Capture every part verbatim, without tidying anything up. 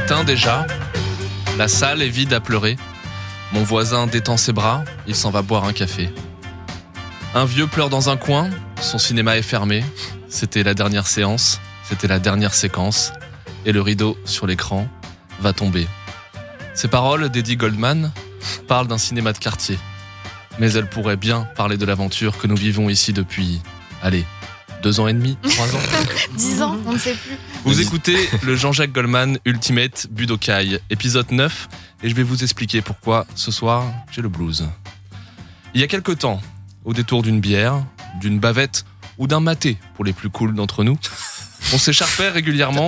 éteint déjà. La salle est vide à pleurer. Mon voisin détend ses bras, il s'en va boire un café. Un vieux pleure dans un coin, son cinéma est fermé. C'était la dernière séance, c'était la dernière séquence. Et le rideau sur l'écran va tomber. Ces paroles d'Eddie Goldman parlent d'un cinéma de quartier. Mais elles pourraient bien parler de l'aventure que nous vivons ici depuis, allez, deux ans et demi, trois ans. Dix ans, on ne sait plus. Vous écoutez le Jean-Jacques Goldman Ultimate Budokai, épisode neuf, et je vais vous expliquer pourquoi ce soir j'ai le blues. Il y a quelque temps, au détour d'une bière, d'une bavette ou d'un maté pour les plus cools d'entre nous, on s'écharpait régulièrement.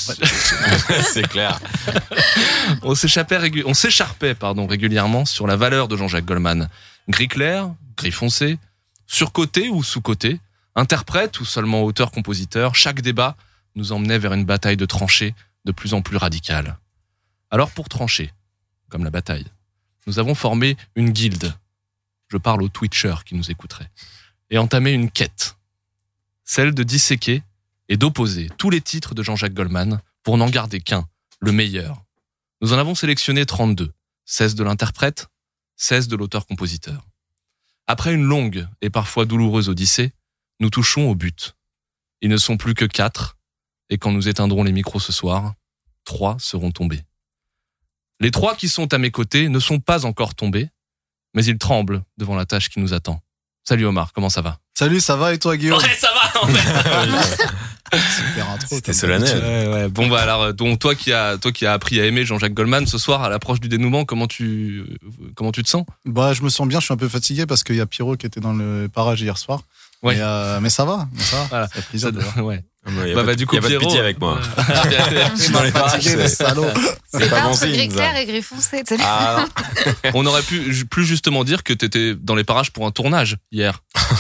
C'est clair. on s'échappait, régu... on s'écharpait pardon, régulièrement sur la valeur de Jean-Jacques Goldman. Gris clair, gris foncé, surcoté ou sous-coté, interprète ou seulement auteur-compositeur, chaque débat nous emmenait vers une bataille de tranchées de plus en plus radicale. Alors pour trancher, comme la bataille, nous avons formé une guilde. Je parle aux Twitchers qui nous écouteraient. Et entamé une quête. Celle de disséquer et d'opposer tous les titres de Jean-Jacques Goldman pour n'en garder qu'un, le meilleur. Nous en avons sélectionné trente-deux, seize de l'interprète, seize de l'auteur-compositeur. Après une longue et parfois douloureuse odyssée, nous touchons au but. Ils ne sont plus que quatre, et quand nous éteindrons les micros ce soir, trois seront tombés. Les trois qui sont à mes côtés ne sont pas encore tombés, mais ils tremblent devant la tâche qui nous attend. Salut Omar, comment ça va ? Salut, ça va et toi Guillaume ? Ouais, ça va en fait. Super intro. C'était solennel. Ouais, ouais. Bon bah alors, donc toi qui as toi qui as appris à aimer Jean-Jacques Goldman ce soir à l'approche du dénouement, comment tu comment tu te sens ? Bah je me sens bien, je suis un peu fatigué parce qu'il y a Pierrot qui était dans le parage hier soir. Ouais. Mais, euh, mais ça va, mais ça va. Voilà. Ça fait plaisir de voir. Ouais. Il y a Bah, pas, bah, du coup, y a pas de Pierrot, pitié avec moi. Je suis dans les fatigués, les salauds. C'est C'est pas pas bon entre signe, gris ça. clair et gris foncé. tu sais. Ah, On aurait pu ju- plus justement dire que t'étais dans les parages pour un tournage hier.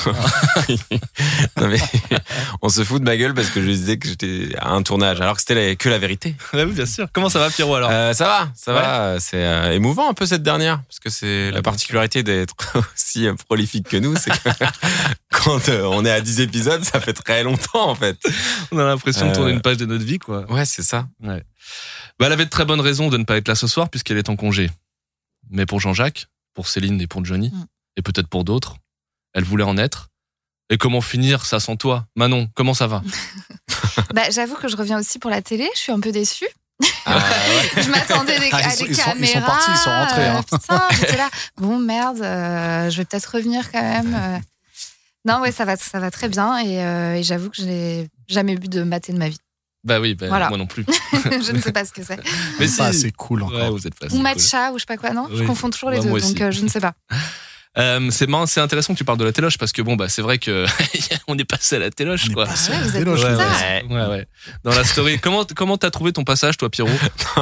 non mais on se fout de ma gueule parce que je disais que j'étais à un tournage alors que c'était la- que la vérité. Ouais, oui, bien sûr. Comment ça va Pierrot alors ? Euh, ça va, ça Ouais. va. C'est euh, émouvant un peu cette dernière parce que c'est la particularité d'être aussi euh, prolifique que nous, c'est que quand euh, on est à dix épisodes, ça fait très longtemps en fait. On a l'impression de tourner Euh, une page de notre vie quoi. Ouais, c'est ça. Ouais. Bah, elle avait de très bonnes raisons de ne pas être là ce soir puisqu'elle est en congé. Mais pour Jean-Jacques, pour Céline et pour Johnny, Mm. et peut-être pour d'autres, elle voulait en être. Et comment finir ça sans toi ? Manon, comment ça va ? Bah, j'avoue que je reviens aussi pour la télé. Je suis un peu déçue. Ah, ouais. Je m'attendais des, Ah, ils à sont- des ils sont- ils sont caméras. partis, ils sont rentrés, hein. euh, putain, j'étais là. Bon, merde, euh, je vais peut-être revenir quand même. euh. Non, ouais, ça va, ça va très bien. Et, euh, et j'avoue que je n'ai jamais bu de maté de ma vie. Bah oui, bah, Voilà. moi non plus. Je ne sais pas ce que c'est. Mais C'est pas si. assez cool encore. Ouais, vous êtes pas assez Ou cool. matcha, ou je sais pas quoi, non Je Oui. confonds toujours les Ouais, deux, moi donc aussi. euh, je ne sais pas. Euh, c'est marrant, c'est intéressant que tu parles de la téloche parce que bon bah c'est vrai que on est passé à la téloche On est quoi. passé Ouais, à la vous êtes téloche, des les stars. gars. Ouais. Ouais ouais. Dans la story, comment comment t'as trouvé ton passage toi Pierrot ?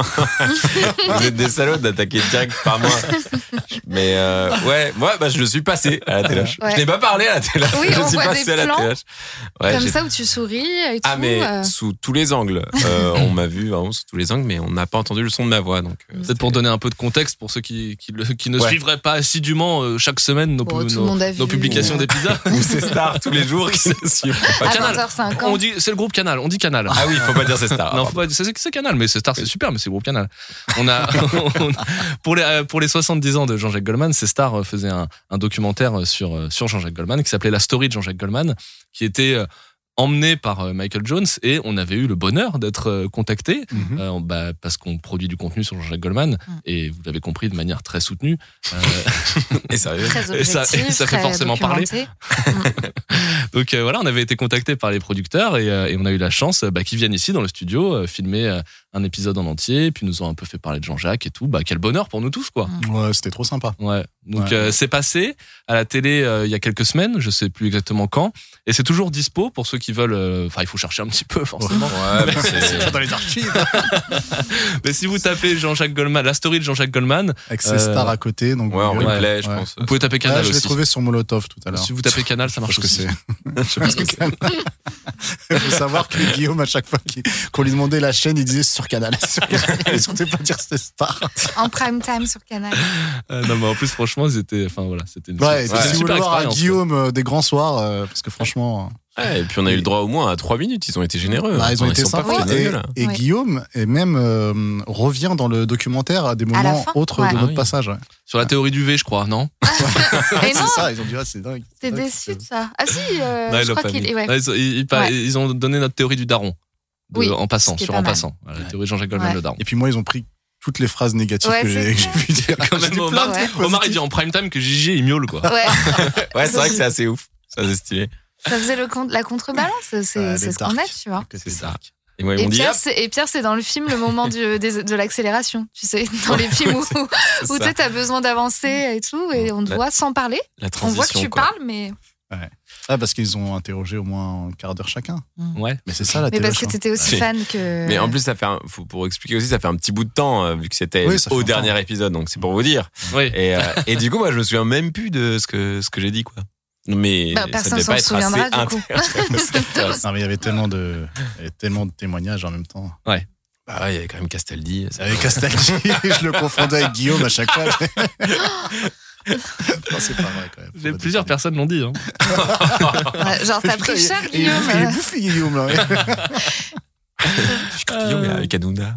Vous êtes des salauds d'attaquer direct par moi. Mais euh, ouais, moi bah, je le suis passé à la téloche. Ouais. Je n'ai pas parlé à la téloche. Oui, je on suis voit passé des à la plans téloche. Ouais, Comme j'ai- ça, où tu souris et tout. Ah mais euh. sous tous les angles. Euh, on m'a vu vraiment sous tous les angles, mais on n'a pas entendu le son de ma voix. Donc euh, Peut-être pour donner un peu de contexte pour ceux qui qui, le- qui ne Ouais. suivraient pas assidûment euh, chaque semaine nos, Bon, tout le nos, monde a nos vu. publications Ouais. d'épisodes. ou ces stars tous les jours qui se suivent. Pas À Canal. vingt heures cinquante. On dit c'est le groupe Canal, on dit Canal. Ah oui, il faut pas dire ces stars. Non, faut pas, c'est, c'est Canal, mais c'est Star, c'est super, mais c'est groupe Canal. On a, on- pour les, euh, pour les soixante-dix ans de Jean-Jacques Goldman, c'est Star euh, faisait un, un documentaire sur, euh, sur Jean-Jacques Goldman qui s'appelait La Story de Jean-Jacques Goldman, qui était euh, emmené par euh, Michael Jones et on avait eu le bonheur d'être euh, contacté Mhm. euh, bah, parce qu'on produit du contenu sur Jean-Jacques Goldman Mm. et vous l'avez compris de manière très soutenue. Euh, Et sérieux. Très Et ça- objectif, et ça fait très forcément parler. documenté. Donc euh, voilà, on avait été contacté par les producteurs et, euh, et on a eu la chance euh, bah, qu'ils viennent ici dans le studio euh, filmer euh, un épisode en entier, puis nous ont un peu fait parler de Jean-Jacques et tout. Bah quel bonheur pour nous tous quoi. Ouais, c'était trop sympa. Ouais. Donc Ouais. euh, c'est passé à la télé euh, il y a quelques semaines, je sais plus exactement quand, et c'est toujours dispo pour ceux qui veulent. euh, Enfin, il faut chercher un petit peu forcément. Ouais, mais c'est- Dans les archives. Mais si vous tapez Jean-Jacques Goldman, la story de Jean-Jacques Goldman, Avec ses Euh, stars à côté. Donc ouais, en Google. replay, je Ouais. pense. vous pouvez taper Ouais, Canal je l'ai aussi. trouvé sur Molotov tout à l'heure. Si vous tapez Canal, ça marche Je sais aussi. pas ce que c'est. Je sais pas ce que c'est. Il faut savoir que Guillaume, à chaque fois qu'il- qu'on lui demandait la chaîne, il disait sur Canal. Sur Canal. Il ne sentait pas dire c'était star. En prime time sur Canal. Euh, non mais en plus franchement, ils étaient, enfin voilà, c'était une, Ouais, et c'était puis une si vous super voulez voir un expérience. Guillaume euh, des grands soirs, euh, parce que franchement, Ouais, et puis on a eu le droit au moins à trois minutes. Ils ont été généreux. Bah, ils ont Enfin, été sont pas sympas. foutus de Et, gueule. et Ouais. Guillaume et même euh, revient dans le documentaire à des À la moments fin, autres ouais. de Ah notre oui. passage. Ouais. Sur la théorie du V, je crois, non? Et non, C'est ça, ils ont dit ah, c'est dingue. t'es C'est dingue, déçu c'est- de ça. Ah si, euh, Non, ils je l'ont crois pas qu'il mis. est. Ouais. Non, ils, ont- ils- ils- Ouais. ils ont donné notre théorie du daron. De- Oui, en passant, ce qui est sur pas en mal. passant. Voilà, la Ouais. théorie de Jean-Jacques Goldman, Ouais. le daron. Et puis moi, ils ont pris toutes les phrases négatives Ouais, que j'ai c'est que j'ai pu dire. Quand J'ai même, dit plein Omar, de Ouais. trucs Omar, il positifs. dit en prime time que Gigi, il miaule, quoi. Ouais. Ouais, c'est vrai que c'est assez ouf. Ça, c'est stylé. Ça faisait le compte, la contrebalance. C'est Ouais, c'est elle ce est qu'on dark. aime, tu vois. C'est ça. dark. Et moi, ils Et m'ont dit, Pierre, hop, c'est, et Pierre, c'est dans le film le moment du, des- de l'accélération. Tu sais, dans les films où, c'est où tu ça. sais, t'as besoin d'avancer et tout, et on te La- voit sans parler. la On voit que transition, tu quoi. parles, mais. Ah, parce qu'ils ont interrogé au moins un quart d'heure chacun. Ouais. Mais c'est ça la Mais télé. parce que t'étais aussi Ouais. fan que. Mais en plus, ça fait un, faut, pour expliquer aussi, ça fait un petit bout de temps, euh, vu que c'était Oui, ça fait au longtemps. dernier épisode, donc c'est pour vous dire. Oui. Et, euh, et du coup, moi, je me souviens même plus de ce que, ce que j'ai dit, quoi. Mais Bah, ça personne devait s'en pas être souviendra, assez du coup. intéressant. Non, mais il y avait tellement de, il y avait tellement de témoignages en même temps. Bah ouais, il y avait quand même Castaldi. ça- Avec Castaldi, je le confondais avec Guillaume à chaque fois. Non, c'est pas vrai quand même. Faut J'ai- pas Plusieurs déconner. personnes l'ont dit. Hein. Ouais, genre, t'as pris Putain, cher, il- il est Guillaume. bouffé- Il est bouffé, Guillaume, là. ouais. Je crois qu'il y avait avec Hanouna.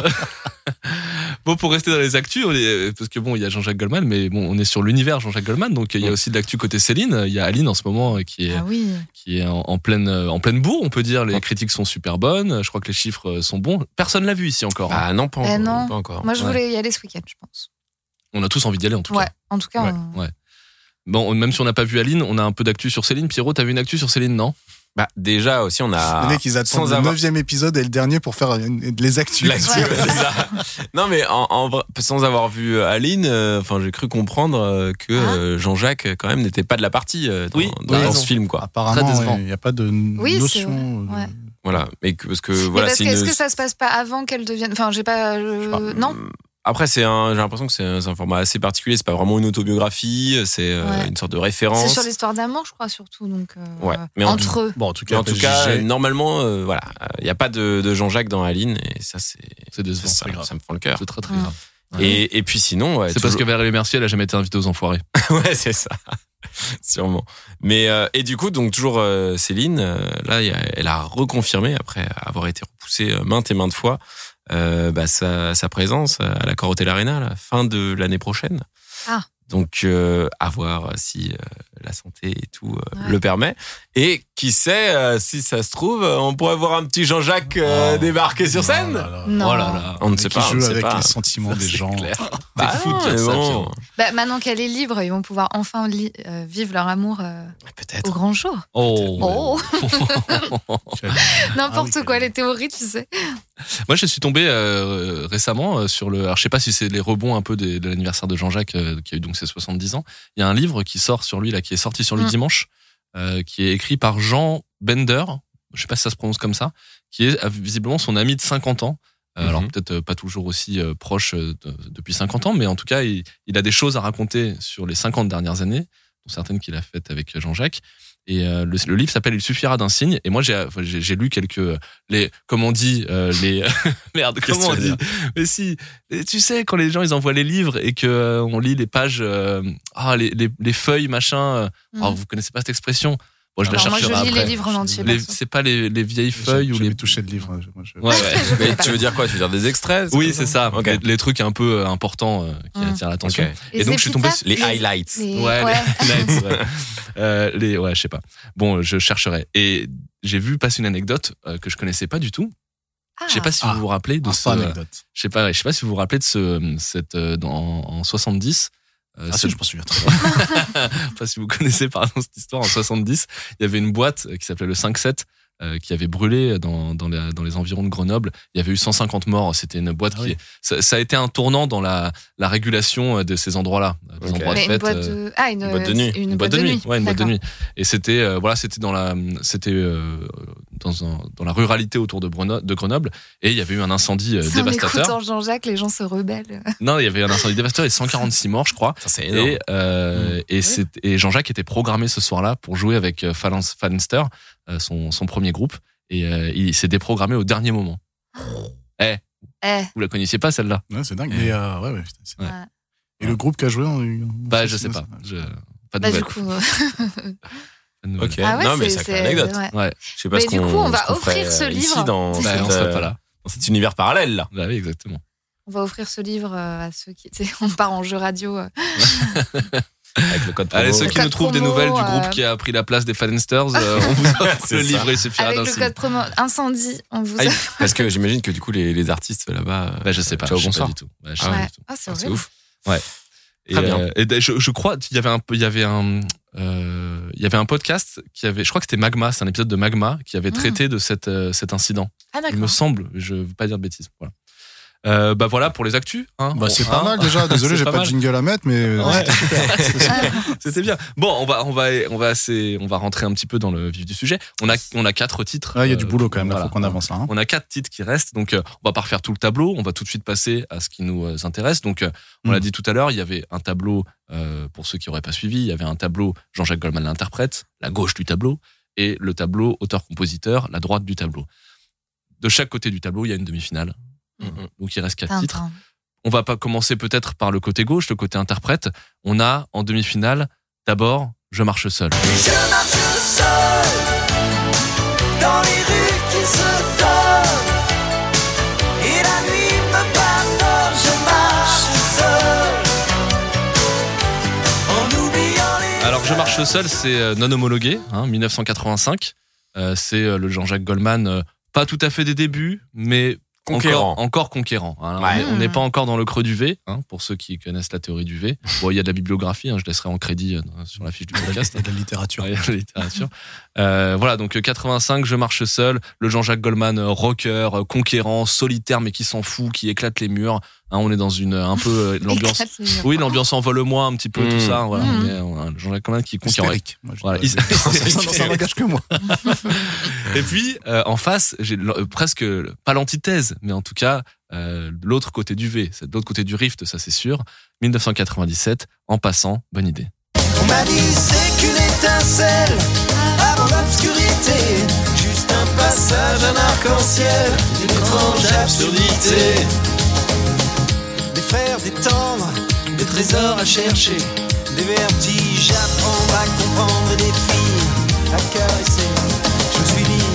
Bon, pour rester dans les actus, on est- parce que bon, il y a Jean-Jacques Goldman, mais bon, on est sur l'univers Jean-Jacques Goldman, donc il y a Mm. aussi de l'actu côté Céline. Il y a Aline en ce moment euh, qui est Ah oui. qui est en, en pleine en pleine bourre, on peut dire. Les Mm. critiques sont super bonnes. Je crois que les chiffres euh, sont bons. Personne l'a vu ici encore. hein. Ah non, pas Eh encore. non. Pas encore. Moi, je Ouais. voulais y aller ce week-end, je pense. On a tous envie d'y aller en tout Ouais, cas. en tout cas. Ouais. on- Bon, même si on n'a pas vu Aline, on a un peu d'actu sur Céline. Pierrot, t'as vu une actu sur Céline, non? Bah, déjà aussi, on a. Les mecs, ils attendent sans le avoir- neuvième épisode et le dernier pour faire une- les actus. L'actu, Ouais. ouais, c'est ça. Non, mais en, en vrai, sans avoir vu euh, Aline, euh, enfin, j'ai cru comprendre euh, que euh, Jean-Jacques, quand même, n'était pas de la partie euh, dans, Oui, dans, t'as dans raison. ce film, quoi. Très Apparemment, décevant. il n'y a pas de Oui, c'est notion. vrai. euh, Ouais. Voilà. Mais que, parce que, Mais voilà, parce c'est que, est-ce une. que ça se passe pas avant qu'elle devienne. Enfin, j'ai pas. euh, Enfin, non. Après, c'est un, j'ai l'impression que c'est un, c'est un format assez particulier. C'est pas vraiment une autobiographie. C'est euh, Ouais. une sorte de C'est référence. sur l'histoire d'amour, je crois, surtout. Donc, euh, Ouais. Mais en entre eux. Bon, en tout Mais cas, en tout cas, J G, normalement, euh, voilà, il n'y a pas de, de Jean-Jacques dans Aline, et ça, c'est, C'est décevant. ça, c'est grave. ça me prend le cœur. C'est très très Mm. grave. Et, et puis sinon, ouais, C'est parce que toujours- Valérie Mercier, elle a jamais été invitée aux Enfoirés. ouais, c'est ça, sûrement. Mais euh, et du coup, donc toujours euh, Céline, euh, là, il y a- elle a reconfirmé après avoir été repoussée euh, maintes et maintes fois, euh, bah, sa, sa présence à la Hotel Arena à la fin de l'année prochaine. Ah. Donc euh, à voir si euh, la santé et tout euh, Ouais. le permet. Et qui sait, euh, si ça se trouve, euh, on pourrait voir un petit Jean-Jacques euh, Oh. débarquer sur scène. Oh là là. Non. Oh là là. On ne Mais sait qui pas, on joue ne sait avec pas. les sentiments Ça, des c'est gens. clair. Bah T'es fou de non, dire mais ça, bon. Pierrot. Bah, maintenant qu'elle est libre, ils vont pouvoir enfin li- euh, vivre leur amour euh, Peut-être. au grand jour. Oh. Oh, n'importe Ah oui, quoi, que- les théories, tu sais. Moi, je suis tombé euh, récemment euh, sur le. Alors, je sais pas si c'est les rebonds un peu des- de l'anniversaire de Jean-Jacques, euh, qui a eu donc ses soixante-dix ans. Il y a un livre qui sort sur lui là, qui est sorti sur lui Mm. dimanche, euh, qui est écrit par Jean Bender. Je sais pas si ça se prononce comme ça, qui est euh, visiblement son ami de cinquante ans. Euh, Mhm. Alors peut-être euh, pas toujours aussi euh, proche euh, de- depuis cinquante ans, mais en tout cas, il, il a des choses à raconter sur les cinquante dernières années, dont certaines qu'il a faites avec Jean-Jacques. Et euh, le, le livre s'appelle Il suffira d'un signe. Et moi, j'ai enfin, j'ai j'ai lu quelques les comme on dit euh, les merde Qu'est-ce comment on que tu veux dit mais si et tu sais quand les gens ils envoient les livres et que euh, on lit les pages euh, ah les, les les feuilles machin euh, Mm. oh, vous connaissez pas cette expression. Bon, je la Alors, moi, je chercherai lis après. les livres en entier. Les- perso. c'est pas les, les vieilles feuilles ou les touché le livre. Moi, je- ouais, ouais. Je Mais connais pas. tu veux dire quoi? Tu veux dire des extraits? Oui, c'est ça. Ok. Les, les trucs un peu euh, importants euh, qui Mm. attirent l'attention. Ok. Et donc, je suis tombé épitaphes, sur- Les highlights. les- Ouais, ouais. les highlights, ouais. Euh, les, ouais, je sais pas. Bon, je chercherai. Et j'ai vu passer une anecdote euh, que je connaissais pas du tout. Ah. Je sais pas si Ah. vous vous rappelez de Ah, ce. pas anecdote. Je sais pas. Je sais pas si vous vous rappelez de ce cette euh, dans, en soixante-dix. Euh, Ah, ce- si, je m'en souviens très bien. pas si vous connaissez pardon cette histoire. En soixante-dix, il y avait une boîte qui s'appelait le cinq sept. Euh, qui avait brûlé dans, dans, les, dans les environs de Grenoble. Il y avait eu cent cinquante morts. C'était une boîte Ah qui. oui. Ça, ça a été un tournant dans la, la régulation de ces endroits-là, des Ok. endroits de Mais une fête. boîte euh, de. Ah, une, une boîte de nuit. Une, une boîte de nuit, ouais, une boîte de D'accord. nuit. Et c'était euh, voilà, c'était dans la, c'était euh, dans un, dans la ruralité autour de Grenoble, de Grenoble, et il y avait eu un incendie euh, Ça, en dévastateur. écoutant Jean-Jacques, les gens se rebellent. Non, il y avait un incendie dévastateur et cent quarante-six morts, je crois. Ça, c'est énorme. Et, euh, et, c'est- et Jean-Jacques était programmé ce soir-là pour jouer avec euh, Phalan- Phalanster, euh, son, son premier groupe, et euh, il s'est déprogrammé au dernier moment. Eh, Eh, vous la connaissiez pas celle-là? Ouais, c'est dingue. Mais euh, ouais, ouais, putain, c'est- Ouais. ouais. Et le groupe qui a joué, on, on- Bah, je sais c'est- pas. Je, pas de Bah, du nouvelles. coup, euh, cette nouvelle. Ok. Ah ouais, non, mais c'est- sacrée c'est- anecdote. ouais. Ouais. Je sais pas Mais ce du qu'on coup, on va ce qu'on offrir ferait, ce euh, livre. ici dans, Bah, cette, on serait euh, pas là. dans cet univers parallèle là. Bah oui, exactement. On va offrir ce livre euh, à ceux qui. tu sais, on part en jeu radio. euh. Avec le code promo. Allez, ceux Le qui nous code trouvent des promo, nouvelles du euh, groupe qui a pris la place des Falensters, euh, on vous offre C'est le ça. livre, il suffira Avec d'un le signe. code promo incendie, on vous. Ah, il- parce que j'imagine que du coup les, les artistes là-bas. Bah, je sais pas. Ciao, je sais bonsoir. pas du tout. Bah, je sais Ah pas Ouais. du tout. Ah, c'est Ah, c'est horrible. ouf. Et, Très bien. euh, et d'ailleurs, je, je crois qu'il y avait un peu- il y avait un euh, il y avait un podcast qui avait, je crois que c'était Magma, c'est un épisode de Magma qui avait Mm. traité de cet euh, cet incident. Ah, Il me d'accord. semble, je veux pas dire de bêtises. Voilà. Euh, bah voilà pour les actus. Hein. Bah, c'est Hein. pas mal déjà. Désolé, C'est j'ai pas pas de mal. jingle à mettre, mais Ouais. c'était super. C'était super. C'était bien. Bon, on va, on va, on va assez, on va rentrer un petit peu dans le vif du sujet. On a, on a quatre titres. Ouais, il y a du euh, boulot quand même. Là, voilà. faut qu'on avance là. hein. On a quatre titres qui restent, donc euh, on va pas refaire tout le tableau. On va tout de suite passer à ce qui nous euh, intéresse. Donc, euh, on Mm. l'a dit tout à l'heure, il y avait un tableau euh, pour ceux qui auraient pas suivi. Il y avait un tableau Jean-Jacques Goldman l'interprète, la gauche du tableau, et le tableau auteur-compositeur, la droite du tableau. De chaque côté du tableau, il y a une demi-finale. Mhm. Donc il reste quatre Tintin. titres. On va pas commencer peut-être par le côté gauche, le côté interprète. On a en demi-finale d'abord Je marche seul. Je marche seul dans les rues qui se donnent et la nuit me pardonne. Je marche seul en oubliant les. Alors Je marche seul, c'est euh, non homologué, hein, mille neuf cent quatre-vingt-cinq. Euh, c'est euh, le Jean-Jacques Goldman, euh, pas tout à fait des débuts, mais Conquérant. Encore, encore conquérant. hein. Ouais. On n'est pas encore dans le creux du V, hein, pour ceux qui connaissent la théorie du V. Bon, il y a de la bibliographie, hein, je laisserai en crédit euh, sur la fiche du podcast. Il y a de la littérature. Ouais, il y a de la littérature. Euh, voilà, donc euh, quatre-vingt-cinq, Je marche seul, le Jean-Jacques Goldman euh, rocker, euh, conquérant, solitaire mais qui s'en fout, qui éclate les murs. Hein, on est dans une un peu euh, l'ambiance. Éclate les murs. Oui, l'ambiance envole-moi un petit peu, Mmh. tout ça. Voilà, Mmh. on est, on a un Jean-Jacques Goldman qui est conquérant. Hystérique. Moi, je Voilà, dirais. hys- Ça ça n'engage que moi. Et puis euh, en face, j'ai l- euh, presque pas l'antithèse, mais en tout cas euh, l'autre côté du V, c'est de l'autre côté du rift, ça c'est sûr. mille neuf cent quatre-vingt-dix-sept, En passant, bonne idée. On m'a dit c'est qu'une étincelle avant l'obscurité, juste un passage, un arc-en-ciel, une étrange absurdité. Des fers, des tendres, des trésors à chercher, des vertiges à prendre, à comprendre et des filles à caresser. Je me suis dit,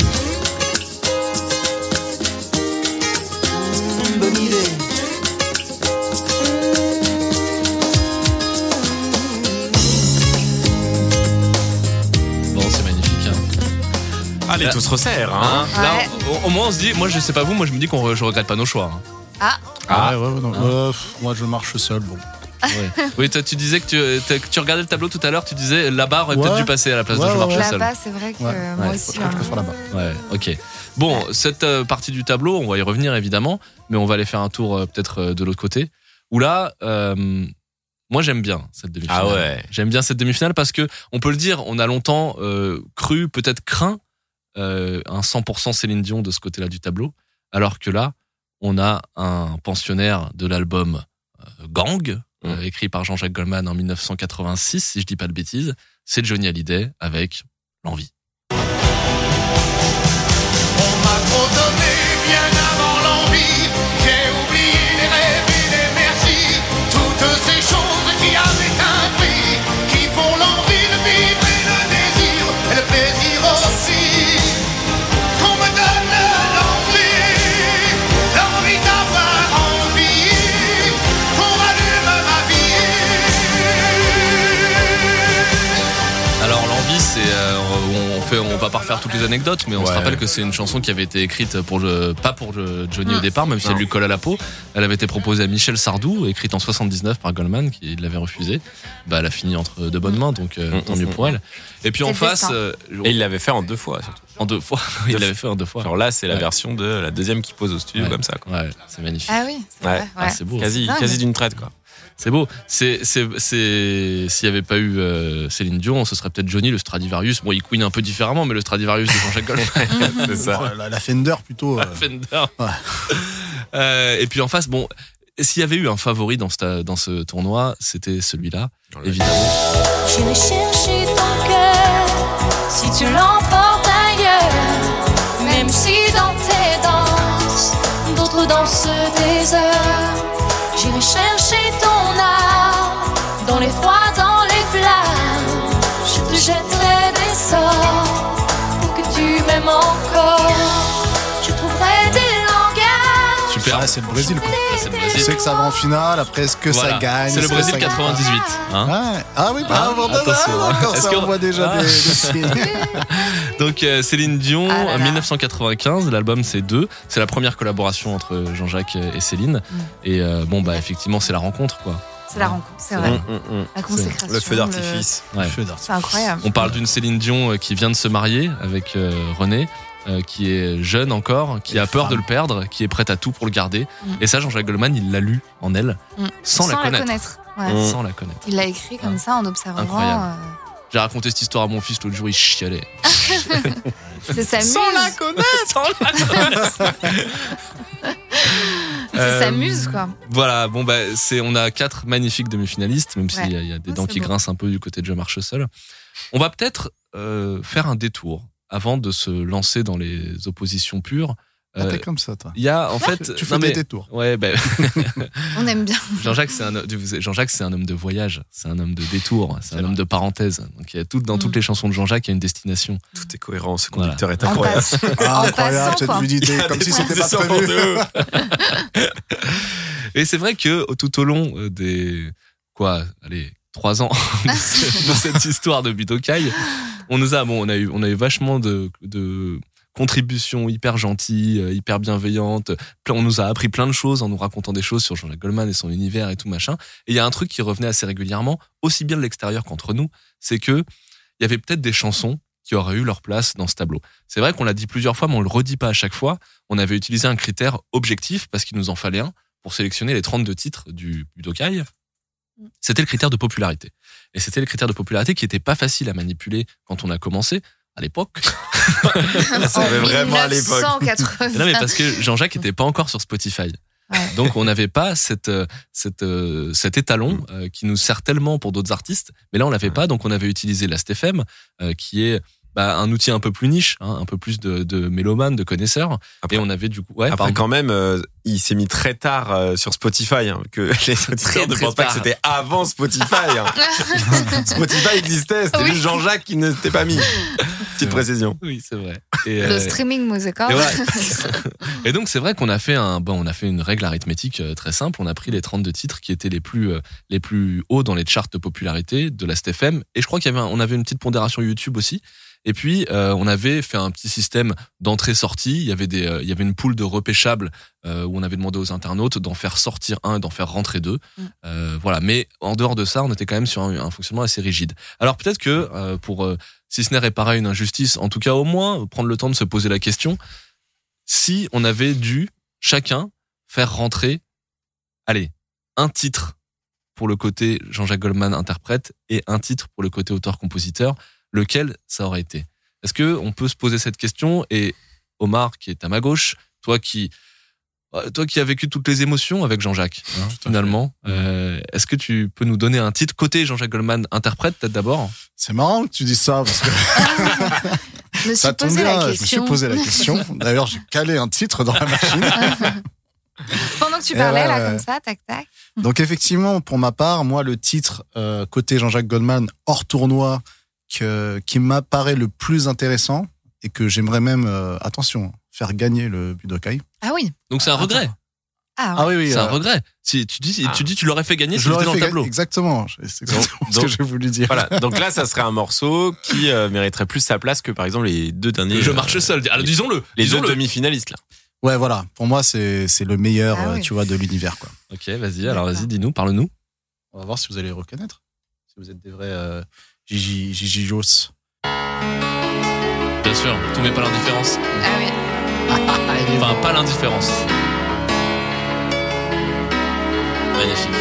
mmh, bonne idée. Bon, c'est magnifique. Hein. Allez, Là- tous se resserrent. Hein. Hein, là, Ouais. au, au moins on se dit, moi je sais pas vous, moi je me dis qu'on re- je regrette pas nos choix. hein. Ah, Ah. Ouais, ouais, ouais, non. Euh, pff, moi, je marche seul. Bon. Ouais. Oui, toi, tu disais que tu, t'as- que tu regardais le tableau tout à l'heure, tu disais là-bas aurait Ouais. peut-être dû passer à la place Ouais, de Je ouais, marche ouais. seul. là-bas, c'est vrai que Ouais. euh, moi Ouais. aussi. Je hein. préfère là-bas. Ouais, ok. Bon, cette euh, partie du tableau, on va y revenir évidemment, mais on va aller faire un tour euh, peut-être euh, de l'autre côté. Où là, euh, moi j'aime bien cette demi-finale. Ah ouais. J'aime bien cette demi-finale parce que on peut le dire, on a longtemps euh, cru, peut-être craint euh, un cent pour cent Céline Dion de ce côté-là du tableau, alors que là, on a un pensionnaire de l'album euh, Gang, euh, Mm. écrit par Jean-Jacques Goldman en mille neuf cent quatre-vingt-six, si je dis pas de bêtises. C'est Johnny Hallyday avec L'Envie. On m'a trop donné bien avant l'envie. J'ai oublié les rêves et les merci. Toutes ces choses qui avaient un prix, qui font l'envie de vivre et le désir, et le plaisir aussi. Qu'on me donne l'envie, l'envie d'avoir envie, qu'on rallume ma vie. Alors L'Envie, c'est euh, on fait, on va pas refaire toutes les anecdotes, mais on se Ouais. rappelle que c'est une chanson qui avait été écrite pour le, pas pour le- Johnny au Mm. départ, même si Non. elle lui colle à la peau. Elle avait été proposée à Michel Sardou, écrite en soixante-dix-neuf par Goldman, qui l'avait refusée. Bah, elle a fini entre de bonnes mains, donc euh, Mm, tant mm, mieux mm, pour elle. Et puis C'est en le face, destin. euh, Et il l'avait fait en deux fois surtout. en deux fois, il l'avait fait en deux fois. Genre là, c'est la Ouais. version de la deuxième qui pose au studio Ouais. comme ça. Quoi. Ouais, c'est magnifique. Ah oui, c'est Ouais. vrai. Ah, Ouais. c'est beau. Quasi, dingue. quasi d'une traite quoi. C'est beau. C'est, c'est, c'est, s'il n'y avait pas eu euh, Céline Dion, ce serait peut-être Johnny, le Stradivarius. Bon, il couine un peu différemment, mais le Stradivarius de Jean-Jacques Goldman. C'est ça. Ouais, La, la Fender plutôt. euh, Fender. Ouais. Euh, et puis en face, bon, s'il y avait eu un favori dans ce, dans ce tournoi, c'était celui-là, évidemment. J'irai chercher ton cœur si tu l'emportes ailleurs, même si dans tes danses, d'autres dansent des heures. J'irai chercher ton âme dans les froids, dans les flammes. Je te jetterai des sorts. perdre. Ah, c'est le Brésil, quoi. Ah, c'est le Tu Brésil. sais que ça va en finale, après, est-ce que Voilà. ça gagne? C'est le est-ce que Brésil ça gagne pas? quatre-vingt-dix-huit. Hein. Ouais. Ah oui, bah, Ah, bon, attention, ah, hein. d'accord, Est-ce ça, que- on voit déjà Ah. des, des signes. Donc euh, Céline Dion, Ah là là. mille neuf cent quatre-vingt-quinze, l'album c'est deux. C'est la première collaboration entre Jean-Jacques et Céline. Mm. Et euh, bon bah effectivement c'est la rencontre quoi. C'est la rencontre, c'est Ouais. vrai. Hum, hum, hum. La consécration. Le feu d'artifice. Ouais. Feu d'artifice. C'est incroyable. On parle d'une Céline Dion euh, qui vient de se marier avec euh, René, euh, qui est jeune encore, qui Et a peur femme. de le perdre, qui est prête à tout pour le garder. Mm. Et ça Jean-Jacques Goldman il l'a lu en elle, Mm. sans, la connaître. Ouais. Mm. Sans la connaître. Il l'a écrit comme ça en observant. Incroyable. euh, J'ai raconté cette histoire à mon fils l'autre jour, il chialait. C'est sa muse. Sans la connaître. Sans la connaître. C'est Euh, sa muse, quoi. Voilà, bon bah c'est on a quatre magnifiques demi-finalistes, même s'il Ouais. y, a- il y a des Oh, dents c'est qui beau. grincent un peu du côté de Je marche seul. On va peut-être euh, faire un détour avant de se lancer dans les oppositions pures. Ah, Euh, t'es comme ça, toi. Il y a en fait, Tu fais non, des mais- détours. ouais, ben On aime bien. Jean-Jacques c'est un Jean-Jacques c'est un homme de voyage, c'est un homme de détour, c'est un homme de parenthèse. Donc il y a tout dans toutes Mm. les chansons de Jean-Jacques, il y a une destination. Tout est cohérent, ce conducteur est En, incroyable. passe- Ah, en incroyable, passant, cette quoi. fluidité, comme si c'était pas prévu. Et c'est vrai que tout au long euh, des quoi, allez, trois ans de ce- de cette histoire de Budokai, on nous a bon, on a eu on a eu vachement de de contributions hyper gentilles, euh, hyper bienveillantes. Plein- On nous a appris plein de choses en nous racontant des choses sur Jean-Jacques Goldman et son univers et tout machin. Et il y a un truc qui revenait assez régulièrement, aussi bien de l'extérieur qu'entre nous, c'est que il y avait peut-être des chansons qui auraient eu leur place dans ce tableau. C'est vrai qu'on l'a dit plusieurs fois, mais on le redit pas à chaque fois. On avait utilisé un critère objectif parce qu'il nous en fallait un pour sélectionner les trente-deux titres du Budokai. C'était le critère de popularité. Et c'était le critère de popularité qui était pas facile à manipuler quand on a commencé à l'époque. Ça avait vraiment à l'époque. mille neuf cent quatre-vingts. Non mais parce que Jean-Jacques était pas encore sur Spotify. Ouais. Donc on n'avait pas cette, euh, cette, euh, cet étalon euh, qui nous sert tellement pour d'autres artistes. Mais là on l'avait pas, donc on avait utilisé Last F M, euh, qui est bah, un outil un peu plus niche, hein, un peu plus de, de mélomanes, de connaisseurs. Après- et on avait du coup... Ouais, Après, pardon. quand même, euh, il s'est mis très tard euh, sur Spotify, hein, que les auditeurs ne très pensent pas que tard. c'était avant Spotify. hein. Spotify existait, c'était Oui. juste Jean-Jacques qui ne s'était pas mis. Petite précision. Oui, c'est vrai. Et, Le euh, streaming musical. Et, voilà. Et donc c'est vrai qu'on a fait un bon, on a fait une règle arithmétique euh, très simple. On a pris les trente-deux titres qui étaient les plus euh, les plus hauts dans les charts de popularité de Last F M. Et je crois qu'il y avait un- on avait une petite pondération YouTube aussi. Et puis euh, on avait fait un petit système d'entrée-sortie. Il y avait des euh, il y avait une poule de repêchables euh, où on avait demandé aux internautes d'en faire sortir un et d'en faire rentrer deux. Mm. Euh, voilà. Mais en dehors de ça, on était quand même sur un, un fonctionnement assez rigide. Alors peut-être que euh, pour euh, si ce n'est réparer une injustice, en tout cas au moins prendre le temps de se poser la question si on avait dû chacun faire rentrer, allez, un titre pour le côté Jean-Jacques Goldman interprète et un titre pour le côté auteur-compositeur, lequel ça aurait été? Est-ce que on peut se poser cette question? Et Omar, qui est à ma gauche, toi qui toi qui as vécu toutes les émotions avec Jean-Jacques, hein, finalement, euh, est-ce que tu peux nous donner un titre côté Jean-Jacques Goldman interprète peut-être d'abord? C'est marrant que tu dises ça, parce que Je me suis ça tombe posé la bien, je me question. suis posé la question. D'ailleurs, j'ai calé un titre dans la machine. Pendant que tu Et parlais, ouais, là, ouais. comme ça, tac, tac. Donc effectivement, pour ma part, moi, le titre euh, côté Jean-Jacques Goldman hors tournoi que, qui m'apparaît le plus intéressant et que j'aimerais même, euh, attention, faire gagner le Budokai. Ah oui. Donc c'est un regret. Ah, Ah oui, oui. C'est un euh, regret. Si tu dis, Ah. tu dis, tu l'aurais fait gagner, je si c'était l'aurais dans le fait tableau. ga- exactement. C'est exactement ce donc- que j'ai voulu dire. Voilà. Donc là, ça serait un morceau qui euh, mériterait plus sa place que par exemple les deux derniers. Je euh, marche seul. Alors, disons-le. Les deux disons-le. demi-finalistes là. Ouais, voilà. Pour moi, c'est c'est le meilleur, Ah euh, oui. tu vois, de l'univers, quoi. Ok, vas-y. Alors D'accord. vas-y, dis-nous, parle-nous. On va voir si vous allez le reconnaître. Si vous êtes des vrais euh, Gigi Gigi Joss. Bien sûr. Tout met pas l'indifférence. Ah oui. Enfin, pas l'indifférence. Magnifique.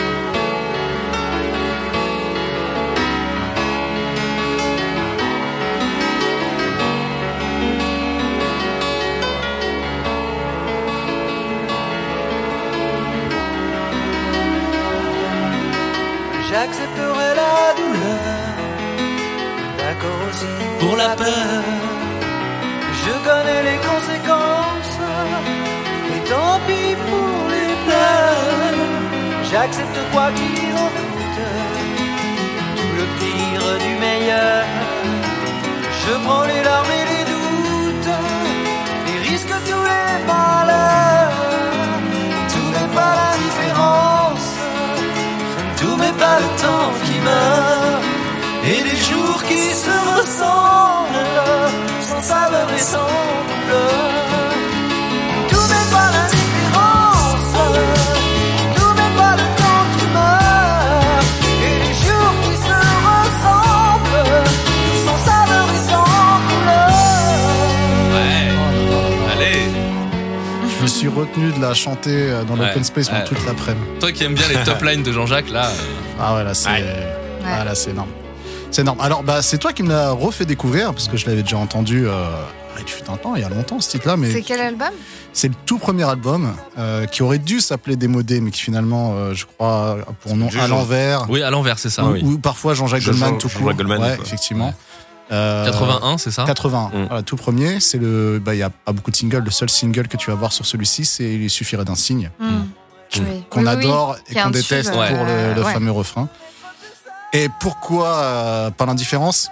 J'accepterai la douleur, d'accord aussi pour la peur. Je connais les conséquences, et tant pis pour les pleurs. J'accepte quoi qu'il en coûte, tout le pire du meilleur. Je prends les larmes et les doutes, et risque tous les malheurs. pas le temps qui meurt et les jours qui se ressemblent sans saveur et sans douleur. Tout n'est pas l'indifférence, tout n'est pas le temps qui meurt et les jours qui se ressemblent sans saveur et sans douleur. Ouais. Allez. Je me suis retenu de la chanter dans Ouais, l'open space pendant ouais. toute l'après-midi. Toi qui aimes bien les top lines de Jean-Jacques, là. euh, Ah ouais, là, c'est, Ouais. ah, là, c'est énorme. C'est énorme. Alors, bah, c'est toi qui me l'as refait découvrir, parce que je l'avais déjà entendu euh, il fut un temps, il y a longtemps, ce titre-là. Mais C'est quel album? c'est le tout premier album euh, qui aurait dû s'appeler Démodé, mais qui finalement, euh, je crois, a pour nom Je- à l'envers. Oui, à l'envers, c'est ça. ou, oui. ou parfois Jean-Jacques Jean- Goldman tout Jean-Jacques court. Goldman, ouais, quoi. effectivement. Euh, quatre-vingt-un, c'est ça quatre-vingt-un, Mm. voilà, tout premier. C'est le, bah, il y a pas beaucoup de singles. Le seul single que tu vas voir sur celui-ci, c'est Il suffirait d'un signe, Hmm. Oui. qu'on Oui, oui, adore oui. et Qui est qu'on un tube, déteste euh, pour le, le ouais. fameux refrain. Et pourquoi euh, pas l'indifférence?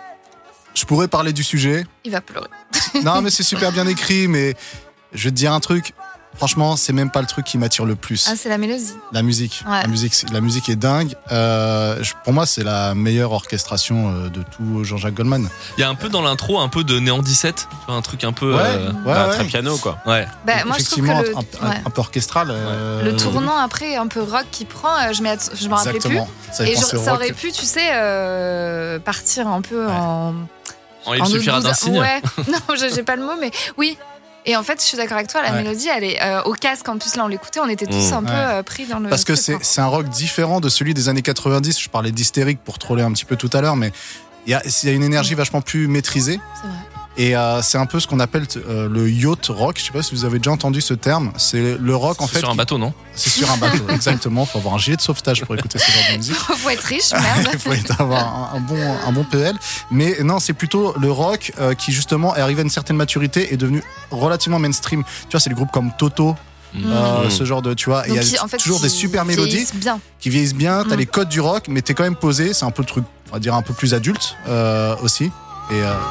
Je pourrais parler du sujet. Il va pleurer. Non, mais c'est super bien écrit, mais je vais te dire un truc. Franchement, c'est même pas le truc qui m'attire le plus. Ah, c'est la mélodie. La musique. Ouais. La musique, c'est- la musique est dingue. Euh, je- pour moi, c'est la meilleure orchestration euh, de tout Jean-Jacques Goldman. Il y a un peu dans l'intro, un peu de Néant dix-sept. Tu vois, un truc un peu. Ouais, euh, ouais, Bah, ouais. Très piano, quoi. ouais. Bah, moi, je trouve Effectivement, que le, un, un- ouais. un peu orchestral. euh, le tournant après, un peu rock qui prend, euh, je, m'y att- je me rappelais plus. Exactement. Ça fait Et je- penser au ça rock. aurait pu, tu sais, euh, partir un peu Ouais. en. En Il en suffira autre d'un bout- signe. Ouais, non, j'ai j'ai pas le mot, mais oui. Et en fait, je suis d'accord avec toi, la Ouais. mélodie, elle est euh, au casque. En plus, là, on l'écoutait, on était tous Mmh. un peu Ouais. euh, pris dans le. Parce que truc, c'est quoi. c'est un rock différent de celui des années quatre-vingt-dix. Je parlais d'hystérique pour troller un petit peu tout à l'heure, mais il y a, il y a une énergie vachement plus maîtrisée. C'est vrai. Et euh, c'est un peu ce qu'on appelle euh, le yacht rock. Je sais pas si vous avez déjà entendu ce terme. C'est le rock en C'est fait. sur un qui- bateau, non C'est sur un bateau, exactement. Faut avoir un gilet de sauvetage pour écouter ce genre de musique. Faut être riche, merde. Il faut être- avoir un, un bon, un bon P L. Mais non, c'est plutôt le rock euh, qui justement est arrivé à une certaine maturité et est devenu relativement mainstream. Tu vois, c'est des groupes comme Toto. euh, Mm. ce genre de, tu vois, et il y Donc, a qui, en fait, toujours qui des super mélodies vieillissent bien. qui vieillissent bien. T'as Mm. les codes du rock, mais t'es quand même posé. C'est un peu le truc, on va dire, un peu plus adulte euh, aussi. Et euh,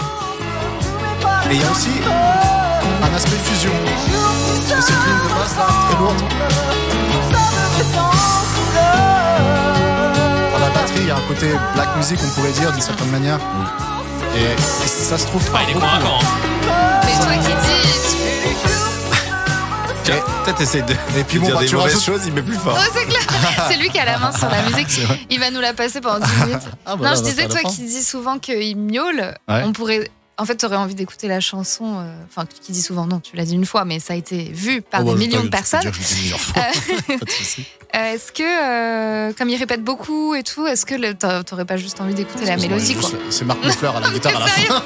et il y a aussi un aspect fusion. Parce que cette ligne de basse là, très lourde. Dans la batterie, il y a un côté black music, on pourrait dire d'une certaine manière. Et, et ça se trouve pas Ah, il est beaucoup. convaincant. hein. Mais toi qui dis. Tiens, peut-être essayer de, Et puis de bon, dire bah, des tu mauvaises rajoutes- choses, il met plus fort. Oh, c'est clair. C'est lui qui a la main sur la musique. C'est vrai. Il va nous la passer pendant dix minutes. Ah, bah, non, là, je on va disais, faire toi la fin. qui dis souvent qu'il miaule, Ouais. on pourrait. En fait, t'aurais envie d'écouter la chanson. euh, Enfin, qui dit souvent, non, tu l'as dit une fois, mais ça a été vu par Oh, des bah, je millions peux- de je peux personnes. dire que je l'ai dit plusieurs fois. Pas de souci. Euh, est-ce que, euh, comme il répète beaucoup et tout, est-ce que le- t'a- t'aurais pas juste envie d'écouter la mélodie, quoi? C'est Marc Lefleur à la guitare à la fin.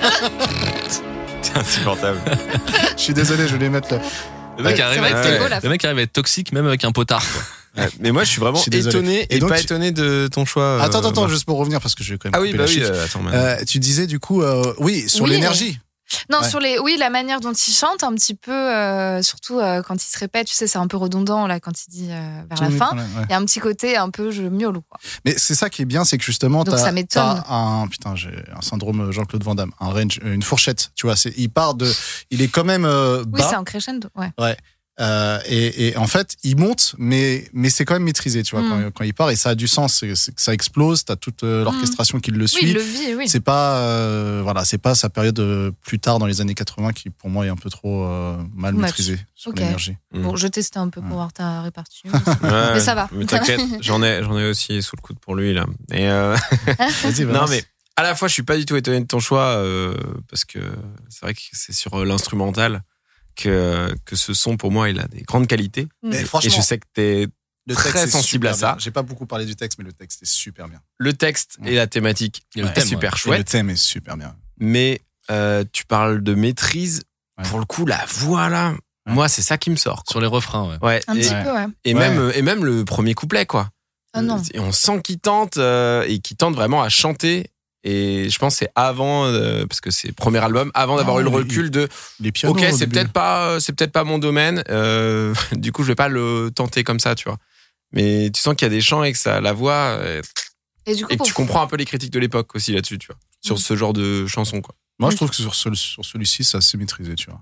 C'est insupportable. Je suis désolé, je vais mettre le. Le mec, Ouais, arrive c'est à vrai être, que c'est ouais. beau, la le mec arrive à être toxique même avec un potard. quoi. Ouais, mais moi, je suis vraiment Je suis désolé. étonné et, Et donc, pas tu- étonné de ton choix. euh, Attends, attends, attends, Marc. juste pour revenir parce que je vais quand même. Ah oui, couper bah la oui, chic. euh, attends, maintenant. Euh, tu disais du coup, euh, oui, sur Oui. l'énergie. Non, Ouais. sur les, oui, la manière dont il chante, un petit peu, euh, surtout euh, quand il se répète, tu sais, c'est un peu redondant là quand il dit euh, vers la fin. Ouais. Il y a un petit côté un peu je miaule, quoi. Mais c'est ça qui est bien, c'est que justement, Donc t'as, ça m'étonne. t'as un putain, j'ai un syndrome Jean-Claude Van Damme, un range, une fourchette. Tu vois, c'est, il part de, il est quand même euh, Oui, bas. c'est un crescendo, ouais. Euh, et, et en fait, il monte, mais, mais c'est quand même maîtrisé, tu vois, Mm. quand, quand il part, et ça a du sens, c'est, c'est que ça explose, t'as toute euh, l'orchestration qui le Oui, suit. il le vit, oui. C'est pas, euh, voilà, c'est pas sa période euh, plus tard dans les années quatre-vingts qui, pour moi, est un peu trop euh, mal Much. maîtrisée sur Ok. l'énergie. Bon, je testais un peu pour Ouais. voir ta répartie. Ouais, mais ça va. Mais t'inquiète, j'en ai, j'en ai aussi sous le coude pour lui là. Et euh, Vas-y, non balance. mais à la fois, je suis pas du tout étonné de ton choix euh, parce que c'est vrai que c'est sur euh, l'instrumental que que ce son pour moi il a des grandes qualités. Mais Et franchement, je sais que t'es le très texte est sensible à super ça. bien. J'ai pas beaucoup parlé du texte, mais le texte est super bien. le texte et la thématique Il y a le est thème, super Et le chouette. thème est super bien. Mais euh, tu parles de maîtrise. Ouais. Pour le coup, la voix là, moi c'est ça qui me sort. quoi. Sur les refrains, ouais. Ouais. Un et, petit Ouais. peu, ouais. et Ouais. même euh, et même le premier couplet quoi. Ah non. Et on sent qu'il tente euh, et qu'il tente vraiment à chanter. Et je pense que c'est avant, euh, parce que c'est le premier album, avant d'avoir Ah, eu le mais recul de Les pianos. ok, au c'est début. peut-être pas, c'est peut-être pas mon domaine. euh, du coup, je vais pas le tenter comme ça, tu vois. Mais tu sens qu'il y a des chants et que ça, la voix, euh, Et du coup, et que pour- tu comprends un peu les critiques de l'époque aussi là-dessus, tu vois, sur Mm. ce genre de chanson, quoi. Moi, je trouve que sur, ce- sur celui-ci, c'est assez maîtrisé, tu vois.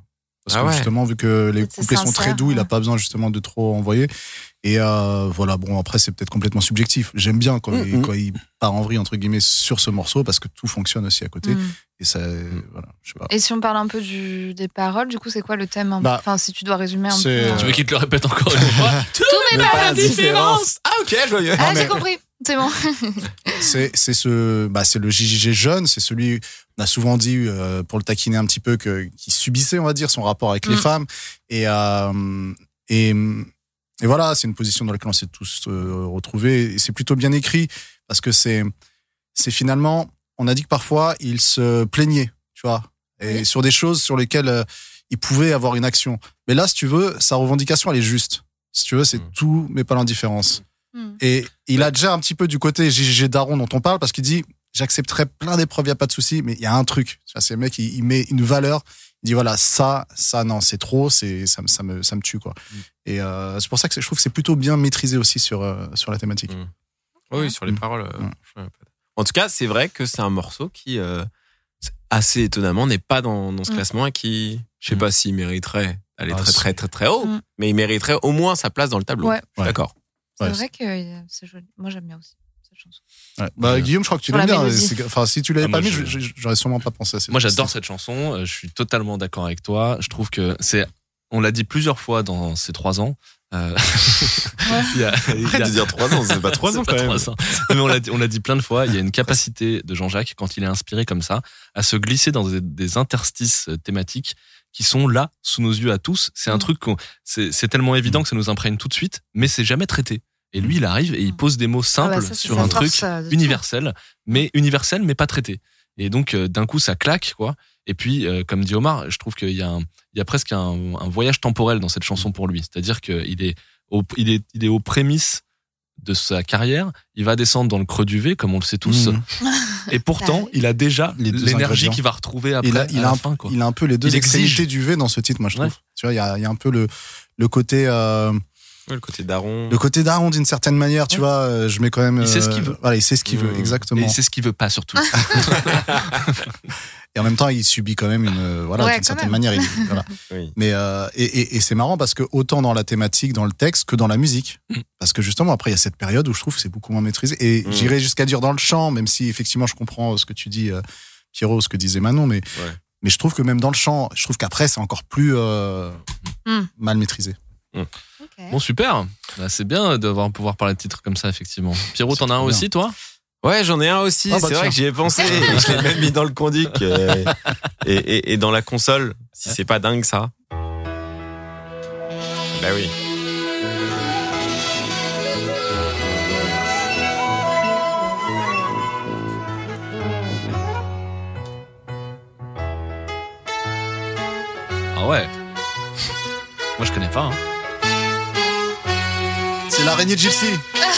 Parce Ah que ouais. justement, vu que les C'est couplets sont sincère, très doux, il a ouais. pas besoin justement de trop envoyer. Et euh, voilà, bon, après, c'est peut-être complètement subjectif. J'aime bien quand, Mm, il, mm. quand il part en vrille, entre guillemets, sur ce morceau, parce que tout fonctionne aussi à côté. Mm. Et ça, voilà, je sais pas. Et si on parle un peu du, des paroles, du coup, c'est quoi le thème un peu Bah, Enfin, si tu dois résumer un peu. c'est- euh, Tu veux qu'il te le répète encore une fois? Tous mes Mais pas la paradis. différence. Ah ok, joyeux. Ah, Non, mais- j'ai compris. C'est bon. C'est, c'est ce, bah, c'est le J J G jeune, c'est celui, on a souvent dit, euh, pour le taquiner un petit peu, que, qui subissait, on va dire, son rapport avec les Mm. femmes. Et, euh, et, et voilà, c'est une position dans laquelle on s'est tous euh, retrouvés. Et c'est plutôt bien écrit, parce que c'est, c'est finalement, on a dit que parfois, il se plaignait, tu vois, et Oui. sur des choses sur lesquelles euh, il pouvait avoir une action. Mais là, si tu veux, sa revendication, elle est juste. Si tu veux, c'est Mm. tout, mais pas l'indifférence. Mm. Et il a déjà un petit peu du côté J J G Daron dont on parle, parce qu'il dit j'accepterai plein d'épreuves, il n'y a pas de souci, mais il y a un truc. Tu vois, c'est le mec, il, il met une valeur, il dit voilà, ça, ça, non, c'est trop, c'est, ça, me- ça, me, ça me tue, quoi. Mm. Et euh, c'est pour ça que c'est- je trouve que c'est plutôt bien maîtrisé aussi sur, euh, sur la thématique. Mm. Oui, sur les Mm. paroles. euh, Mm. je- En tout cas, c'est vrai que c'est un morceau qui, euh, assez étonnamment, n'est pas dans, dans ce Mm. classement et qui, je sais Mm. pas s'il mériterait d'aller Ah, très, c'est- très, très, très haut, Mm. mais il mériterait au moins sa place dans le tableau. Ouais. Je suis d'accord. C'est Ouais, vrai que euh, c'est joli. Moi, j'aime bien aussi cette chanson. Ouais. Bah, Ouais. Guillaume, je crois que tu Sur l'aimes la bien. mélodie. C'est- Enfin, si tu l'avais Ah, pas moi, mis, je- je- je- j'aurais sûrement pas pensé à cette Moi, j'adore cette chanson. euh, Je suis totalement d'accord avec toi. Je trouve que c'est, on l'a dit plusieurs fois dans ces trois ans. euh, il y a- il y Arrête a- de dire trois ans, c'est pas trois C'est ans pas quand même. trois ans. Non, mais on l'a dit, on l'a dit plein de fois. Il y a une capacité de Jean-Jacques, quand il est inspiré comme ça, à se glisser dans des, des interstices thématiques qui sont là, sous nos yeux à tous. C'est un Mm. truc qu'on, c'est, c'est tellement évident que ça nous imprègne tout de suite, mais c'est jamais traité. Et lui, il arrive et il pose des mots Ah simples bah ça, c'est sur sa un force, truc euh, de tout. universel, mais universel, mais pas traité. Et donc, euh, d'un coup, ça claque, quoi. Et puis, euh, comme dit Omar, je trouve qu'il y a, un, il y a presque un, un voyage temporel dans cette chanson pour lui. C'est-à-dire qu'il est, au, il est, il est aux prémices de sa carrière. Il va descendre dans le creux du V, comme on le sait tous. Mhm. Et pourtant, Ah oui. il a déjà Les deux l'énergie ingrédients. qu'il va retrouver après, il a, il à a la un, fin, quoi. il a un peu les deux Il exige. extrémités du V dans ce titre, moi, je trouve. Ouais. Tu vois, il y a, il y a un peu le, le côté, euh, Ouais, le côté daron. le côté daron d'une certaine manière, tu Ouais. vois. euh, Je mets quand même. Il sait ce euh, qu'il veut. Voilà, il sait ce qu'il veut, Mmh. exactement. Et c'est ce qu'il veut pas, surtout. Et en même temps, il subit quand même une, euh, voilà, Ouais, d'une quand certaine même. manière. il- voilà. Oui. Mais euh, et, et, et c'est marrant parce que autant dans la thématique, dans le texte, que dans la musique, Mm. parce que justement après il y a cette période où je trouve que c'est beaucoup moins maîtrisé. Et Mm. j'irais jusqu'à dire dans le chant, même si effectivement je comprends ce que tu dis, euh, Pierrot, ce que disait Manon, mais Ouais. mais je trouve que même dans le chant, je trouve qu'après c'est encore plus euh, Mm. mal maîtrisé. Ok. Bon, super. Bah, c'est bien d'avoir pouvoir parler de titres comme ça, effectivement. Pierrot, t'en as un trop bien. aussi, toi? Ouais, j'en ai un aussi. Ah bah c'est vrai tiens. que j'y ai pensé. Je l'ai même mis dans le conduc euh, et, et, et dans la console. Si c'est pas dingue ça. Bah oui. Ah ouais. Moi, je connais pas. Hein. C'est l'araignée de Gypsy.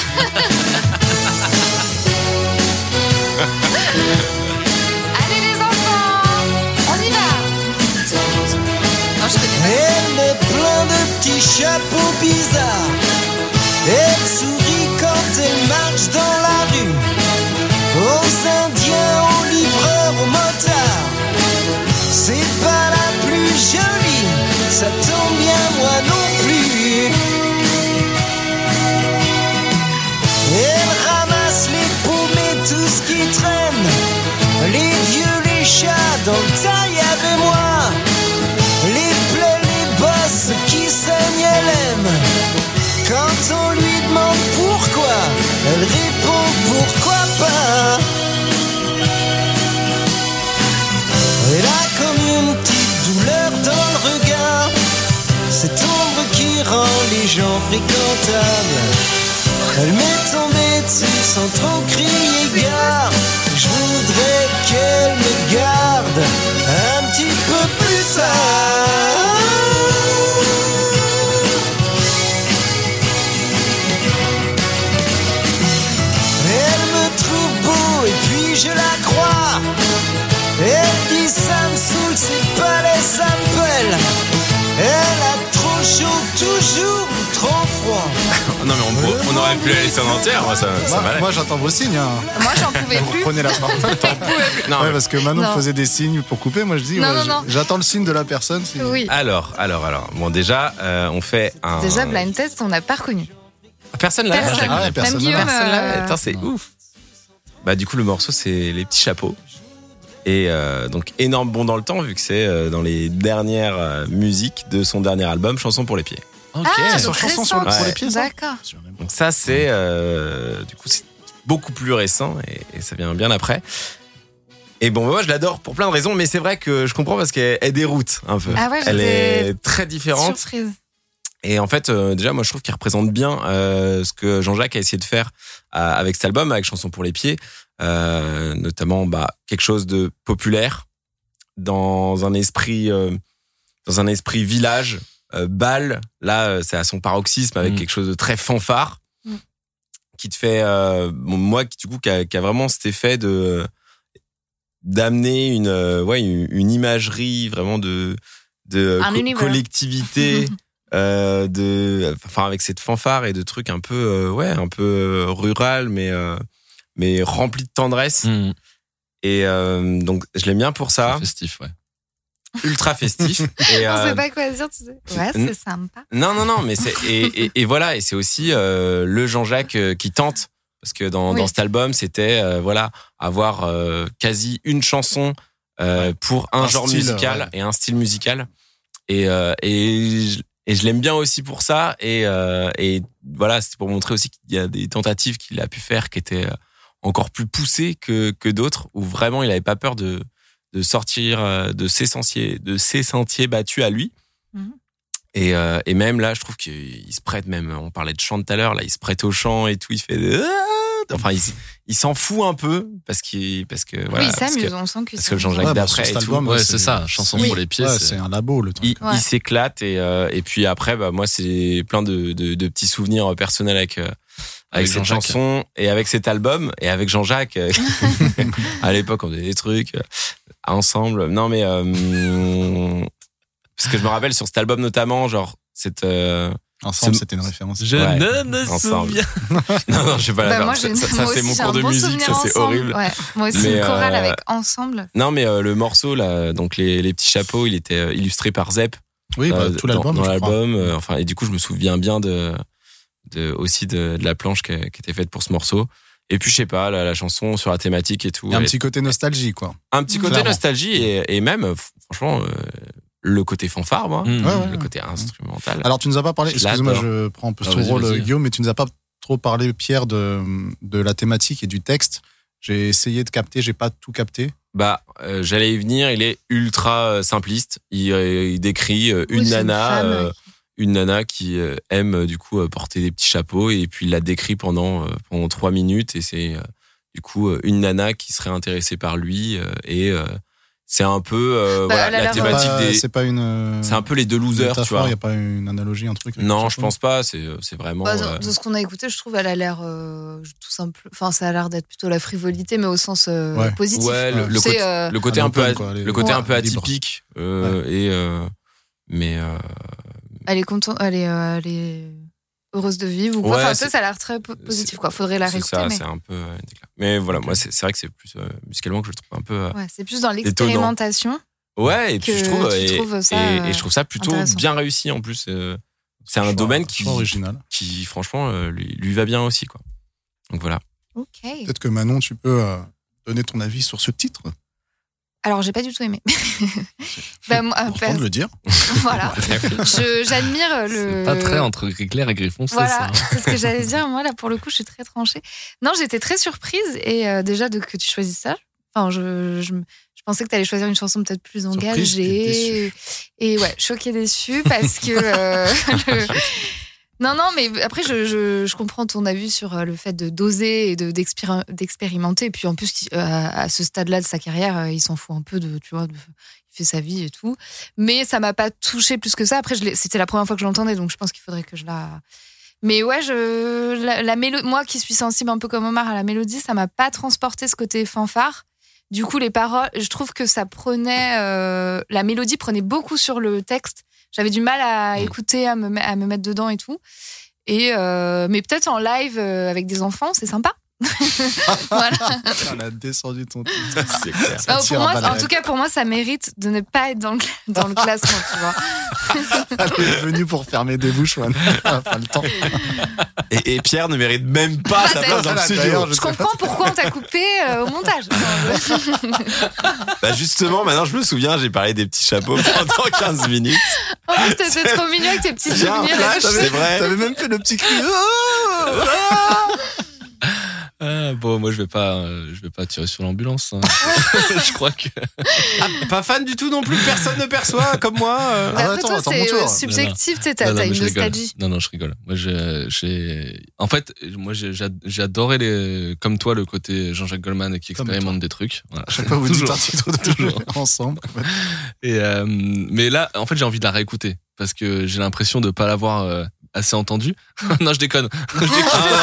Allez les enfants, on y va. Non, je connais pas. Elle met plein de petits chapeaux bizarres. Elle sourit quand elle marche dans la rue. Aux Indiens, aux livreurs, aux motards. C'est pas la plus jolie, ça tombe bien, moi non plus. Elle ramasse les paumés, tout ce qui traîne. Les vieux, les chats dans le taillade et moi. Les plaies, les bosses qui saignent, elle aime. Quand on lui demande pourquoi, elle répond pourquoi pas. Elle a comme une petite douleur dans le regard. Cette ombre qui rend les gens fréquentables. Elle m'est tombée dessus sans trop crier gare. Je voudrais qu'elle me garde un petit peu plus tard. Elle me trouve beau et puis je la crois. Elle dit ça me saoule, c'est pas les samples. Elle a trop chaud, toujours trop froid. Non mais on, pourrait- on aurait aurait pu la laisser en entière, moi ça, ça Moi, m'allait. moi, j'attends vos signes. Hein. Moi, j'en pouvais Vous plus. prenez la parole. Non, Ouais, mais- parce que Manon Non. faisait des signes pour couper. Moi, je dis, Non, ouais, non, j- non. j'attends le signe de la personne. si- Oui. Alors, alors, alors. Bon, déjà, euh, on fait un. Déjà, blind test, on n'a pas reconnu. Personne l'avait. Personne. Ah ouais, Même personne Guillaume. Personne l'avait. euh, Attends, c'est ouf. Bah, du coup, le morceau, c'est Les Petits Chapeaux. Et euh, donc, énorme bond dans le temps, vu que c'est euh, dans les dernières euh, musiques de son dernier album, Chanson pour les pieds. Ok. Ah, sur donc chanson sur le- récent. pour les pieds, ça D'accord. Donc, ça, c'est. Euh, du coup, c'est beaucoup plus récent et, et ça vient bien après. Et bon, moi, je l'adore pour plein de raisons, mais c'est vrai que je comprends parce qu'elle elle déroute un peu. Ah ouais, Elle j'étais est très différente. surprise. Et en fait, euh, déjà, moi, je trouve qu'il représente bien euh, ce que Jean-Jacques a essayé de faire euh, avec cet album, avec Chanson pour les pieds, euh, notamment bah, quelque chose de populaire dans un esprit, euh, dans un esprit village, euh, bal. Là, euh, c'est à son paroxysme avec Mm. quelque chose de très fanfare, Mm. qui te fait, euh, bon, moi, qui du coup, qui a, qui a vraiment cet effet de d'amener une, euh, ouais, une, une imagerie vraiment de de Un co- univers. collectivité. Euh, de enfin avec cette fanfare et de trucs un peu euh, ouais un peu euh, rural mais euh, mais rempli de tendresse Mmh, et euh, donc je l'aime bien pour ça, festif, ouais. ultra festif et On euh, sait pas quoi dire, tu sais. Ouais, n- c'est sympa. non non non mais c'est et, et, et voilà et c'est aussi euh, le Jean-Jacques euh, qui tente parce que dans Oui. dans cet album c'était euh, voilà avoir euh, quasi une chanson euh, pour un, Un genre style, musical ouais. et un style musical et euh, et je- Et je l'aime bien aussi pour ça. Et, euh, et voilà, c'est pour montrer aussi qu'il y a des tentatives qu'il a pu faire qui étaient encore plus poussées que, que d'autres, où vraiment il n'avait pas peur de, de sortir de ses sentiers, de ses sentiers battus à lui. Mhm. Et, euh, et même là, je trouve qu'il se prête, même, on parlait de chant tout à l'heure, là, il se prête au chant et tout, il fait de... Enfin, il, il s'en fout un peu, parce qu'il, parce que, voilà. oui, il parce que- s'amuse, on sent qu'il parce que s'amuse. Jean-Jacques Ouais, bah, d'après sur et cet tout. album, Ouais, c'est- c'est ça. Chanson Oui. pour les pieds. Ouais, c'est- c'est un labo, le truc. Il, Ouais. il s'éclate et, euh, et puis après, bah, moi, c'est plein de, de, de petits souvenirs personnels avec, euh, avec, Avec cette Jean-Jacques. chanson et avec cet album et avec Jean-Jacques. euh, à l'époque, on faisait des trucs euh, ensemble. Non, mais euh, parce que je me rappelle sur cet album notamment, genre cette. euh, Ensemble, Ce- c'était une référence. Je Ouais, ne me ensemble. souviens. non, non, je sais pas. Bah, d'accord. moi, ça, j'ai- ça, ça, moi c'est aussi, mon j'ai cours un de bon musique, souvenir ça c'est ensemble. horrible. Ouais. Moi aussi, Mais, une chorale euh, avec ensemble. Non, mais euh, le morceau là, donc les, les petits chapeaux, il était euh, illustré par Zep. Oui, bah, euh, tout dans, l'album. dans je crois. l'album. euh, enfin, et du coup, je me souviens bien de, de aussi de, de la planche qui, qui était faite pour ce morceau. Et puis, je sais pas, la, la chanson sur la thématique et tout. Il y a un elle- petit côté nostalgie, quoi. un petit côté clairement. nostalgie et, et même, euh, franchement, euh, le côté fanfare, moi, Mmh. Ouais, ouais. le côté instrumental. Alors, tu nous as pas parlé, Je excuse-moi, l'adore. je prends un peu Ah, ce vas-y, rôle, vas-y. Guillaume, mais tu nous as pas trop parlé, Pierre, de, de la thématique et du texte. J'ai essayé de capter, j'ai pas tout capté. Bah, euh, j'allais y venir. Il est ultra euh, simpliste. Il, euh, il décrit euh, une Oui, c'est une nana, femme, euh, ouais. une nana qui euh, aime euh, du coup euh, porter des petits chapeaux et puis il la décrit pendant euh, pendant trois minutes et c'est euh, du coup euh, une nana qui serait intéressée par lui euh, et euh, c'est un peu euh, Bah, voilà, elle a la l'air, C'est thématique pas, des. c'est pas une. euh, C'est un peu les deux losers, tu métaphore, vois. il y a pas une analogie, un truc. avec Non, le je chapeau pense pas. C'est c'est vraiment. Bah, euh, de ce qu'on a écouté, je trouve, elle a l'air euh, tout simple. Enfin, ça a l'air d'être plutôt la frivolité, mais au sens euh, Ouais. positif. Ouais, le, le C'est, côté, euh, le côté un un peu, open, a- quoi, les- le côté Ouais. un peu libre. atypique euh, et euh, mais euh, Elle est contente, elle est, euh, elle est heureuse de vivre ou quoi. Ouais, enfin, tu sais, c'est- ça a l'air très po- positif, quoi. Faudrait la c'est réécouter, ça, mais c'est un peu euh, une décla- mais voilà, moi c'est c'est vrai que c'est plus euh, musicalement que je le trouve un peu euh, ouais, c'est plus dans l'expérimentation. ouais et puis que je trouve tu et, trouves ça, et, euh, et je trouve ça plutôt intéressant. bien réussi en plus euh, c'est un Choix- domaine qui choix original. qui franchement euh, lui, lui va bien aussi quoi. Donc voilà. Ok. Peut-être que Manon, tu peux euh, donner ton avis sur ce titre. Alors, j'ai pas du tout aimé. Bah, moi, Important pers- de le dire. voilà. Je- J'admire le. C'est pas très entre gris clair et gris foncé, ça. Voilà, hein. c'est ce que j'allais dire. Moi, là, pour le coup, je suis très tranchée. Non, j'étais très surprise et euh, déjà de que tu choisisses ça. Enfin, je, je, je pensais que tu allais choisir une chanson peut-être plus Surprise et engagée. déçue. Et ouais, choquée, déçue parce que. euh, le- Non, non, mais après, je, je, je comprends ton avis sur euh, le fait de doser et de, d'expéri- d'expérimenter. Et puis, en plus, euh, à ce stade-là de sa carrière, euh, il s'en fout un peu de, tu vois, de- il fait sa vie et tout. Mais ça m'a pas touché plus que ça. Après, je l'ai- c'était la première fois que je l'entendais, donc je pense qu'il faudrait que je la. Mais ouais, je, la, la mélo- moi qui suis sensible un peu comme Omar à la mélodie, ça m'a pas transporté ce côté fanfare. Du coup, les paroles, je trouve que ça prenait. euh, la mélodie prenait beaucoup sur le texte. J'avais du mal à Mm. écouter, à me, me- à me mettre dedans et tout. Et euh, mais peut-être en live euh, avec des enfants, c'est sympa. Voilà. On a descendu ton titre. C'est clair. Ça Oh, tire pour à moi, balles en tout cas, pour moi, ça mérite de ne pas être dans le, dans le classement, tu vois. Elle est venue pour fermer des bouches, man. On a pas le temps. Et, et Pierre ne mérite même pas Ah, sa d'ailleurs, place dans le voilà, studio. d'ailleurs, Je comprends pourquoi on t'a coupé euh, au montage. Bah justement, maintenant je me souviens, j'ai parlé des petits chapeaux pendant quinze minutes. En plus, t'étais trop mignon avec tes petits J'ai un souvenirs. flash, c'est vrai. T'avais même fait le petit cri. Oh ah Ah, bon, moi je vais pas, euh, je vais pas tirer sur l'ambulance. Hein. Je crois que. Ah, pas fan du tout non plus, personne ne perçoit comme moi. euh. Mais Ah, après, attends, toi, attends, c'est mon tour. euh, subjectif, tu sais, Non, t'as non, t'as mais une je rigole. nostalgie. Non, non, je rigole. Moi, j'ai, j'ai, en fait, moi, j'ai, j'ai j'ai adoré les, comme toi, le côté Jean-Jacques Goldman qui Comme expérimente des trucs. Voilà. À chaque fois, vous dites Toujours. un titre de Toujours. ensemble. Et euh, mais là, en fait, j'ai envie de la réécouter parce que j'ai l'impression de pas l'avoir euh, assez entendue. Non, je déconne. Je déconne.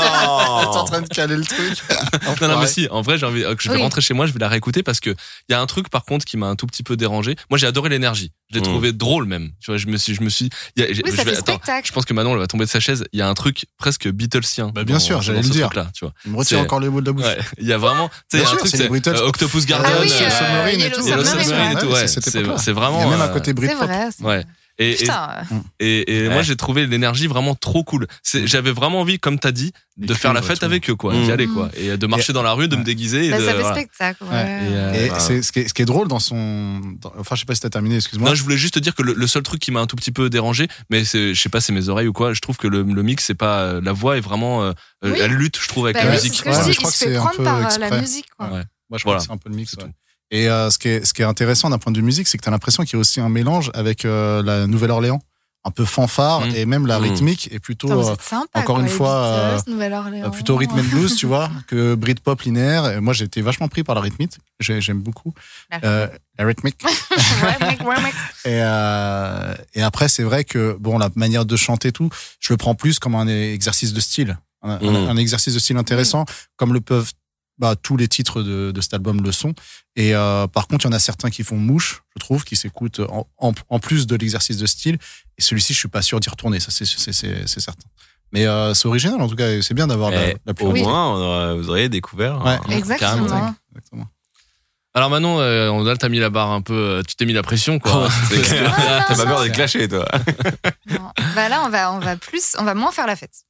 Ah, T'es en train de caler le truc. Non, non, mais si, en vrai, j'ai envie, euh, que je vais Oui. rentrer chez moi, je vais la réécouter parce que il y a un truc, par contre, qui m'a un tout petit peu dérangé. Moi, j'ai adoré l'énergie. Je l'ai Mm. trouvé drôle, même. Tu vois, je me suis, je me suis, il y a- j'ai- Oui, je ça vais- fait attends, spectacle. je pense que Manon, elle va tomber de sa chaise. Il y a un truc presque Beatlesien. Bah, bien dans- sûr, j'allais dans le ce dire. truc-là, tu vois. Il me retire C'est- encore les mots de la bouche. Ouais, il y a vraiment, tu sais, il y a Bien un sûr, truc, c'est les c'est Beatles. euh, Octopus Garden, Ah oui, euh, euh, Submarine et Yellow tout. Yellow Submarine, Submarine et ouais. tout, Ouais, ouais. c'est cette C'est, époque-là. c'est Il vraiment. y a même un euh, côté C'est Britpop. vrai. c'est- Ouais. Et, et, Putain. euh, et, et Ouais. moi, j'ai trouvé l'énergie vraiment trop cool. C'est, j'avais vraiment envie, comme t'as dit, de Les faire la cuivres et fête tout. avec eux, quoi. Mm. D'y aller, quoi. Et de marcher dans la rue, de me Ouais. déguiser. Et Bah, de, ça fait voilà. spectacle. Ouais. Ouais. Et, euh, Et Ouais. c'est ce qui est, ce qui est drôle dans son. dans- Enfin, je sais pas si t'as terminé, excuse-moi. Non, je voulais juste te dire que le, le seul truc qui m'a un tout petit peu dérangé, mais c'est, je sais pas, c'est mes oreilles ou quoi. Je trouve que le, le mix, c'est pas, euh, la voix est vraiment, euh, euh, Oui. elle lutte, je trouve, avec Bah la oui, musique. c'est ce que Ouais, je mais dis, je crois il que se fait c'est un prendre peu par euh, la exprès. musique, quoi. Ouais. Moi, je crois Voilà. que c'est un peu le mix. C'est ouais. tout. Et euh, ce, qui est, ce qui est intéressant d'un point de vue musique, c'est que tu as l'impression qu'il y a aussi un mélange avec euh, la Nouvelle-Orléans, un peu fanfare, Mm. et même la Mm. rythmique est plutôt, Putain, vous euh, êtes sympa, encore quoi, une les fois, Beatles, Nouvelle-Orléans. euh, plutôt rhythm and blues, tu vois, que Britpop linéaire. Et moi, j'ai été vachement pris par la rythmique. J'ai- J'aime beaucoup La- euh, la rythmique. Ouais, mec, ouais, mec. Et, euh, et après, c'est vrai que bon, la manière de chanter, tout, je le prends plus comme un exercice de style, un, Mm. un- un exercice de style intéressant, comme le peuvent bah, tous les titres de, de cet album le sont. Et euh, par contre, il y en a certains qui font mouche, je trouve, qui s'écoutent en, en, en plus de l'exercice de style. Et celui-ci, je suis pas sûr d'y retourner, ça c'est c'est c'est c'est certain. Mais euh, c'est original en tout cas, et c'est bien d'avoir la, Eh, la plus au Oui. moins, on aura- vous auriez découvert. Ouais. hein. Exactement. Carrément. Exactement. Alors Manon, euh, on a t'as mis la barre un peu, euh, tu t'es mis la pression, quoi. C'est clair. Ah, T'as pas non, peur d'être clashé, toi. Non. Bah là, on va, on va plus, on va moins faire la fête.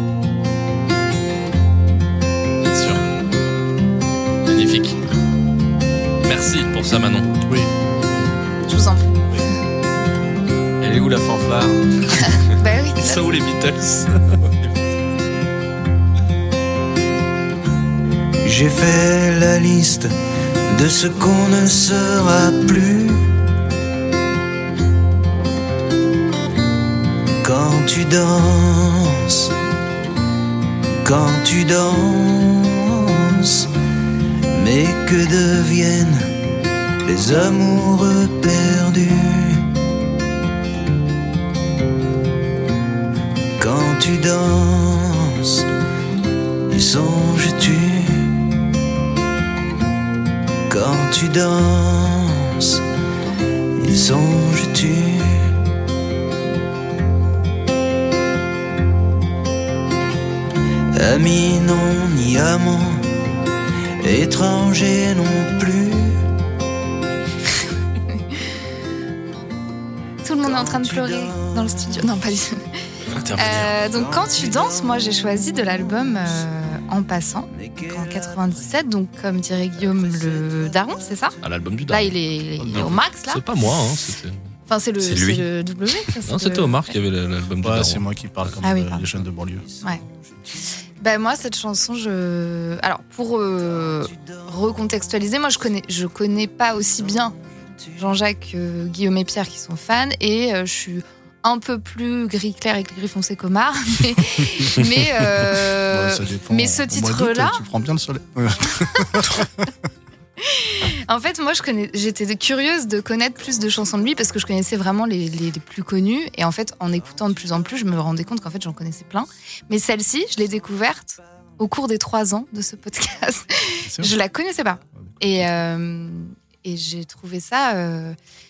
Bien sûr. Magnifique. Merci pour ça, Manon. Oui. Je vous en prie. Elle est où la fanfare? Bah oui. Ils sont où les Beatles? J'ai fait la liste de ce qu'on ne sera plus. Quand tu danses, quand tu danses, mais que deviennent les amoureux perdus? Quand tu danses, y songes-tu? Quand tu danses, y songes-tu? Ami non ni amant, étranger non plus. Tout le monde est en train de pleurer dans le studio. Non, pas du tout. Euh, donc, quand tu danses, moi j'ai choisi de l'album euh, En passant, en quatre-vingt-dix-sept. Donc, comme dirait Guillaume, le daron, c'est ça? À l'album du Là, Daron. il est, il est au max, là. C'est pas moi, hein, c'était. Enfin, c'est le, C'est lui. c'est le W. ça, c'est Non, le- c'était Omar qui avait l'album du Ouais, Daron. c'est moi qui parle comme Ah oui, euh, pardon. les jeunes de banlieue. Ben moi, cette chanson, je. Alors, pour euh, recontextualiser, moi, je connais, je connais pas aussi bien Jean-Jacques, euh, Guillaume et Pierre qui sont fans, et euh, je suis un peu plus gris clair et gris foncé qu'Omar, mais, mais, euh, Ouais, ça dépend. mais ce Au mois d'août, titre-là, tu prends bien le soleil. Ouais. en fait, moi, je connais, j'étais curieuse de connaître plus de chansons de lui parce que je connaissais vraiment les, les, les plus connues, et en fait, en écoutant de plus en plus, je me rendais compte qu'en fait, j'en connaissais plein. Mais celle-ci, je l'ai découverte au cours des trois ans de ce podcast. C'est Je la connaissais pas. Et, euh, et j'ai trouvé ça. euh,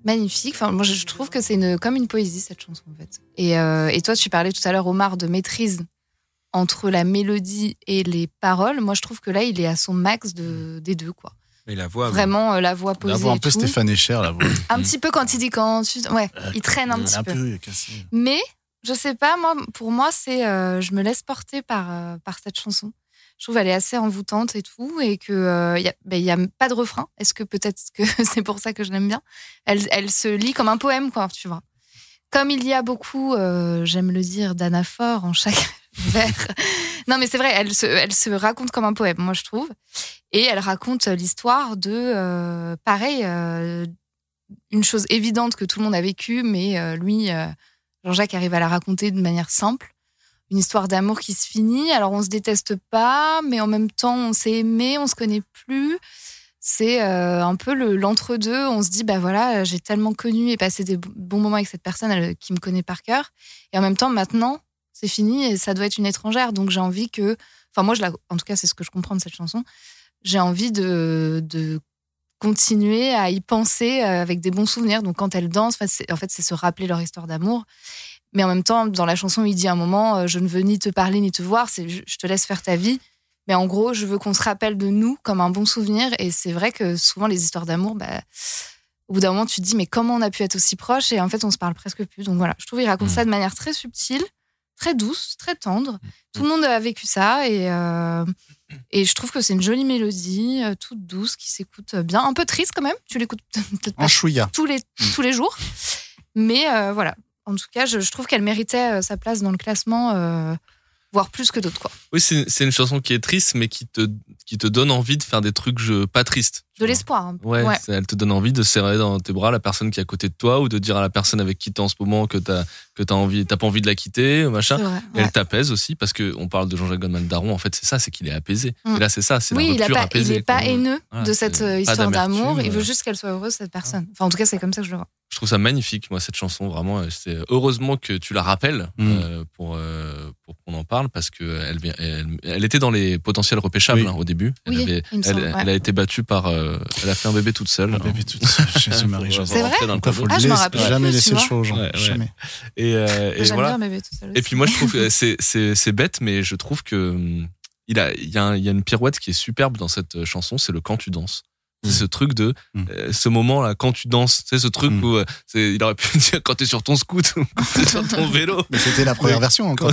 Magnifique. Enfin, moi, je trouve que c'est une, comme une poésie, cette chanson, en fait. Et, euh, et toi, tu parlais tout à l'heure, Omar, de maîtrise entre la mélodie et les paroles. Moi, je trouve que là, il est à son max de, des deux, quoi. Et la voix. Vraiment, euh, la voix posée. La voix un et peu tout. Stéphane Echer, la voix. Un petit peu quand il dit quand tu. Ouais, il traîne un Elle est petit un peu. peu cassée. Mais, je sais pas, moi, pour moi, c'est. Euh, je me laisse porter par, euh, par cette chanson. Je trouve qu'elle est assez envoûtante et tout, et qu'il euh, n'y a, ben, y a pas de refrain. Est-ce que peut-être que c'est pour ça que je l'aime bien? Elle, elle se lit comme un poème, quoi, tu vois. Comme il y a beaucoup, euh, j'aime le dire, d'anaphores en chaque vers. Non, mais c'est vrai, elle se, elle se raconte comme un poème, moi, je trouve. Et elle raconte l'histoire de, euh, pareil, euh, une chose évidente que tout le monde a vécue, mais euh, lui, euh, Jean-Jacques arrive à la raconter de manière simple. Une histoire d'amour qui se finit. Alors, on se déteste pas, mais en même temps, on s'est aimé, on se connaît plus. C'est euh, un peu le, l'entre-deux. On se dit, bah voilà, j'ai tellement connu et passé des bons moments avec cette personne elle, qui me connaît par cœur. Et en même temps, maintenant, c'est fini et ça doit être une étrangère. Donc, j'ai envie que... Enfin, moi, je la... en tout cas, c'est ce que je comprends de cette chanson. J'ai envie de, de continuer à y penser avec des bons souvenirs. Donc, quand elle danse, c'est, en fait, c'est se rappeler leur histoire d'amour. Mais en même temps, dans la chanson, il dit à un moment, euh, je ne veux ni te parler ni te voir, c'est, je, je te laisse faire ta vie. Mais en gros, je veux qu'on se rappelle de nous comme un bon souvenir. Et c'est vrai que souvent, les histoires d'amour, bah, au bout d'un moment, tu te dis, mais comment on a pu être aussi proches? Et en fait, on se parle presque plus. Donc voilà, je trouve qu'il raconte mmh. ça de manière très subtile, très douce, très tendre. Mmh. Tout le monde a vécu ça. Et, euh, et je trouve que c'est une jolie mélodie, euh, toute douce, qui s'écoute bien. Un peu triste quand même. Tu l'écoutes peut-être pas tous les, mmh. tous les jours. Mais euh, voilà. En tout cas, je, je trouve qu'elle méritait euh, sa place dans le classement, euh, voire plus que d'autres, quoi. Oui, c'est, c'est une chanson qui est triste, mais qui te, qui te donne envie de faire des trucs je, pas tristes. De l'espoir. Hein. Ouais, ouais. Elle te donne envie de serrer dans tes bras la personne qui est à côté de toi, ou de dire à la personne avec qui t'es en ce moment que t'as, que t'as envie, t'as pas envie de la quitter, machin. Vrai, et ouais. Elle t'apaise aussi, parce que on parle de Jean-Jacques Goldman Daron, en fait, c'est ça, c'est qu'il est apaisé. Mm. Et là, c'est ça, c'est oui, la rupture il a pas, apaisée. il est pas quoi. haineux Voilà, de cette c'est histoire d'amour. Il veut euh. juste qu'elle soit heureuse, cette personne. Enfin, en tout cas, c'est comme ça que je le vois. Je trouve ça magnifique, moi, cette chanson, vraiment. C'est heureusement que tu la rappelles Mm. euh, pour, euh, pour qu'on en parle, parce que elle, elle, elle était dans les potentiels repêchables Oui. hein, au début. Elle, Oui, avait, il me elle, semble, ouais. elle a été battue par. Euh, elle a fait un bébé toute seule. Un bébé toute seule, Jésus-Marie, Faut Joseph. C'est vrai rentrer dans le Pourquoi faut tableau. Ah, le je m'en laisser- rappelle jamais plus, laisser tu le vois. show aux gens. Ouais, ouais. Jamais. Et, euh, et J'aime voilà. bien bébé tout seul. Et puis moi, je trouve que c'est, c'est, c'est bête, mais je trouve que hum, il a, il y a, un- il y a une pirouette qui est superbe dans cette chanson, c'est le quand tu danses. C'est ce truc de Mm. euh, ce moment là quand tu danses, c'est ce truc Mm. où euh, c'est, il aurait pu dire quand t'es sur ton scoot ou quand t'es sur ton vélo. Mais c'était la première Oui. version encore.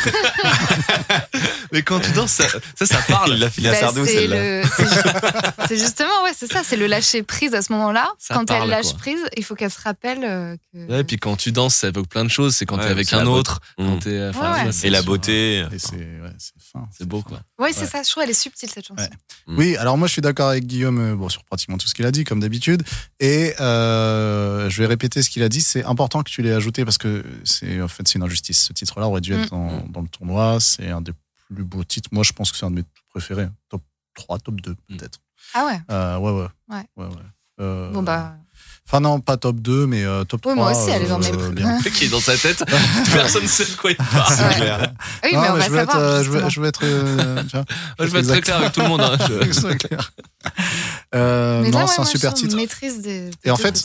Mais quand tu danses, ça, ça, ça parle. Il l'a filé à Bah, Sardou, c'est, celle-là. le, c'est, ju- c'est justement, ouais, c'est ça, c'est le lâcher prise à ce moment-là. Ça Quand parle, elle lâche quoi. prise, il faut qu'elle se rappelle euh, que. Ouais, et puis quand tu danses, ça évoque plein de choses. C'est quand Ouais, t'es avec c'est un la autre, beauté. quand Mm. t'es. Enfin, Ouais, ouais. ouais, c'est Et la sûr. beauté. Et c'est, ouais, c'est fin. C'est beau quoi. Ouais, c'est Ouais. ça. Je trouve elle est subtile cette chanson. Ouais. Oui, alors moi je suis d'accord avec Guillaume euh, bon, sur pratiquement tout ce qu'il a dit, comme d'habitude. Et euh, je vais répéter ce qu'il a dit. C'est important que tu l'aies ajouté parce que c'est en fait c'est une injustice. Ce titre-là aurait dû être Mm. dans, dans le tournoi. C'est un des plus beaux titres. Moi je pense que c'est un de mes préférés. Top trois, top deux peut-être. Ah ouais. Euh, ouais, ouais. Ouais. ouais, ouais. Euh, Bon bah. Enfin non, pas top deux, mais euh, top Oui, trois. moi aussi, elle est dans mes euh, pré- bien. Qui est dans sa tête, personne ne sait de quoi il parle. Ouais. clair. Oui, Non, mais on va je veux être, savoir. euh, je veux, justement. je veux être, euh, tu vois, Je vais être très clair avec tout le monde. Hein. Je- que ce soit clair. Euh, Mais non, là, ouais, c'est un moi, super je trouve titre. Maîtrise des, des Et en deux fait, côtés.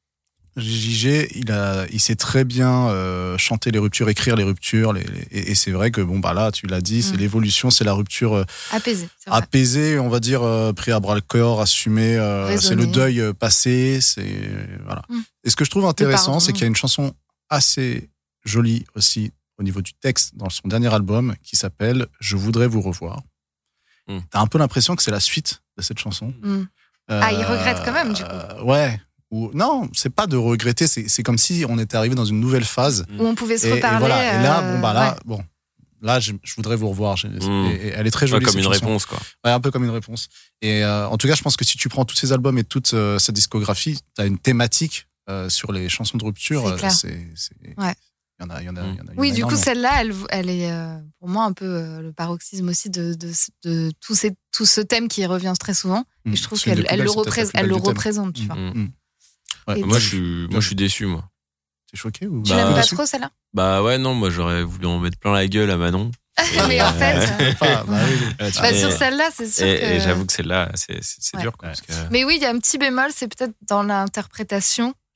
J G, il a, il sait très bien euh, chanter les ruptures, écrire les ruptures, les, les- et, et c'est vrai que bon bah là, tu l'as dit, c'est Mm. l'évolution, c'est la rupture euh, Apaisé, c'est vrai. apaisée, on va dire euh, pris à bras le corps, assumée. euh, c'est Raisonnée. le deuil euh, passé, c'est voilà. Mm. Et ce que je trouve intéressant, pardon. c'est qu'il y a une chanson assez jolie aussi au niveau du texte dans son dernier album qui s'appelle Je voudrais vous revoir. Mm. T'as un peu l'impression que c'est la suite de cette chanson. Mm. Ah, il regrette quand même, du coup. Euh, Ouais. Ou non, c'est pas de regretter, c'est, c'est comme si on était arrivé dans une nouvelle phase. Où on pouvait se Et, et reparler. voilà. Et là, euh, bon bah là, ouais. bon, là, je, je voudrais vous revoir. J'ai- Mm. et- et elle est très Ouais, jolie. comme cette une chanson. réponse, quoi. Ouais, un peu comme une réponse. Et euh, en tout cas, je pense que si tu prends tous ces albums et toute euh, cette discographie, t'as une thématique euh, sur les chansons de rupture. C'est euh, clair. c'est, c'est- Ouais. Il y en a, il y en a, il y en a. il y en a Oui, du coup, énormément. celle-là, elle, elle est euh, pour moi un peu euh, le paroxysme aussi de, de, de tout, ces, tout ce thème qui revient très souvent. Mm. Et je trouve C'est une qu'elle des plus elle belles, le, c'est peut-être la représente, plus elle belle le du thème. représente, tu vois. Mm. Ouais. Et Moi, tu- je suis, moi, je suis déçu, moi. T'es choqué ou Tu Bah, l'aimes pas déçu trop, celle-là? Bah ouais, non, moi, j'aurais voulu en mettre plein la gueule à Manon. Mais en fait. euh, Pas, bah oui, oui. bah, Et- sur celle-là, c'est sûr Et, que. et j'avoue que celle-là, c'est, c'est, c'est Ouais. dur, quoi. Ouais. Parce que... Mais oui, il y a un petit bémol, c'est peut-être dans l'interprétation.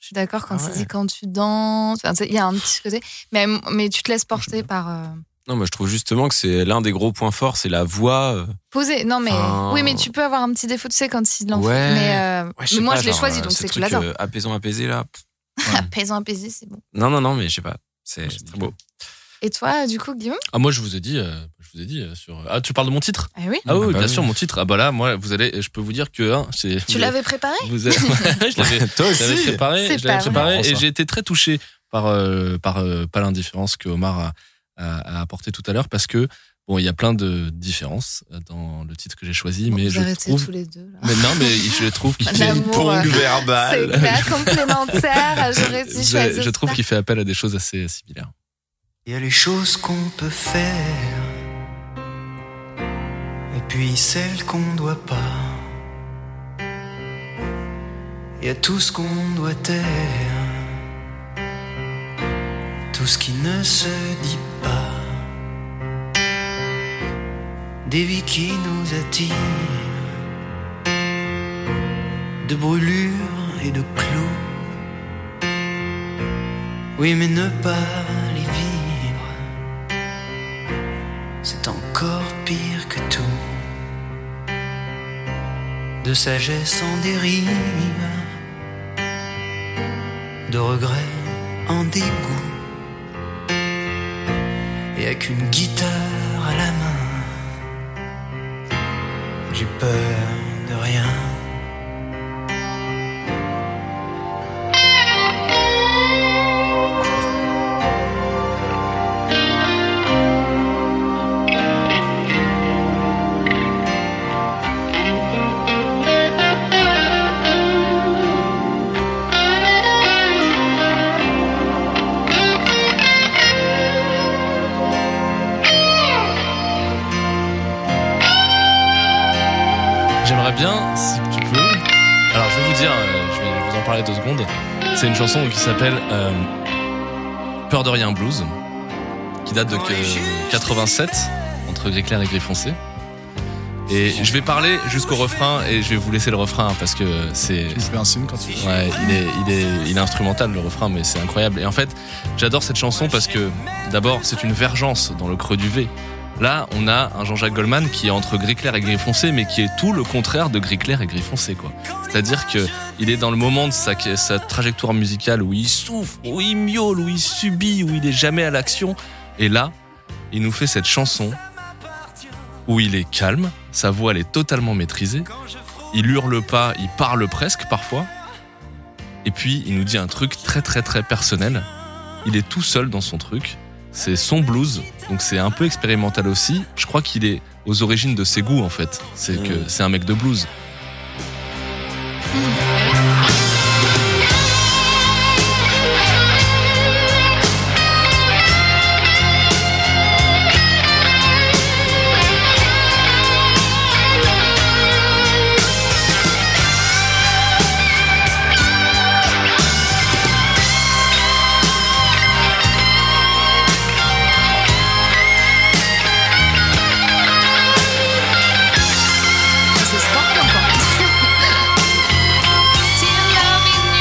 Je suis d'accord quand Ah il ouais. dit quand tu danses. Enfin, il y a un petit côté. Mais, mais tu te laisses porter par. Euh... Non, moi je trouve justement que c'est l'un des gros points forts, c'est la voix. euh, Poser. Non, mais. Enfin, Oui, mais tu peux avoir un petit défaut, tu sais, quand il en fait. Ouais. Mais, euh, ouais, mais sais moi, pas, je l'ai genre, choisi, euh, donc ce c'est que je truc, l'adore. euh, apaisant, apaisé là. Apaisant, apaisé, c'est bon. Non, non, non, mais je sais pas. C'est c'est très beau. Et toi, du coup, Guillaume? Ah, moi, je vous ai dit, euh, je vous ai dit euh, sur. Ah, tu parles de mon titre? Ah oui. Ah oui, Ah bah bien oui. sûr, mon titre. Ah bah là, moi, vous allez, je peux vous dire que hein, c'est. Tu vous l'avais préparé? avez- Vous avez, je l'avais, Toi je l'avais aussi. préparé, C'est je l'avais pas préparé, vrai. et Ça. j'ai été très touché par euh, par euh, pas l'indifférence que Omar a, a, a apporté tout à l'heure, parce que bon, il y a plein de différences dans le titre que j'ai choisi, Bon, mais vous je arrêtez trouve. tous les deux. Là. Mais non, mais je trouve qu'il fait. L'amour, euh, verbal. C'est clair, complémentaire. J'aurais dû Je, choisir je trouve ça. qu'il fait appel à des choses assez similaires. Il y a les choses qu'on peut faire, et puis celles qu'on doit pas. Il y a tout ce qu'on doit taire, tout ce qui ne se dit pas. Des vies qui nous attirent, de brûlures et de clous. Oui, mais ne pas les vivre, c'est encore pire que tout. De sagesse en dérive, de regrets en dégoût, et avec une guitare à la main, j'ai peur de rien. J'aimerais bien, si tu peux. Alors, je vais vous dire, euh, je vais vous en parler deux secondes. C'est une chanson qui s'appelle euh, Peur de rien blues, qui date de que- quatre-vingt-sept, entre gris clair et gris foncé. Et je vais parler jusqu'au refrain et je vais vous laisser le refrain hein, parce que c'est. Tu me fais un signe quand tu veux. Ouais, il est, il est, il est instrumental le refrain, mais c'est incroyable. Et en fait, j'adore cette chanson parce que d'abord, c'est une vergence dans le creux du V. Là, on a un Jean-Jacques Goldman qui est entre gris clair et gris foncé, mais qui est tout le contraire de gris clair et gris foncé, quoi. C'est-à-dire que il est dans le moment de sa, sa trajectoire musicale où il souffre, où il miaule, où il subit, où il est jamais à l'action. Et là, il nous fait cette chanson où il est calme, sa voix elle est totalement maîtrisée, il hurle pas, il parle presque parfois. Et puis, il nous dit un truc très très très personnel. Il est tout seul dans son truc. C'est son blues, donc c'est un peu expérimental aussi. Je crois qu'il est aux origines de ses goûts en fait. C'est que Mmh. c'est un mec de blues. C'est Scorpion, quoi. Still loving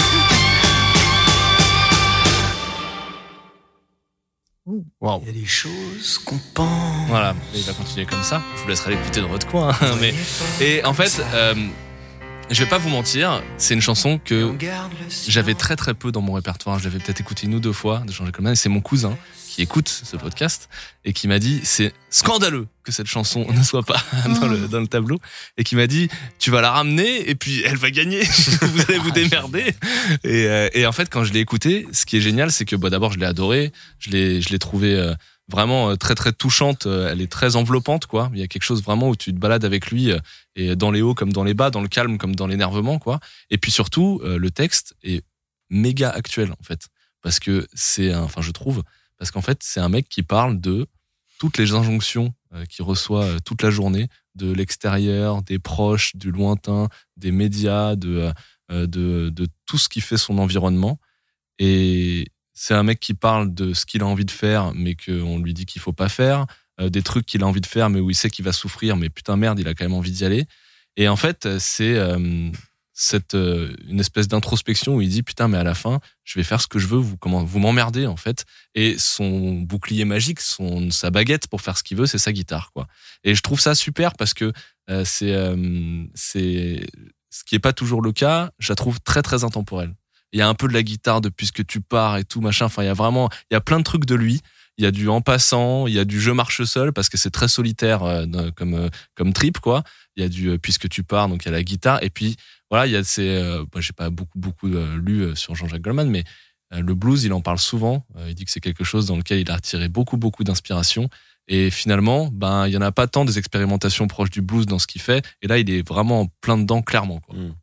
you. Waouh. Il y a des choses qu'on pense. Voilà, et il va continuer comme ça. Je vous laisserai l'écouter dans votre coin. hein, Mais et en fait, euh, je vais pas vous mentir, c'est une chanson que j'avais très très peu dans mon répertoire. Je l'avais peut-être écouté une ou deux fois de Jean-Jacques Goldman. Et c'est mon cousin qui écoute ce podcast et qui m'a dit c'est scandaleux que cette chanson ne soit pas dans le, dans le tableau et qui m'a dit tu vas la ramener et puis elle va gagner. Vous allez vous démerder. Et, euh, et en fait, quand je l'ai écoutée, ce qui est génial, c'est que bah, d'abord je l'ai adorée, je l'ai, je l'ai trouvée euh, vraiment euh, très très touchante. Elle est très enveloppante, quoi. Il y a quelque chose vraiment où tu te balades avec lui euh, et dans les hauts comme dans les bas, dans le calme comme dans l'énervement, quoi. Et puis surtout, euh, le texte est méga actuel en fait, parce que c'est, un, enfin je trouve, parce qu'en fait c'est un mec qui parle de toutes les injonctions euh, qu'il reçoit euh, toute la journée, de l'extérieur, des proches, du lointain, des médias, de euh, de, de tout ce qui fait son environnement. Et c'est un mec qui parle de ce qu'il a envie de faire, mais qu'on lui dit qu'il faut pas faire, euh, des trucs qu'il a envie de faire, mais où il sait qu'il va souffrir, mais putain merde, il a quand même envie d'y aller. Et en fait, c'est euh, cette euh, une espèce d'introspection où il dit putain mais à la fin je vais faire ce que je veux, vous comment vous m'emmerdez en fait. Et son bouclier magique, son sa baguette pour faire ce qu'il veut, c'est sa guitare quoi. Et je trouve ça super parce que euh, c'est euh, c'est ce qui est pas toujours le cas. Je la trouve très très intemporelle. Il y a un peu de la guitare de Puisque tu pars et tout machin. Enfin il y a vraiment il y a plein de trucs de lui. Il y a du en passant, il y a du je marche seul parce que c'est très solitaire euh, comme euh, comme trip quoi. Il y a du euh, Puisque tu pars, donc il y a la guitare et puis voilà, il y a ces euh, moi j'ai pas beaucoup beaucoup euh, lu euh, sur Jean-Jacques Goldman mais euh, le blues, il en parle souvent, euh, il dit que c'est quelque chose dans lequel il a retiré beaucoup beaucoup d'inspiration et finalement, ben il y en a pas tant des expérimentations proches du blues dans ce qu'il fait et là il est vraiment en plein dedans clairement quoi. Mm.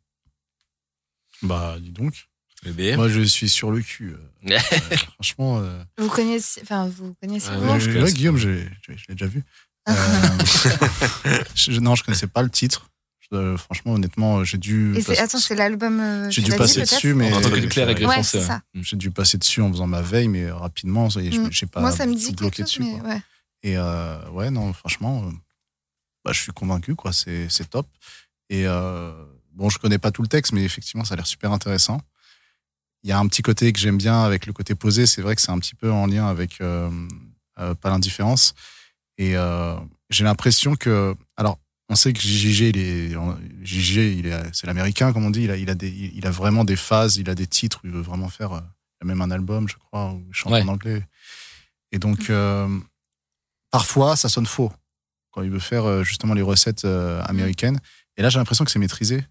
Bah, dis donc. Bébé. Moi, je suis sur le cul. Euh, euh, franchement. Euh... Vous connaissez, enfin, vous connaissez. Ah, vous ouais, je ouais, connais. Guillaume, j'ai, j'ai, je l'ai déjà vu. Euh, je, non, je connaissais pas le titre. Euh, franchement, honnêtement, j'ai dû. Et c'est, passer- attends, c'est l'album. Euh, J'ai tu dû l'as passer dit, dessus, peut-être mais. Entre Claire et Ouais, Griffoncé, c'est ça. J'ai dû passer dessus en faisant ma veille, mais rapidement, ça y est, Mm. j'ai pas. Moi, ça me dit tout quelque bloqué chose, dessus. mais Quoi. ouais. Et euh, ouais, non, franchement, euh, bah, je suis convaincu, quoi. C'est, c'est top. Et euh, bon, je connais pas tout le texte, mais effectivement, ça a l'air super intéressant. Il y a un petit côté que j'aime bien avec le côté posé. C'est vrai que c'est un petit peu en lien avec euh, euh, Pas l'indifférence. Et euh, j'ai l'impression que, alors, on sait que J J, il est, J J, il est, c'est l'américain, comme on dit. Il a, il a des, il a vraiment des phases, il a des titres où il veut vraiment faire. Euh, il a même un album, je crois, où il chante Ouais. en anglais. Et donc, euh, parfois, ça sonne faux quand il veut faire euh, justement les recettes euh, américaines. Et là, j'ai l'impression que c'est maîtrisé.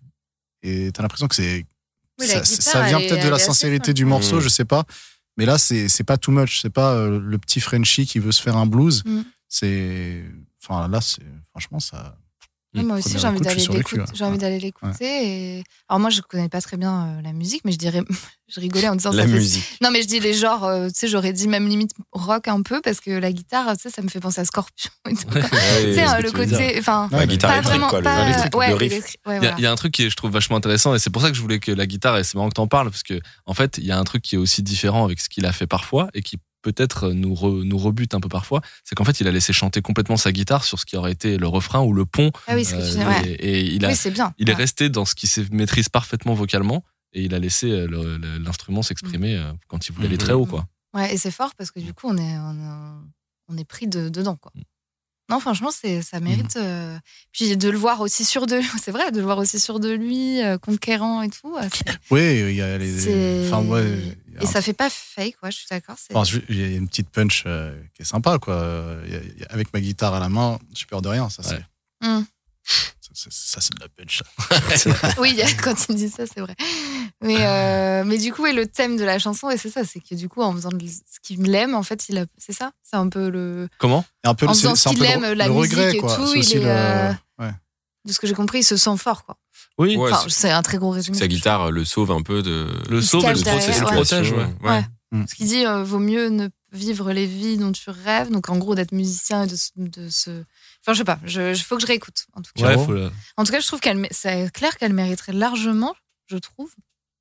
Et t'as l'impression que c'est Oui, la ça, guitare, ça vient elle est- peut-être de elle la est assez sincérité folle. du morceau, Mmh. je sais pas. Mais là, c'est c'est pas too much. C'est pas euh, le petit Frenchie qui veut se faire un blues. Mmh. C'est, enfin là, c'est franchement ça. Ouais, moi aussi, Première j'ai envie écoute, je d'aller suis sur le l'écouter. cul, ouais. J'ai envie d'aller l'écouter. Et... Alors moi, je connais pas très bien euh, la musique, mais je dirais, je rigolais en disant La ça fait- musique. Non, mais je dis les genres. euh, tu sais, j'aurais dit même limite rock un peu parce que la guitare, tu sais, ça me fait penser à Scorpion. Et tout. Ouais, Tu sais, c'est euh, ce le que tu veux dire. côté, enfin, Ouais, La guitare pas électrique, vraiment, quoi, le- pas, l'électrique, ouais, le riff. électrique, ouais, Il y, a, voilà. il y a un truc qui est, je trouve vachement intéressant et c'est pour ça que je voulais que la guitare, et c'est marrant que t'en parles parce que en fait il y a un truc qui est aussi différent avec ce qu'il a fait parfois et qui peut-être nous, re- nous rebute un peu parfois, c'est qu'en fait il a laissé chanter complètement sa guitare sur ce qui aurait été le refrain ou le pont. Ah oui, ce que tu dis, Euh, ouais. et, et il, a, Oui, c'est bien. il est Ouais. resté dans ce qui se maîtrise parfaitement vocalement et il a laissé euh, le- le- l'instrument s'exprimer euh, quand il voulait aller Mhm. très haut quoi. Ouais, et c'est fort parce que du coup, on est, on est, on est pris de, dedans, quoi. Non, franchement, c'est, ça mérite. euh, Puis de le voir aussi sûr de lui, c'est vrai, de le voir aussi sûr de lui, euh, conquérant et tout. euh, c'est- Oui, il y a les. c'est- Enfin ouais. il y a Et un- ça fait pas fake, ouais, je suis d'accord. C'est... enfin, je- il y a une petite punch euh, qui est sympa, quoi. Il y a- il y a- avec ma guitare à la main, j'ai peur de rien. Ça, c'est. Ouais. Hum. Ça, c'est- ça, c'est de la punch. Oui, quand il dit ça, c'est vrai. Mais, euh, mais du coup, et le thème de la chanson, et c'est ça, c'est que du coup, en faisant de- ce qu'il aime, en fait, il a, c'est ça, c'est un peu le. Comment Et un peu, En c'est- faisant c'est ce un qu'il peu le- aime, la le musique regret, et quoi. tout, C'est il aussi est, le- euh, ouais. De ce que j'ai compris, il se sent fort, quoi. Oui, Ouais, Enfin, c'est- c'est un très gros c'est résumé. que sa guitare le sauve un peu de. le Il se sauve et cache le derrière, protège, le ouais. protège, ouais. Ouais. Ouais. Mm. Ce qu'il dit, euh, vaut mieux ne vivre les vies dont tu rêves. Donc, en gros, d'être musicien et de, se- de se. Enfin, je sais pas, il faut que je réécoute. En tout cas, Ouais, Caro faut le- en tout cas je trouve qu'elle. mé- C'est clair qu'elle mériterait largement, je trouve,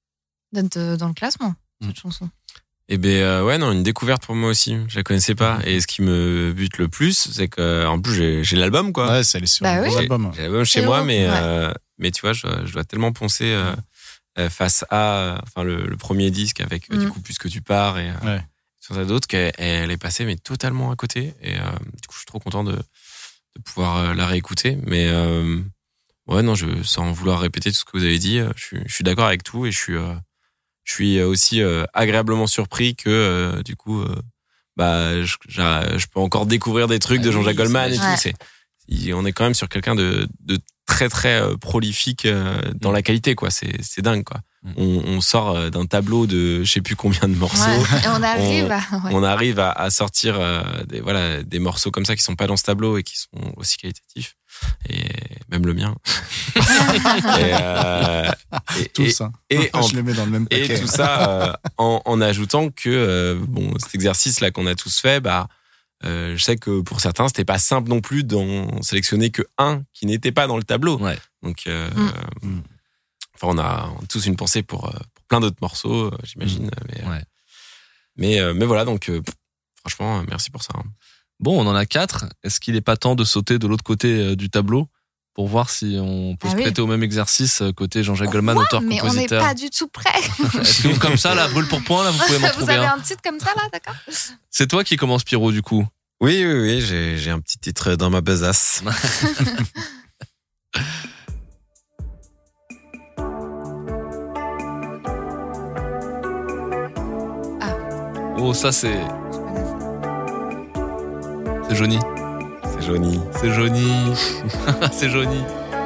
d'être euh, dans le classement, cette chanson. Et ben euh, ouais non, une découverte pour moi aussi. Je la connaissais pas et ce qui me bute le plus, c'est que en plus j'ai j'ai l'album quoi. Ouais, c'est elle est sur Bah un oui. gros album. J'ai l'album chez C'est moi, bon, mais ouais. euh, mais tu vois, je dois, je dois tellement poncer euh, euh, face à enfin le, le premier disque avec euh, du Mm. coup Puisque tu pars et euh, Ouais. sur ça d'autres qu'elle elle est passée mais totalement à côté et euh, du coup je suis trop content de de pouvoir euh, la réécouter. Mais euh, ouais non, je sans vouloir répéter tout ce que vous avez dit, euh, je suis je suis d'accord avec tout et je suis euh, je suis aussi euh, agréablement surpris que euh, du coup euh, bah je, j'a- je peux encore découvrir des trucs Ah de oui, Jean-Jacques Goldman et Ouais. tout. C'est il- on est quand même sur quelqu'un de, de très très euh, prolifique euh, dans Mm. la qualité quoi. C'est c'est dingue quoi. Mm. On, on sort euh, d'un tableau de je sais plus combien de morceaux. Ouais. Et on arrive à. ouais. On arrive à, à sortir euh, des voilà des morceaux comme ça qui sont pas dans ce tableau et qui sont aussi qualitatifs et même le mien. et, euh, et- Tout et- ça. et en- je les mets dans le même et paquet. tout ça euh, en, en ajoutant que euh, bon cet exercice là qu'on a tous fait bah euh, je sais que pour certains c'était pas simple non plus d'en sélectionner que un qui n'était pas dans le tableau Ouais. donc euh, Mm. Mm. enfin on a, on a tous une pensée pour, euh, pour plein d'autres morceaux euh, j'imagine mais, euh, Ouais. mais euh, mais voilà donc euh, pff, franchement euh, merci pour ça hein. Bon, on en a quatre. Est-ce qu'il est pas temps de sauter de l'autre côté euh, du tableau pour voir si on peut Ah se oui. prêter au même exercice euh, côté Jean-Jacques Goldman, Quoi auteur, mais on n'est compositeur. pas du tout prêts. Est-ce que comme ça, là, brûle pour point, là, vous pouvez m'en Vous trouver avez un un titre comme ça là, d'accord? C'est toi qui commence, Pierrot, du coup. Oui, oui, oui, j'ai, j'ai un petit titre dans ma besace. Oh, ça, c'est, Je connais ça. c'est Johnny. C'est Johnny. C'est Johnny. C'est Johnny.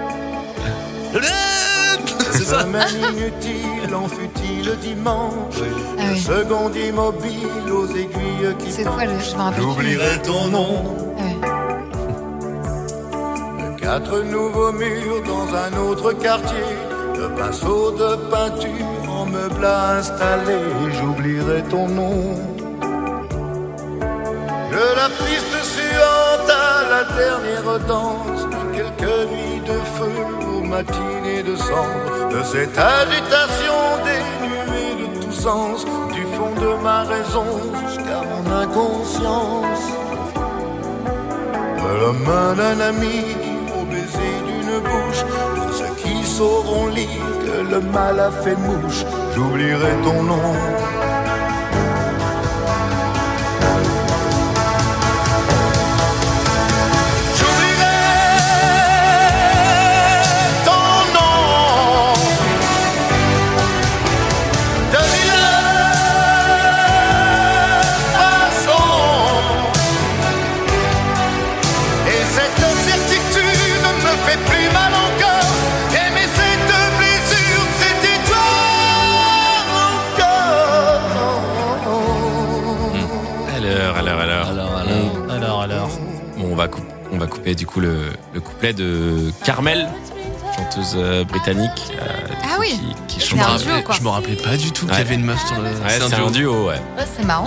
C'est ça. Semaine inutile, en fut-il dimanche. Ah oui. Seconde immobile aux aiguilles qui C'est quoi le. Je me rappelle plus. J'oublierai ton nom. Ah ouais. Quatre nouveaux murs dans un autre quartier. De pinceaux de peinture en meubles à installer. J'oublierai ton nom. De la piste suivante à la dernière danse. De quelques nuits de feu aux matinées de cendre. De cette agitation dénuée de tout sens. Du fond de ma raison jusqu'à mon inconscience. De la main d'un ami au baiser d'une bouche. Pour ceux qui sauront lire que le mal a fait mouche. J'oublierai ton nom. On va, coup- on va couper du coup le, le couplet de Carmel, chanteuse euh, britannique. euh, du Ah coup, oui. Qui, qui C'est chante. un Je me duo, rappelais- quoi. Je me rappelais pas du tout qu'il y Ouais. avait une meuf sur le. Ouais, c'est un duo, ouais. Ouais, c'est marrant.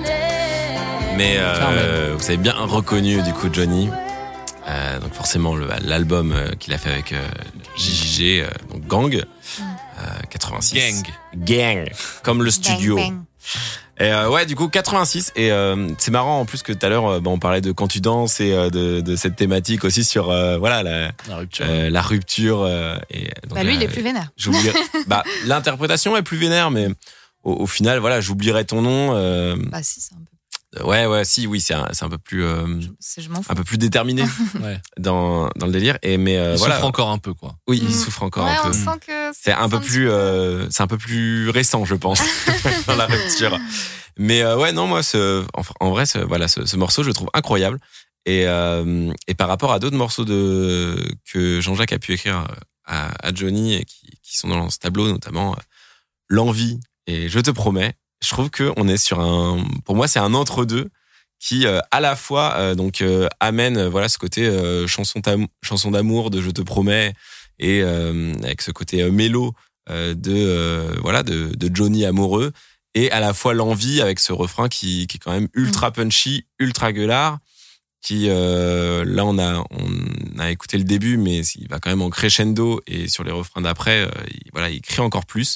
Mais euh, Carmel. vous avez bien reconnu du coup Johnny. Euh, donc forcément le- l'album euh, qu'il a fait avec euh, J J G, euh, donc Gang, euh, quatre-vingt-six. Gang. Gang, comme le studio. Bang, bang. Et euh, ouais, du coup quatre-vingt-six. Et euh, c'est marrant en plus que tout à l'heure, euh, bah, on parlait de quand tu danses et euh, de, de cette thématique aussi sur euh, voilà la, La rupture. euh, la rupture. euh, et donc, Bah lui, euh, il est plus vénère. j'oublierai- bah l'interprétation est plus vénère, mais au, au final, voilà, j'oublierai ton nom. euh, Bah si, c'est un peu. ouais, ouais, si, oui, c'est un, c'est un peu plus euh, c'est- Je m'en fous. un peu plus déterminé Ouais. dans dans le délire. Et mais euh, Il voilà, souffre encore un peu, quoi. oui, il Mm. souffre encore Ouais, un peu. on sent que C'est un peu petit plus, euh, c'est un peu plus récent, je pense, dans la rupture. Mais euh, ouais, non, moi, ce, en, en vrai, ce, voilà, ce, ce morceau, je le trouve incroyable. Et, euh, et par rapport à d'autres morceaux de que Jean-Jacques a pu écrire à, à Johnny et qui, qui sont dans ce tableau, notamment euh, L'Envie et Je te promets, je trouve que on est sur un, pour moi, c'est un entre-deux qui euh, à la fois euh, donc euh, amène euh, voilà ce côté euh, chanson tam- chanson d'amour de Je te promets et euh, avec ce côté euh, mélo euh, de euh, voilà de, de Johnny amoureux et à la fois l'envie avec ce refrain qui, qui est quand même ultra punchy, ultra gueulard, qui euh, là on a on a écouté le début mais il va quand même en crescendo et sur les refrains d'après euh, il, voilà il crie encore plus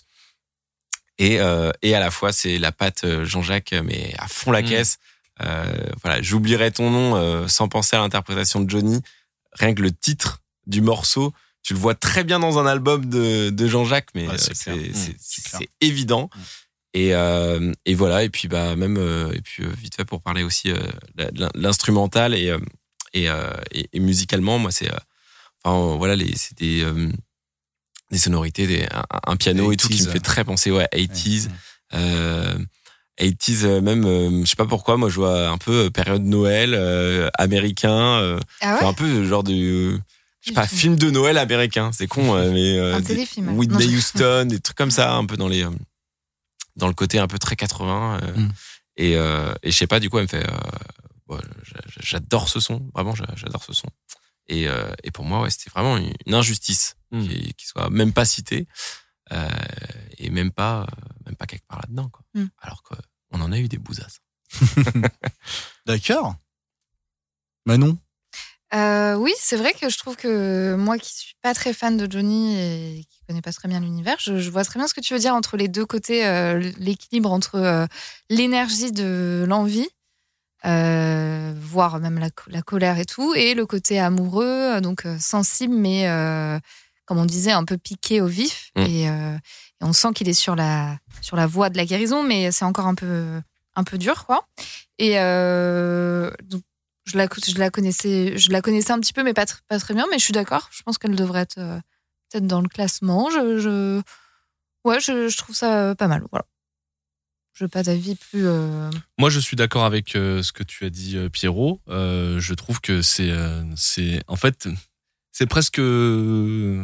et euh, et à la fois c'est la patte Jean-Jacques mais à fond la Mmh. caisse. Euh, voilà, j'oublierai ton nom euh, sans penser à l'interprétation de Johnny. Rien que le titre du morceau, tu le vois très bien dans un album de, de Jean-Jacques, mais Ouais, euh, c'est c'est, clair. c'est, Mmh, c'est c'est clair. évident. Mmh. Et, euh, et voilà, et puis bah même euh, et puis euh, vite fait pour parler aussi euh, de l'instrumental et euh, et, euh, et et musicalement, moi c'est euh, enfin euh, voilà les c'est des euh, des sonorités, des, un, un piano et tout qui me fait très penser ouais eighties. Euh, eighties euh, même euh, je sais pas pourquoi moi je vois un peu euh, période Noël euh, américain euh, Ah enfin, ouais. un peu genre de euh, je sais pas Du tout. film de Noël américain, c'est con euh, mais euh, Un des- téléfilm. Non, Whitney je- Houston, des trucs comme ça un peu dans les euh, dans le côté un peu très quatre-vingts euh, Mm. et euh, et je sais pas du coup elle me fait euh, ouais, j'a- j'adore ce son, vraiment j'a- j'adore ce son et euh, et pour moi ouais c'était vraiment une une injustice Mm. qui qui soit même pas cité euh, et même pas euh, même pas quelque part là-dedans quoi. Mm. Alors que on en a eu des bousasses. D'accord. Manon. Euh, oui, c'est vrai que je trouve que moi qui suis pas très fan de Johnny et qui connais pas très bien l'univers, je, je vois très bien ce que tu veux dire entre les deux côtés, euh, l'équilibre entre euh, l'énergie de l'envie euh, voire même la, la colère et tout, et le côté amoureux, donc euh, sensible, mais euh, comme on disait, un peu piqué au vif. Mm. Et, euh, et on sent qu'il est sur la, sur la voie de la guérison, mais c'est encore un peu, un peu dur, quoi. Et euh, donc, je la, je, la connaissais, je la connaissais un petit peu, mais pas, tr- pas très bien, mais je suis d'accord. Je pense qu'elle devrait être euh, peut-être dans le classement. Je, je... Ouais, je, je trouve ça pas mal. Voilà. Je n'ai pas d'avis plus. Euh... Moi, je suis d'accord avec euh, ce que tu as dit, euh, Pierrot. Euh, je trouve que c'est, euh, c'est, en fait, c'est presque euh,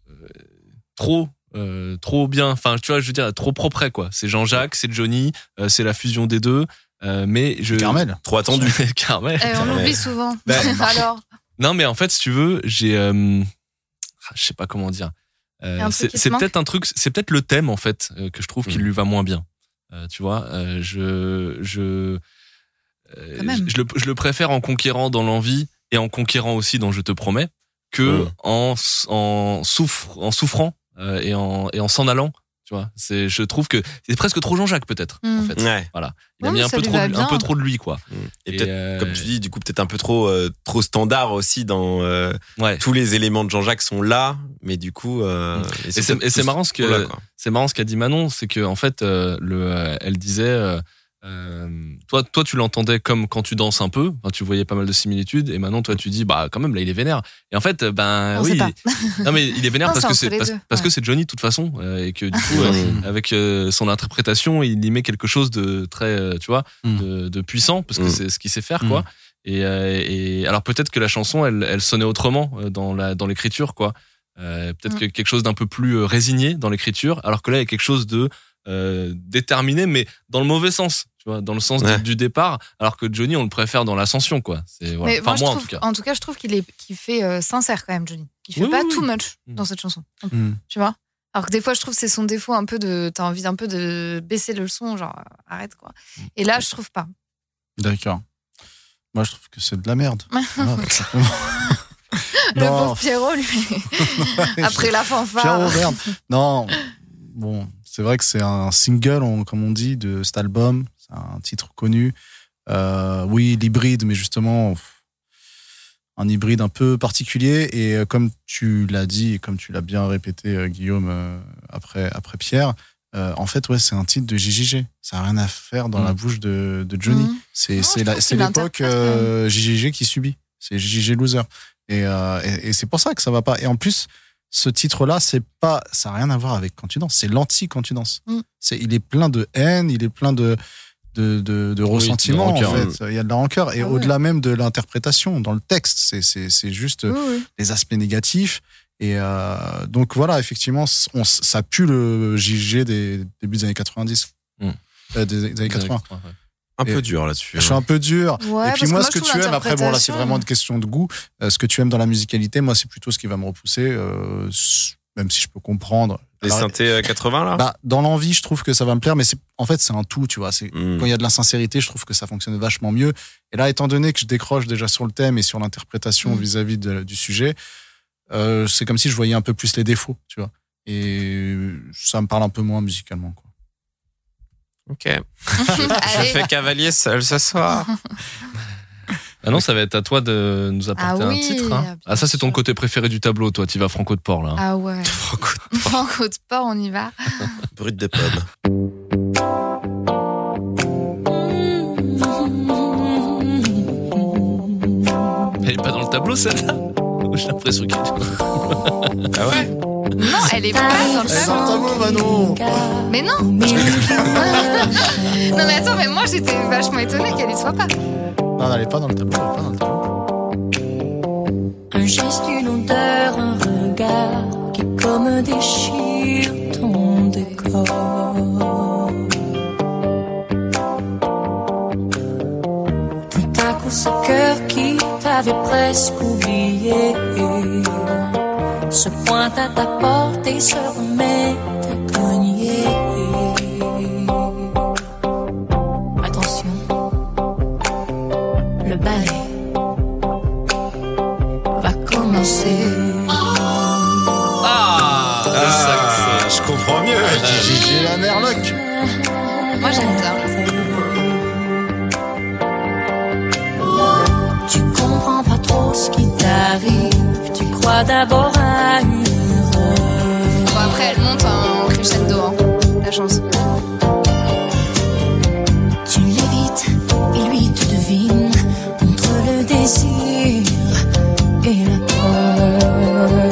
trop, euh, trop bien. Enfin, tu vois, je veux dire, trop propre, quoi. C'est Jean-Jacques, c'est Johnny, euh, c'est la fusion des deux. Euh, mais je. Carmel. Trop attendu. Carmel. Eh, on l'oublie souvent. Ben, Alors. Non, mais en fait, si tu veux, j'ai, euh, je sais pas comment dire. Euh, un truc c'est qui te c'est manque peut-être un truc, c'est peut-être le thème en fait euh, que je trouve qu'il Mm. lui va moins bien. Euh, tu vois, euh, je je euh, Quand même. je, je le, je le préfère en conquérant dans l'envie et en conquérant aussi dans Je te promets que Mm. en en souffre en souffrant euh, et en et en s'en allant. Tu vois, c'est je trouve que c'est presque trop Jean-Jacques peut-être en Mm. fait. Ouais. Voilà, il Ouais, a mis mais un ça peu lui trop va un bien. peu trop de lui quoi. Et, Et, peut-être, euh, comme tu dis, du coup, peut-être un peu trop, euh, trop standard aussi dans, euh, Ouais. tous les éléments de Jean-Jacques sont là, mais du coup, euh, Et c'est, et c'est marrant ce que Là, quoi. c'est marrant ce qu'a dit Manon, c'est que en fait, euh, le, euh, elle disait, euh, euh, toi, toi, tu l'entendais comme quand tu danses un peu, enfin, tu voyais pas mal de similitudes, et Manon, toi, tu dis, bah, quand même, là, il est vénère. Et en fait, euh, ben, On oui, sait pas. il- non mais il est vénère Non, parce c'est que entre c'est les parce, deux, parce ouais. que c'est Johnny de toute façon, euh, et que du coup, euh, avec euh, son interprétation, il y met quelque chose de très, euh, tu vois, Mm. de, de puissant, parce que Mm. c'est ce qu'il sait faire, Mm. quoi. Et, euh, et alors peut-être que la chanson, elle, elle sonnait autrement euh, dans la dans l'écriture, quoi. Euh, peut-être Mm. que quelque chose d'un peu plus euh, résigné dans l'écriture, alors que là, il y a quelque chose de euh, déterminé, mais dans le mauvais sens, tu vois, dans le sens du- Ouais. du, départ, alors que Johnny, on le préfère dans l'ascension, quoi. C'est voilà. Mais Enfin moi, je moi, en trouve, tout cas. en tout cas, je trouve qu'il est, qu'il fait euh, sincère quand même, Johnny. Il fait Oui, pas oui, too oui. much Mm. dans cette chanson. Donc, Mm. tu vois. Alors que des fois, je trouve que c'est son défaut un peu de, t'as envie d'un peu de baisser le son, genre euh, arrête quoi. Et là, je trouve pas. D'accord. Moi, je trouve que c'est de la merde. Ouais. Voilà, tout simplement. Le Non. pauvre Pierrot, lui, après la fanfare. Pierrot, merde. Non, bon, c'est vrai que c'est un single, on- comme on dit, de cet album. C'est un titre connu. Euh, oui, l'hybride, mais justement, pff, un hybride un peu particulier. Et euh, comme tu l'as dit, et comme tu l'as bien répété, euh, Guillaume, euh, après, après Pierre, euh, en fait, ouais, c'est un titre de J J G. Ça n'a rien à faire dans Mm. la bouche de, de Johnny. Mhm. C'est Non, c'est je la- trouve c'est qu'il l'époque l'interprète, euh, J J G qui subit. C'est J J G loser. Et, euh, et, et c'est pour ça que ça va pas. Et en plus, ce titre-là, c'est pas, ça n'a rien à voir avec Quand tu danses. C'est l'anti Quand tu danses. Mm. C'est, il est plein de haine, il est plein de de, de, de ressentiment de en rancœur. fait. Il y a de la rancœur. Et Ah ouais. au-delà même de l'interprétation dans le texte, c'est c'est c'est juste Oui, oui. les aspects négatifs. Et euh, donc voilà, effectivement, on, ça pue le J G des débuts des années quatre-vingt-dix. Mm. Euh, des, des années quatre-vingts. Ouais. Un Et- peu dur là-dessus. Je suis un peu dur. Ouais, Et parce puis moi, que ce que je tu trouve aimes, après, bon, là, c'est l'interprétation- vraiment une question de goût. Euh, ce que tu aimes dans la musicalité, moi, c'est plutôt ce qui va me repousser, euh, s- même si je peux comprendre. Les Alors, synthés euh, quatre-vingts là. bah, dans l'envie, je trouve que ça va me plaire, mais c'est, en fait, c'est un tout, tu vois. C'est, Mm. quand il y a de l'insincérité, je trouve que ça fonctionne vachement mieux. Et là, étant donné que je décroche déjà sur le thème et sur l'interprétation Mm. vis-à-vis de- du sujet, euh, c'est comme si je voyais un peu plus les défauts, tu vois. Et ça me parle un peu moins musicalement, quoi. Ok. Je Allez. fais cavalier seul ce soir. Ah non, ça va être à toi de nous apporter Ah un oui, titre. Hein. bien Ah ça, c'est ton sûr. côté préféré du tableau, toi. Tu vas Franco de Port là. Ah ouais. Franco de Port, on y va. Brut de pomme. Elle est pas dans le tableau celle-là. J'ai l'impression qu'elle. Ah ouais. Non, elle est pas dans le Elle est dans le tableau. tableau, Manon. Mais non. Non mais attends, mais moi j'étais vachement étonnée qu'elle y soit pas. Non, elle est pas dans le tableau. Elle est pas dans le tableau. Un geste, une odeur, un regard qui comme déchire ton décor. Tout à coup, ce cœur qui t'avait presque oublié se pointe à ta porte et se remet à cogner. Attention, le balai va commencer. Ah, le sax. je comprends mieux. J'ai la Merloc. Moi j'aime bien. arrive, tu crois d'abord à une erreur. Bon, après, elle monte en crescendo, hein, la chanson. Tu l'évites et lui tu devines entre le désir et la peur.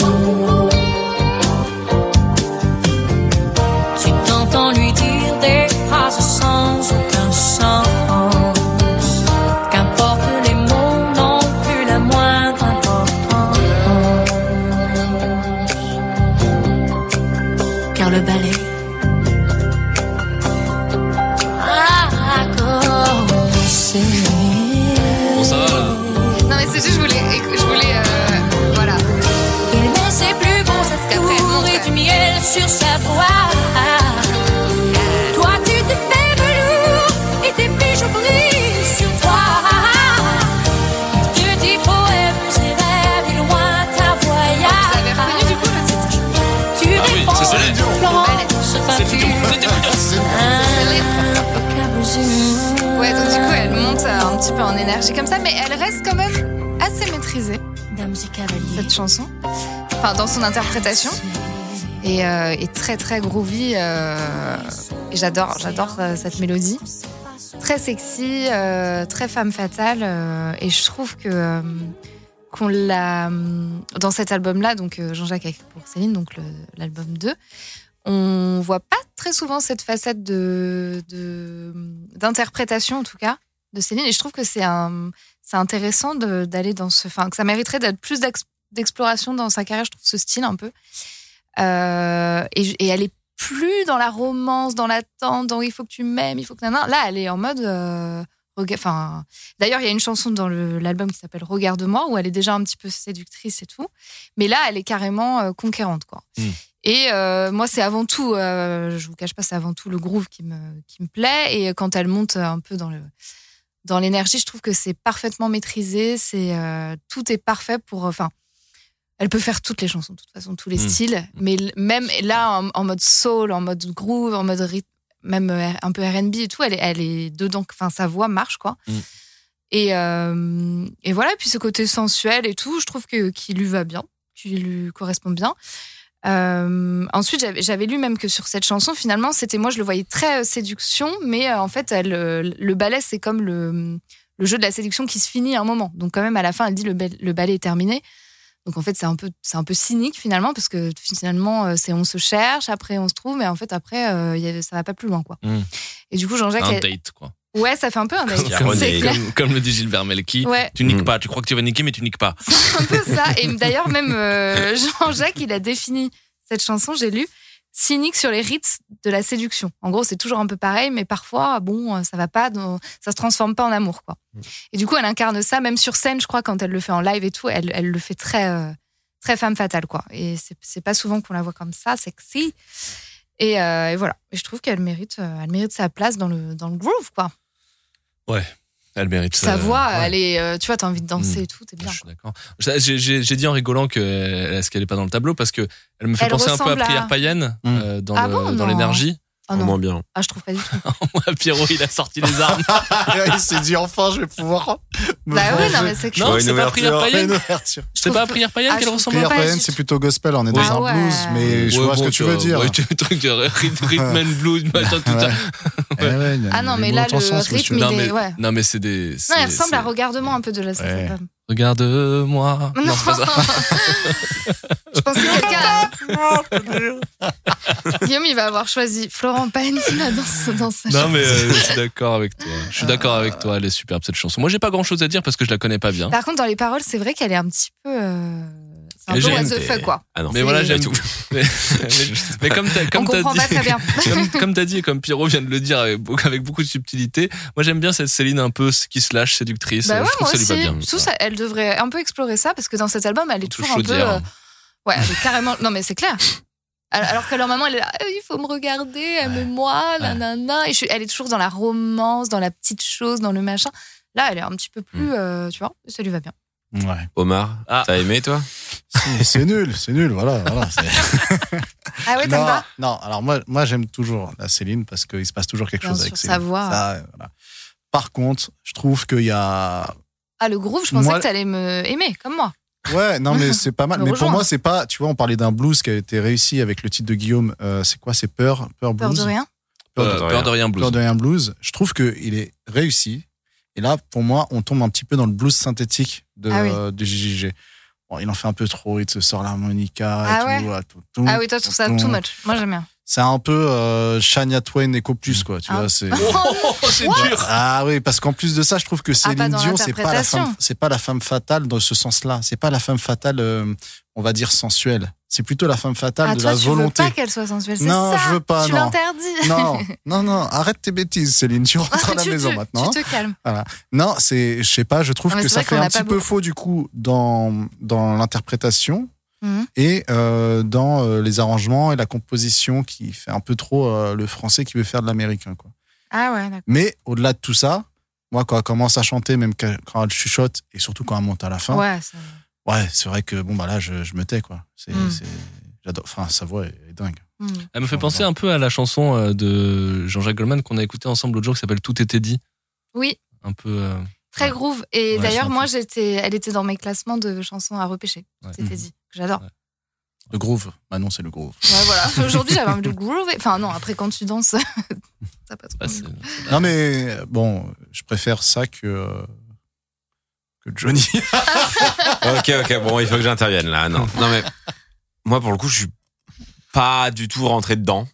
Tu t'entends lui dire des phrases sans aucun sens. Qu'importe les mots n'ont plus la moindre importance. Car le ballet Bon, ça va là. Non, mais c'est juste, je voulais. Je voulais euh, voilà. Il ne sait plus bon sa qu'après, elle monte, et ouais. du miel sur sa voix. Toi tu te fais velours et tes bijoux brillent sur toi. Il te dit poèmes et rêves et loin ta Vous avez voyage. reconnu du coup le titre? Tu Ah oui, réponds c'est Céline Dion. Florence, C'est le peinture. Impeccable yeux. Ouais, donc du coup, elle monte euh, un petit peu en énergie comme ça, mais elle reste quand même assez maîtrisée, Dames et cavaliers. cette chanson. Enfin, dans son interprétation. Et, euh, et très, très groovy. euh, et j'adore, j'adore euh, cette mélodie. Très sexy, euh, très femme fatale. euh, et je trouve que euh, qu'on l'a dans cet album-là, donc euh, Jean-Jacques a écrit pour Céline, donc le- l'album deux, on voit pas très souvent cette facette de, de d'interprétation en tout cas de Céline. Et je trouve que c'est un c'est intéressant de- d'aller dans ce, enfin que ça mériterait d'être plus d'ex- d'exploration dans sa carrière. Je trouve ce style un peu. Euh, et, et elle est plus dans la romance, dans l'attente, dans il faut que tu m'aimes, il faut que nana. Là, elle est en mode. Euh, rega- Enfin, d'ailleurs, il y a une chanson dans le- l'album qui s'appelle Regarde-moi où elle est déjà un petit peu séductrice et tout, mais là, elle est carrément euh, conquérante, quoi. Mm. Et euh, moi, c'est avant tout, euh, je vous cache pas, c'est avant tout le groove qui me qui me plaît. Et quand elle monte un peu dans le dans l'énergie, je trouve que c'est parfaitement maîtrisé. C'est euh, tout est parfait pour. Enfin, elle peut faire toutes les chansons, de toute façon, tous les Mm. styles. Mais l- même là, en, en mode soul, en mode groove, en mode rythme, même euh, un peu R and B et tout, elle est, elle est dedans. Enfin, sa voix marche, quoi. Mm. Et, euh, et voilà, puis ce côté sensuel et tout, je trouve que qu'il lui va bien, qu'il lui correspond bien. Euh, ensuite, j'avais, j'avais lu même que sur cette chanson, finalement, c'était moi, je le voyais très euh, séduction, mais euh, en fait, elle, euh, le ballet, c'est comme le, le jeu de la séduction qui se finit à un moment. Donc, quand même, à la fin, elle dit le, bal- le ballet est terminé. Donc, en fait, c'est un peu, c'est un peu cynique finalement, parce que finalement, euh, c'est on se cherche, après on se trouve, mais en fait, après, euh, y a- ça va pas plus loin, quoi. Mm. Et du coup, Jean-Jacques, Un elle- date, quoi. ouais, ça fait un peu un date. Comme, C'est clair. comme, comme le dit Gilbert Melki. Ouais. Tu niques Mm. pas. Tu crois que tu vas niquer, mais tu niques pas. C'est un peu ça. Et d'ailleurs, même euh, Jean-Jacques, il a défini cette chanson, j'ai lu, cynique sur les rites de la séduction. En gros, c'est toujours un peu pareil, mais parfois, bon, ça va pas, dans- ça se transforme pas en amour, quoi. Et du coup, elle incarne ça, même sur scène, je crois, quand elle le fait en live et tout, elle, elle le fait très, euh, très femme fatale, quoi. Et c'est, c'est pas souvent qu'on la voit comme ça, sexy. Et, euh, et voilà. Et je trouve qu'elle mérite, euh, elle mérite sa place dans le, dans le groove, quoi. Ouais. Elle mérite Sa ça. voix, Ouais. elle est, euh, tu vois, t'as envie de danser Mm. et tout, t'es bien. Je suis d'accord. J'ai, j'ai, j'ai dit en rigolant que euh, est-ce qu'elle est pas dans le tableau parce que elle me fait Elle penser un peu à ressemble à- Prière païenne Mm. euh, dans, Ah le- bon, dans non. l'énergie. Oh non. Moins bien. Ah, je trouve pas du tout. Pierrot, il a sorti les armes. Il s'est dit enfin, je vais pouvoir. me Bah oui, non, venger. mais c'est que Non, Ouais, c'est une pas Prière ouverture. païenne. Une ouverture. C'est pas à Prière païenne Ah, qu'elle je ressemble. Prière pas païenne, du c'est tout. plutôt gospel, on est Ah dans un ouais. blues, mais je Ouais, vois bon, ce que tu veux dire. Ouais, tu truc euh, ryth- rhythm and blues, machin, tout ça. Ouais. Eh ouais, il y a Ah non, les mais mots là, ont ton le sens, rythme, monsieur. il Non est- mais, ouais. non mais c'est des. Non, c'est- elle ressemble c'est- à Regarde-moi un peu de la cet Ouais. album. Regarde-moi. Non, c'est pas ça. Je pense que quelqu'un. Guillaume, il va avoir choisi Florent Pagny là, dans, ce- dans sa Non chanson. mais euh, je suis d'accord avec toi. Je suis d'accord Euh. avec toi. Elle est superbe cette chanson. Moi j'ai pas grand chose à dire parce que je la connais pas bien. Par contre, dans les paroles, c'est vrai qu'elle est un petit peu. euh, C'est un Mais peu j'aime, what the fuck, quoi. Ah non. Mais voilà, c'est- j'aime tout. Mais, mais- mais comme t'as, comme On t'as comprend dit, pas très bien. comme, comme t'as dit et comme Pierrot vient de le dire avec beaucoup, avec beaucoup de subtilité, moi j'aime bien cette Céline un peu qui se lâche, séductrice. Bah ouais, je trouve moi que ça lui aussi. va bien. Je trouve ça, elle devrait un peu explorer ça parce que dans cet album, elle est Un peu toujours un peu. chaudière. euh, Ouais, elle est carrément. Non, mais c'est clair. Alors alors que leur maman, elle est là, Ah, il faut me regarder, aime-moi, nanana. Et je suis- elle est toujours dans la romance, dans la petite chose, dans le machin. Là, elle est un petit peu plus, Mm. euh, tu vois, ça lui va bien. Ouais. Omar, Ah. t'as aimé toi? C'est- C'est nul, c'est nul, voilà. voilà c'est- Ah ouais, t'aimes non, pas non, alors moi, moi j'aime toujours la Céline parce qu'il se passe toujours quelque Bien chose sûr, avec sa Céline. voix. Ça, euh, voilà. Par contre, je trouve qu'il y a. Ah, le groove, je pensais Moi- que t'allais me aimer, comme moi. Ouais, non, mais c'est pas mal. Me Mais pour rejoins. moi, c'est pas. Tu vois, on parlait d'un blues qui a été réussi avec le titre de Guillaume. Euh, c'est quoi? C'est Peur, Peur Peur Blues. de rien. Peur Euh, de, Peur de rien blues. Peur de rien blues. Je trouve qu'il est réussi. Et là, pour moi, on tombe un petit peu dans le blues synthétique de, Ah oui. euh, de J J G. Bon, il en fait un peu trop. Il se sort l'harmonica Ah et ouais. tout, ah, tout, tout. Ah oui, toi, tu trouves ça tout. too much. Moi, j'aime bien. C'est un peu euh, Shania Twain Echo Plus, quoi. Tu Ah. vois, c'est. Oh, c'est dur. Ah oui, parce qu'en plus de ça, je trouve que Céline dans Dion, c'est pas la l'interprétation. femme, c'est pas la femme fatale dans ce sens-là. C'est pas la femme fatale, euh, on va dire sensuelle. C'est plutôt la femme fatale Ah, de toi, la tu volonté. veux pas qu'elle soit sensuelle, c'est Non, ça. je veux pas, Tu non. l'interdis. Non, non, non, arrête tes bêtises, Céline. Tu rentres à la Tu- maison tu- maintenant. Tu te calmes. Non, c'est, je sais pas, je trouve Ah, mais que c'est ça vrai fait qu'on un a pas petit peu beaucoup. faux du coup dans dans l'interprétation Mhm. et euh, dans euh, les arrangements et la composition qui fait un peu trop euh, le français qui veut faire de l'américain, quoi. Ah ouais, d'accord. Mais au-delà de tout ça, moi, quand elle commence à chanter, même quand quand elle chuchote, et surtout quand elle monte à la fin, ouais, Ouais, ça- c'est vrai que bon, bah là, je, je me tais, quoi. C'est, Mm. c'est- j'adore. Enfin, sa voix est, est dingue. Hmm. Elle me fait penser un peu à la chanson euh, de Jean-Jacques Goldman qu'on a écouté ensemble l'autre jour qui s'appelle Tout était dit. Oui, Un peu. euh, très Ouais. groove. Et Ouais, d'ailleurs, c'est un moi, peu- j'étais, elle était dans mes classements de chansons à repêcher. Ouais. C'était Mhm. dit. Que j'adore. Ouais. Le groove. Bah non, c'est le groove. Ouais, voilà. Aujourd'hui, j'avais envie de groover. Enfin, non, après, quand tu danses, ça passe bah, pas. c'est- Non, mais euh, bon, je préfère ça que, euh, que Johnny. Ok, ok, bon, il faut que j'intervienne là. Non, non mais moi, pour le coup, je suis pas du tout rentré dedans.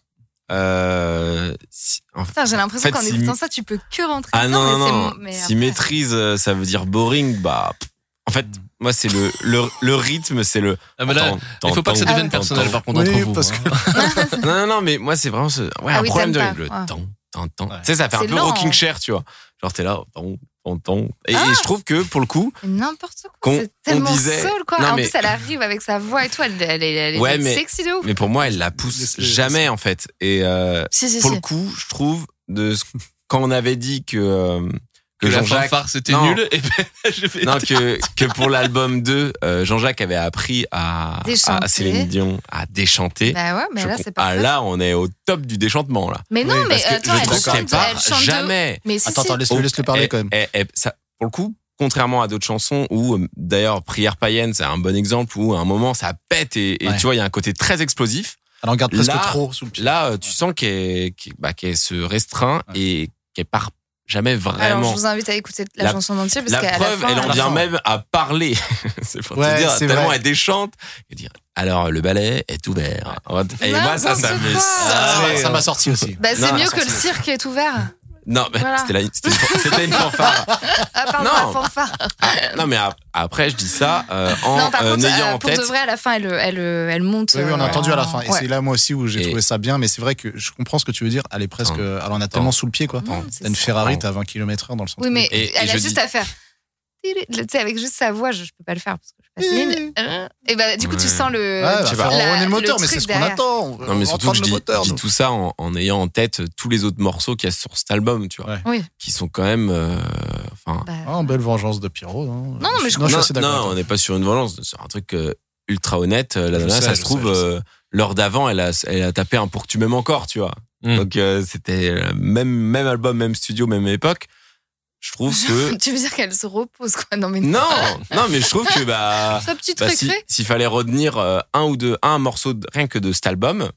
Euh, si- en fait- Putain, j'ai l'impression En fait, qu'en si- écoutant ça, tu peux que rentrer ah dedans. non, mais c'est non, mon- non. mais Si après- maîtrise, euh, ça veut dire boring, bah. pff, En fait, moi, c'est le, le, le rythme, c'est le. Ah, mais là, Tant, il faut pas que ça tant, devienne tant, personnel tant. par contre Oui, entre vous. parce hein. que- Non, non, non, mais moi, c'est vraiment ce, ouais, Ah un oui, problème de t'aimes rythme. Le pas, ouais. temps, temps, temps. Ouais. Tu sais, ça fait un C'est peu lent, rocking hein. chair, tu vois. Genre, t'es là, temps, temps, temps. Et, Ah. et je trouve que, pour le coup, Mais n'importe quoi. Qu'on- C'est tellement on disait- soul, quoi. Non, en mais- plus, elle arrive avec sa voix et tout. Elle, elle, est- elle est Ouais, mais- sexy de ouf. mais pour moi, elle la pousse Laisse-le, jamais, en fait. Et, euh, Si, si, pour si. le coup, je trouve, de ce- quand on avait dit que, euh, Que la Jean-Jacques- fanfare c'était Non. nul. Et ben, je vais. non, que, que pour l'album deux, euh, Jean-Jacques avait appris à, Déchanter. à Céline Dion à déchanter. Bah ouais, mais Je là, com- c'est ah, pas là, on est au top du déchantement, là. Mais non, Oui, mais Parce que attends, je elle trouve chante, qu'elle part elle chante de- jamais. Mais si, Attends, si. attends, laisse-le, laisse-le parler Et- quand même. et- et ça, pour le coup, contrairement à d'autres chansons où, euh, d'ailleurs, Prière païenne, c'est un bon exemple où à un moment ça pète et, et Ouais. tu vois, il y a un côté très explosif. Elle en garde presque Là- trop sous le pied. Là, euh, tu sens qu'elle, qu'elle- bah, qu'elle se restreint Ouais. et qu'elle part jamais Alors, vraiment. je vous invite à écouter la, La- chanson entière parce La qu'à preuve, la fin, elle en la vient fin. même à parler. C'est pour Ouais, te dire, c'est tellement vrai. elle déchante. Et dire, alors, le ballet est ouvert. Et moi, ça, ça N'importe me quoi. Ça, saoule. ça m'a sorti aussi. Bah, c'est Non, mieux la que le sortie. cirque est ouvert. Non, mais Voilà. c'était, la- c'était une, c'était une fanfare. Ah, pardon, Non. la fanfare. Non, mais ap- après, je dis ça euh, en non, par euh, contre, ayant euh, en pour tête. de vrai, à la fin, elle, elle, elle monte. Oui, oui, on a euh, entendu à la fin. Et ouais. c'est là, moi aussi, où j'ai Et- trouvé ça bien. Mais c'est vrai que je comprends ce que tu veux dire. Elle est presque, Attends. elle en a tellement sous le pied, quoi. Non, c'est T'as une ça. Ferrari, Attends. t'as vingt kilomètres heure dans le centre. Oui, mais Et- et elle a je juste dis- à faire. Tu sais, avec juste sa voix, je, je peux pas le faire parce que je suis pas Céline. Et bah, du coup, tu Ouais. sens le. Ouais, je va sais faire pas. ronronner le moteur, le mais c'est truc ce qu'on derrière. attend. Non, mais On va surtout que prendre je le dis, moteur, je dis nous. tout ça en, en ayant en tête tous les autres morceaux qu'il y a sur cet album, tu vois. Ouais. Oui. Qui sont quand même. euh, Enfin. Bah, Ah, belle vengeance de Pierrot. Non, non, mais je non, je suis non, assez d'accord. non, on n'est pas sur une vengeance, c'est un truc euh, ultra honnête. Euh, La Je nana, sais, ça je se trouve, sais, je sais. euh, l'heure d'avant, elle a, elle a tapé un Pour que tu m'aimes encore, tu vois. Mm. Donc euh, c'était euh, même, même album, même studio, même époque. Je trouve que. tu veux dire qu'elle se repose, quoi. Non, mais Non, non, mais je trouve que bah. Sa petite Bah, si- récré. s'il fallait retenir euh, un ou deux, un morceau de- rien que de cet album,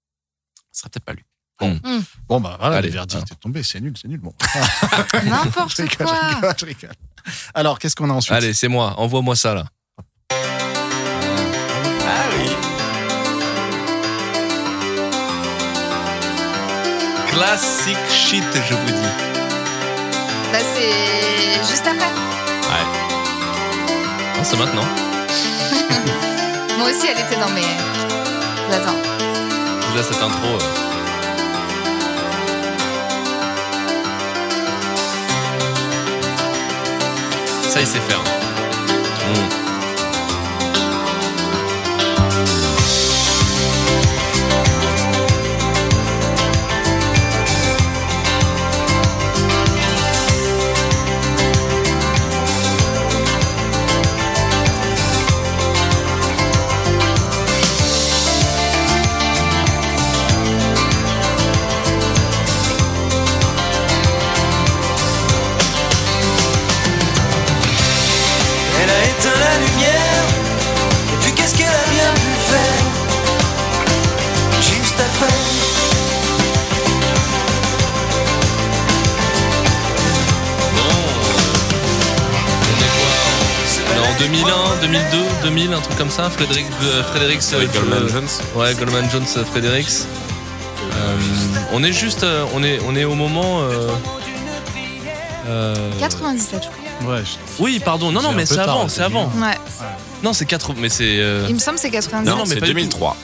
ça serait peut-être pas lui. Bon, bah voilà, Allez, le verdict est tombé. C'est nul, c'est nul. Bon. N'importe Je rigole, quoi. je rigole, je rigole. Alors, qu'est-ce qu'on a ensuite? Allez, c'est moi. Envoie-moi ça là. Ah oui. Classic shit, je vous dis. Bah, c'est juste après. Non, c'est maintenant. Moi aussi, elle était dans mes. J'attends. Déjà cette intro. euh, Ça, il sait faire. Mm. Elle a éteint la deux mille deux, deux mille, un truc comme ça. Frédéric, euh, Frédéric Avec euh, Goldman euh, Jones. Ouais, Goldman Jones, euh, Frédéric. Euh, on est juste, euh, on est, on est au moment. Euh, euh, quatre-vingt-dix-sept, je crois. Ouais, je- Oui, pardon. Non, non, C'est mais un peu c'est tard, avant, là, c'est c'est avant. Ouais. Non, c'est quatre. Mais c'est. euh, Il me semble que c'est quatre-vingt-dix-sept. Non, non, mais c'est pas du deux mille trois.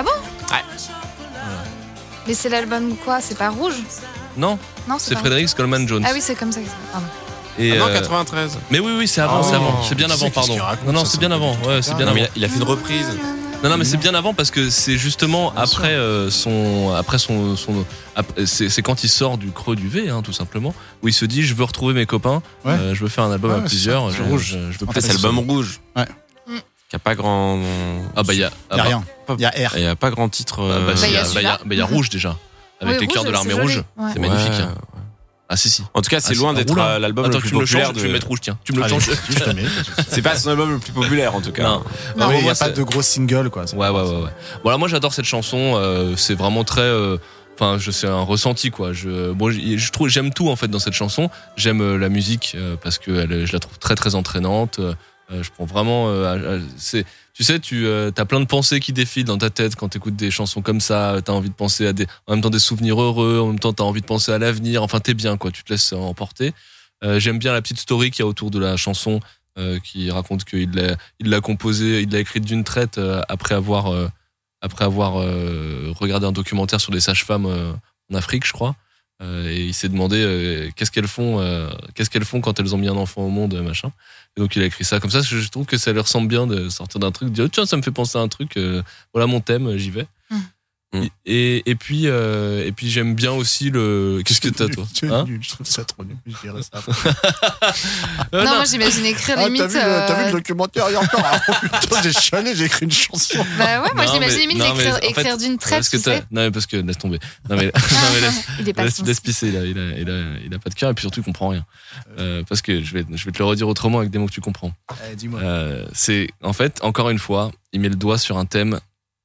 Mais c'est l'album quoi? C'est pas Rouge? Non, Non, c'est pas Frédéric Goldman Jones. Ah oui, c'est comme ça que c'est. Pardon. Et, Ah non, euh, quatre-vingt-treize. Mais oui, oui, c'est avant, Oh. c'est avant. C'est bien Tu sais avant, qu'est-ce pardon. qu'il raconte, Non, non, ça, c'est bien c'est avant. pas Ouais, du c'est tout bien Non, avant. mais il a, il a fait une reprise. Non, non, mais c'est bien avant parce que c'est justement Bien sûr. après euh, son, après son, son ap- c'est, c'est quand il sort du creux du V, hein, tout simplement, où il se dit je veux retrouver mes copains, Ouais. euh, je veux faire un album Ouais, à c'est plusieurs, ça, je, c'est rouge. je, je veux En plus C'est l'album rouge. Ouais. Mm. Qui a pas grand. Ah bah il y a, ah Il y a bah, rien. Il y a R. Il y a pas grand titre. ah bah, euh, si, Bah, il y a, y a bah, il y a, celui-là. bah, il y a rouge déjà, avec Oui, les Rouge, cœurs de l'armée c'est rouge, joli. Ouais. c'est ouais. magnifique. Hein. Ah si si. En tout cas, c'est Ah, loin c'est- d'être Oula. euh, l'album Attends, le plus tu me le populaire changes, de. tu me le mets rouge, tiens, tu me le Allez, changes. je te mets. C'est pas son album le plus populaire en tout cas. Non. Non. Oui, il n'y moi, a pas c'est- de gros single, quoi. C'est- Ouais, ouais, ouais, ouais. Voilà, moi j'adore cette chanson. euh, c'est vraiment très. euh, Enfin, je c'est un ressenti quoi. Je, bon, je, je trouve, j'aime tout en fait dans cette chanson. J'aime euh, la musique euh, parce que elle, je la trouve très très entraînante. Euh, je prends vraiment. Euh, à- à- c'est, tu sais, tu euh, as plein de pensées qui défilent dans ta tête quand t'écoutes des chansons comme ça. T'as envie de penser à des, en même temps des souvenirs heureux. En même temps, t'as envie de penser à l'avenir. Enfin, t'es bien quoi. Tu te laisses emporter. Euh, j'aime bien la petite story qu'il y a autour de la chanson euh, qui raconte qu'il l'a, il l'a composée, il l'a écrite d'une traite euh, après avoir. Euh, après avoir euh, regardé un documentaire sur des sages-femmes euh, en Afrique, je crois. Euh, et il s'est demandé euh, qu'est-ce qu'elles font, euh, qu'est-ce qu'elles font quand elles ont mis un enfant au monde, machin. Et donc il a écrit ça comme ça. Je je trouve que ça leur ressemble bien de sortir d'un truc, de dire tiens ça me fait penser à un truc. euh, voilà mon thème, j'y vais. Mm. Mm. Et, et puis euh, et puis j'aime bien aussi le. Qu'est-ce que t'as toi C'est hein nul, je trouve ça trop nul. Je dirais ça. Euh, Non, moi j'imagine écrire Ah, limite. t'as vu, le- t'as vu euh, le documentaire hier encore? Ah, oh, putain, j'ai chialé, j'ai écrit une chanson. Bah ouais, moi Non, j'imagine mais- limite non, mais écrire, en fait, écrire d'une traite, parce que tu t'as- sais. non mais parce que laisse tomber. Non mais, non, mais laisse, Il est pas laisse, son laisse pisser, il a, il, a, il, a, il a pas de cœur et puis surtout il comprend rien. Euh, parce que je vais, je vais te le redire autrement avec des mots que tu comprends. Eh, dis-moi. Euh, c'est en fait encore une fois, il met le doigt sur un thème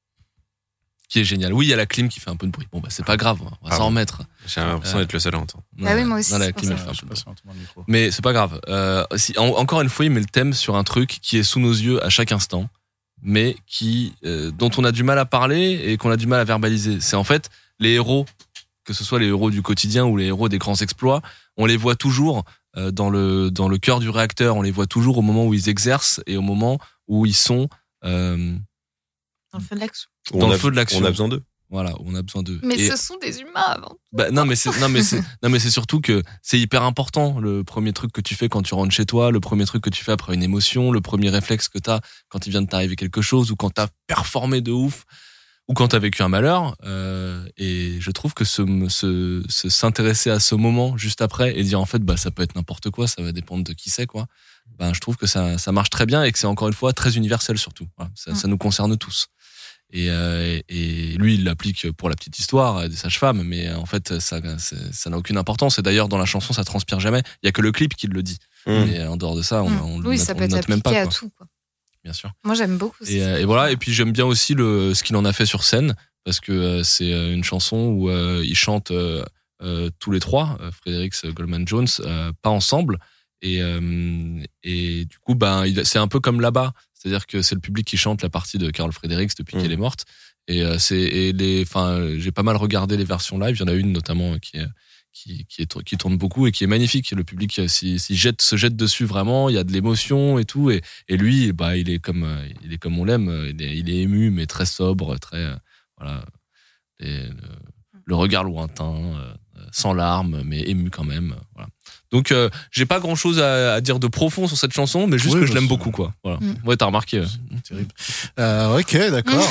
qui est génial. Oui, il y a la clim qui fait un peu de bruit. Bon bah c'est pas grave, on va Ah s'en bon. remettre. J'ai l'impression Euh, d'être le seul à entendre. Bah oui, moi aussi, Non, la c'est pour clim elle ça. fait un Je peu sais de pas bruit. si on entend le micro. Mais c'est pas grave. Euh, si, en- encore une fois, il met le thème sur un truc qui est sous nos yeux à chaque instant, mais qui euh, dont on a du mal à parler et qu'on a du mal à verbaliser. C'est en fait les héros, que ce soit les héros du quotidien ou les héros des grands exploits, on les voit toujours euh, dans le dans le cœur du réacteur. On les voit toujours au moment où ils exercent et au moment où ils sont euh, Dans le feu de l'action. Dans On le a- feu de l'action. On a besoin d'eux. voilà, où on a besoin d'eux. Mais Et- ce sont des humains avant. Bah, non mais c'est non mais c'est non mais c'est surtout que c'est hyper important le premier truc que tu fais quand tu rentres chez toi, le premier truc que tu fais après une émotion, le premier réflexe que t'as quand il vient de t'arriver quelque chose ou quand t'as performé de ouf ou quand t'as vécu un malheur. Euh, et je trouve que ce, ce, ce s'intéresser à ce moment juste après et dire en fait bah ça peut être n'importe quoi, ça va dépendre de qui c'est quoi. Ben je trouve que ça ça marche très bien et que c'est encore une fois très universel surtout. Voilà, ça, Mm. ça nous concerne tous. Et, euh, et lui, il l'applique pour la petite histoire euh, des sages-femmes, mais en fait, ça, c'est- ça n'a aucune importance. Et d'ailleurs, dans la chanson, ça transpire jamais. Il y a que le clip qui le dit. Mmh. Mais en dehors de ça, on, Mm. on le Oui, note, ça on peut le être note même appliqué pas, à quoi. tout. Quoi. Bien sûr. Moi j'aime beaucoup. Et, euh, et voilà. Et puis j'aime bien aussi le ce qu'il en a fait sur scène parce que euh, c'est euh, une chanson où euh, ils chantent euh, euh, tous les trois, euh, Frédéric, Goldman Jones, euh, pas ensemble. Et, euh, et du coup, ben, il- c'est un peu comme là-bas. C'est-à-dire que c'est le public qui chante la partie de Carol Fredericks depuis Mmh. qu'elle est morte. Et euh, c'est et les, enfin, j'ai pas mal regardé les versions live. Il y en a une notamment qui est qui qui, est, qui tourne beaucoup et qui est magnifique. Le public euh, s'y, s'y jette, se jette dessus vraiment. Il y a de l'émotion et tout. Et, et lui, bah, il est comme euh, il est comme on l'aime. Il est, il est ému, mais très sobre, très euh, voilà. Et, le, le regard lointain, euh, sans larmes, mais ému quand même. Voilà. Donc euh, j'ai pas grand chose à, à dire de profond sur cette chanson, mais juste Oui, que je bah, l'aime c'est- beaucoup quoi. Voilà. Mm. Ouais, t'as remarqué. euh. Terrible. Euh, ok, d'accord.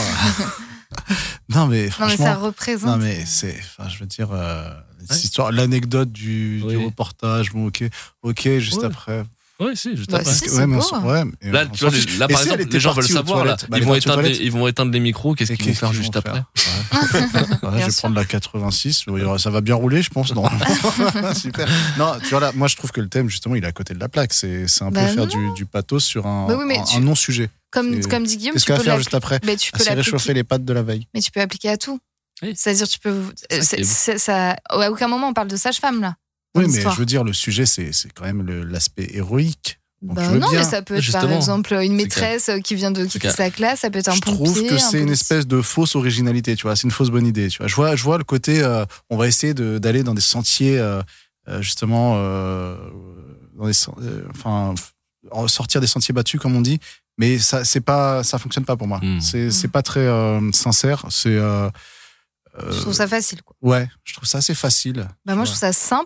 non, mais Non mais franchement. ça représente. Non, mais c'est. Enfin, je veux dire. Euh, cette Ouais. histoire, l'anecdote du, Oui. du reportage, bon, ok. Ok, juste Ouais. après. Ouais, si, juste Bah, après. si, Ouais, c'est mais on beau, s'en- hein. ouais, mais Là, on tu s'en vois, fiche. là, Et par si elle exemple, était les gens veulent partie aux savoir, là, toilettes, bah, ils, elle vont est partie aux éteindre les, toilettes. ils vont éteindre les micros, qu'est-ce Et qu'ils vont qu'est-ce faire qu'ils juste vont après faire Ouais, je Bien vais sûr. prendre la quatre-vingt-six. Il y aura- Ça va bien rouler, je pense. Non. Super. Non, tu vois là, moi je trouve que le thème justement, il est à côté de la plaque. C'est c'est un peu Bah faire non. du, du pathos sur un, Bah oui, mais un, tu- un non-sujet. Comme, Et comme dit Guillaume, Qu'est-ce tu qu'il peux va faire l'appli- juste après mais tu peux Ah, c'est l'appliquer. réchauffer les pattes de la veille. Mais tu peux appliquer à tout. Oui. C'est-à-dire, tu peux. C'est ça qui est c'est- beau. c'est- ça, à aucun moment on parle de sage-femme là. dans Oui, mais l'histoire. je veux dire, le sujet, c'est c'est quand même le- l'aspect héroïque Donc, Bah je veux non, bien. mais ça peut être par Justement. exemple une C'est maîtresse qui vient de quitter clair. sa classe, ça peut être un Je pompier. trouve que un c'est une policier. espèce de fausse originalité, tu vois. C'est une fausse bonne idée, tu vois. Je vois, je vois le côté, euh, on va essayer de, d'aller dans des sentiers, euh, euh, justement, euh, dans des, sen- euh, enfin, f- sortir des sentiers battus, comme on dit. Mais ça, c'est pas, ça fonctionne pas pour moi. Mm. C'est, c'est pas très euh, sincère. C'est, euh, euh, Je trouve ça facile, quoi. ouais, je trouve ça assez facile. Bah moi, je Ouais. trouve ça simple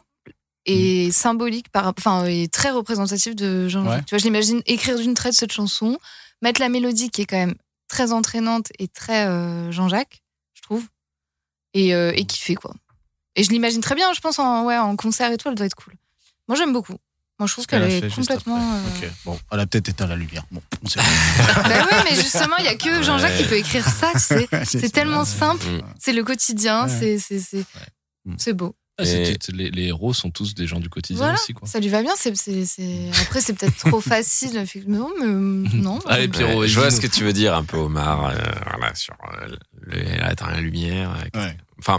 et symbolique, par, enfin, et très représentatif de Jean-Jacques. Ouais. Tu vois, je l'imagine écrire d'une traite cette chanson, mettre la mélodie qui est quand même très entraînante et très euh, Jean-Jacques, je trouve, et, euh, et kiffer, quoi. Et je l'imagine très bien, je pense, en, ouais, en concert et tout, elle doit être cool. Moi, j'aime beaucoup. Moi, je trouve qu'elle Elle a est fait juste complètement. après. euh, Ok. Bon, elle a peut-être éteint la lumière. Bon, on sait pas. Bah ouais, mais justement, il y a que Jean-Jacques qui peut écrire ça, tu sais. C'est tellement simple, Mm. c'est le quotidien, Ouais. c'est c'est c'est c'est beau. Ah, c'est- Et- c'est- les, les héros sont tous des gens du quotidien Voilà, aussi, quoi. ça lui va bien. C'est c'est c'est après c'est peut-être trop facile, effectivement, mais non. Allez, euh, Pierrot, Ouais, je vois dis-nous. ce que tu veux dire un peu, Omar, euh, voilà, sur euh, le, la, la lumière. euh, Ouais. Enfin,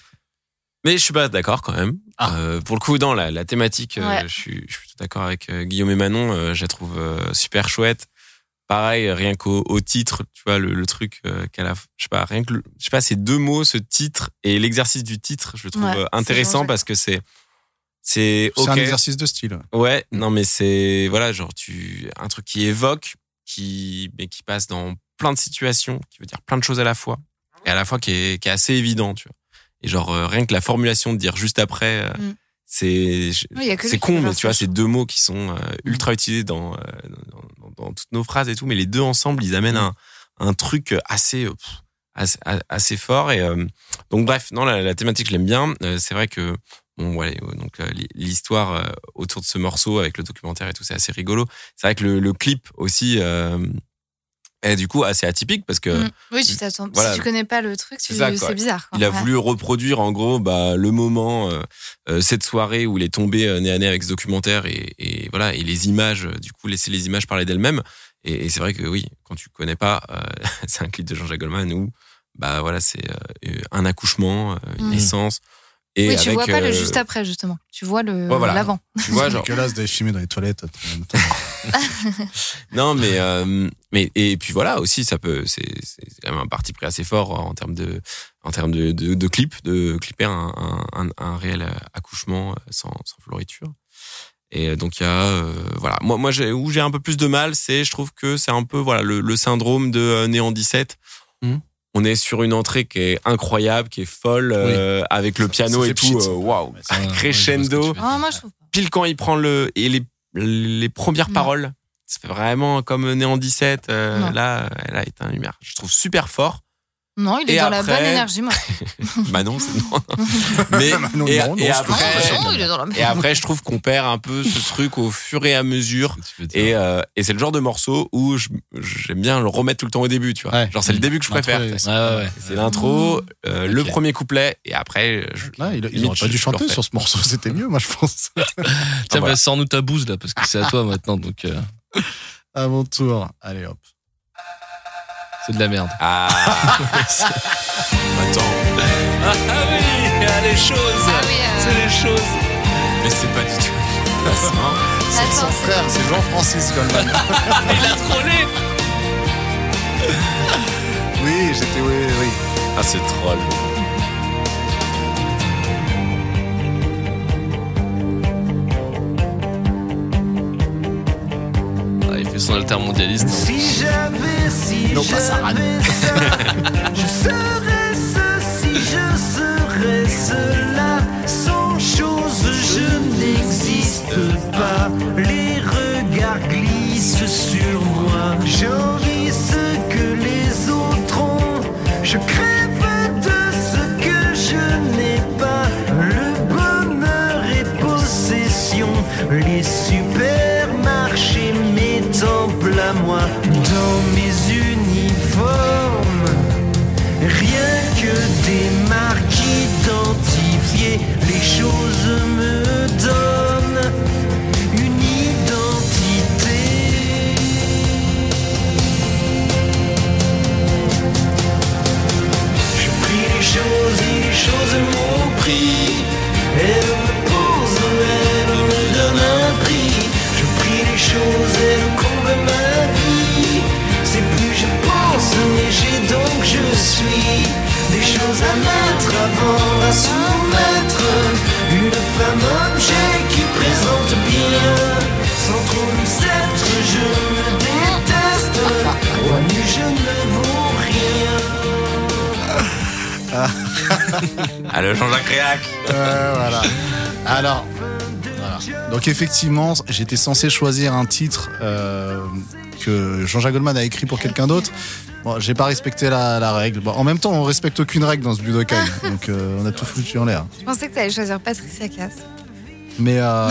mais je suis pas d'accord quand même. Ah. Euh, pour le coup, dans la, la thématique, euh, Ouais. je suis, je suis tout d'accord avec euh, Guillaume et Manon. Euh, je la trouve euh, super chouette. Pareil, rien qu'au au titre, tu vois, le, le truc euh, qu'à la, je sais pas, rien que, le- je sais pas, ces deux mots, ce titre et l'exercice du titre, je le trouve Ouais, euh, c'est intéressant Jean-Jacques. parce que c'est, c'est C'est ok. un exercice de style. Ouais, non, mais c'est, voilà, genre, tu, un truc qui évoque, qui, mais qui passe dans plein de situations, qui veut dire plein de choses à la fois, et à la fois qui est, qui est assez évident, tu vois. Et genre, euh, rien que la formulation de dire juste après, euh, Mm. c'est, je- Oui, il y a que lui c'est qui con, peut mais faire tu vois, ça, c'est je deux mots qui sont euh, ultra utilisés dans, euh, dans, dans, dans toutes nos phrases et tout, mais les deux ensemble, ils amènent un, un truc assez, euh, pff, assez, assez fort. Et euh, donc, bref, non, la, la thématique, je l'aime bien. Euh, c'est vrai que, bon, ouais, euh, donc euh, l'histoire euh, autour de ce morceau avec le documentaire et tout, c'est assez rigolo. C'est vrai que le, le clip aussi euh, est du coup assez atypique parce que Mm. Oui, tu t'attends. voilà. Si tu connais pas le truc, tu- C'est ça, quoi. c'est bizarre. quoi. il a Ouais. voulu reproduire en gros bah, le moment, euh, euh, cette soirée où il est tombé euh, nez à nez avec ce documentaire et, et voilà et les images, euh, du coup laisser les images parler d'elles-mêmes. Et, et c'est vrai que oui, quand tu connais pas, euh, c'est un clip de Jean-Jacques Goldman où bah voilà c'est euh, un accouchement, euh, une Mm. naissance. Et Oui, tu avec, vois pas le euh, juste après justement. Tu vois le Ouais, voilà. l'avant. Tu vois C'est genre dégueulasse d'aller filmer dans les toilettes. en même temps. non mais euh, mais et puis voilà aussi ça peut c'est c'est quand même un parti pris assez fort en termes de en termes de de, de clip de clipper un, un, un, un réel accouchement sans sans floriture. Et donc il y a euh, voilà moi moi j'ai où j'ai un peu plus de mal c'est je trouve que c'est un peu voilà le, le syndrome de euh, Néant dix-sept. Mmh. On est sur une entrée qui est incroyable, qui est folle, euh, avec le piano Ça fait et pchit, tout. ça. euh, Waouh, Ouais, Ouais, ouais, je vois ce que crescendo. tu veux dire. Ah, moi je trouve pas. Pile quand il prend le et les les premières Non. paroles, ça fait vraiment comme Néant dix-sept. Euh, Non. là, elle a été un lumière. Je trouve super fort. Non, il est Et dans la après- bonne énergie, moi. Bah non, c'est non. non. Mais Non, et, non, non, et c'est Non, après non, il est dans la bonne et après, je trouve qu'on perd un peu ce truc au fur et à mesure. Tu veux dire. Et, euh, et c'est le genre de morceau où je- j'aime bien le remettre tout le temps au début, tu vois. Ouais. Genre c'est le début que je préfère. L'intro, c'est- Ouais, ouais, ouais. C'est l'intro, euh, le Ok. premier couplet, et après. Je, Là, il, il limite, aurait pas je- dû je le chanter refais. sur ce morceau, c'était mieux, moi je pense. Tiens, Ah, voilà. bah, sors-nous ta bouse là, parce que c'est à toi maintenant, donc euh, À mon tour. Allez hop. c'est de la merde. Ah. Attends, Ah oui, ah, les choses. Ah oui, euh, C'est les choses. mais c'est pas du tout. placement. C'est Attends, son c'est- frère, c'est Jean-Francis Goldman. Il a trollé. Oui, j'étais, oui, oui. Ah, c'est troll. Ah, il fait son altermondialiste. Si j'avais, si Non, pas Sarah. j'avais ça, je serais ceci, je serais cela. Sans chose, je n'existe pas. Les regards glissent sur moi. J'envie ce que les autres ont. Je crève de ce que je n'ai pas. Le bonheur et possession. Les supermarchés, mes temples à moi. Dans mes uniformes, rien que des marques identifiées. Les choses me donnent une identité. Je prie les choses et les choses m'ont pris. Elles me posent, elles me donnent un prix. Je prie les choses avant à soumettre. Une femme objet qui présente bien, sans trop nous être, je me déteste. Moi nu je ne vaux rien. Ah, le Jean-Jacques Réac. Euh, voilà. Alors, voilà. Donc effectivement, j'étais censé choisir un titre euh, que Jean-Jacques Goldman a écrit pour quelqu'un d'autre. Bon, j'ai pas respecté la, la règle. Bon, en même temps, on respecte aucune règle dans ce Budokai, donc euh, on a tout foutu en l'air. Je pensais que tu allais choisir Patricia Cass. Mais euh,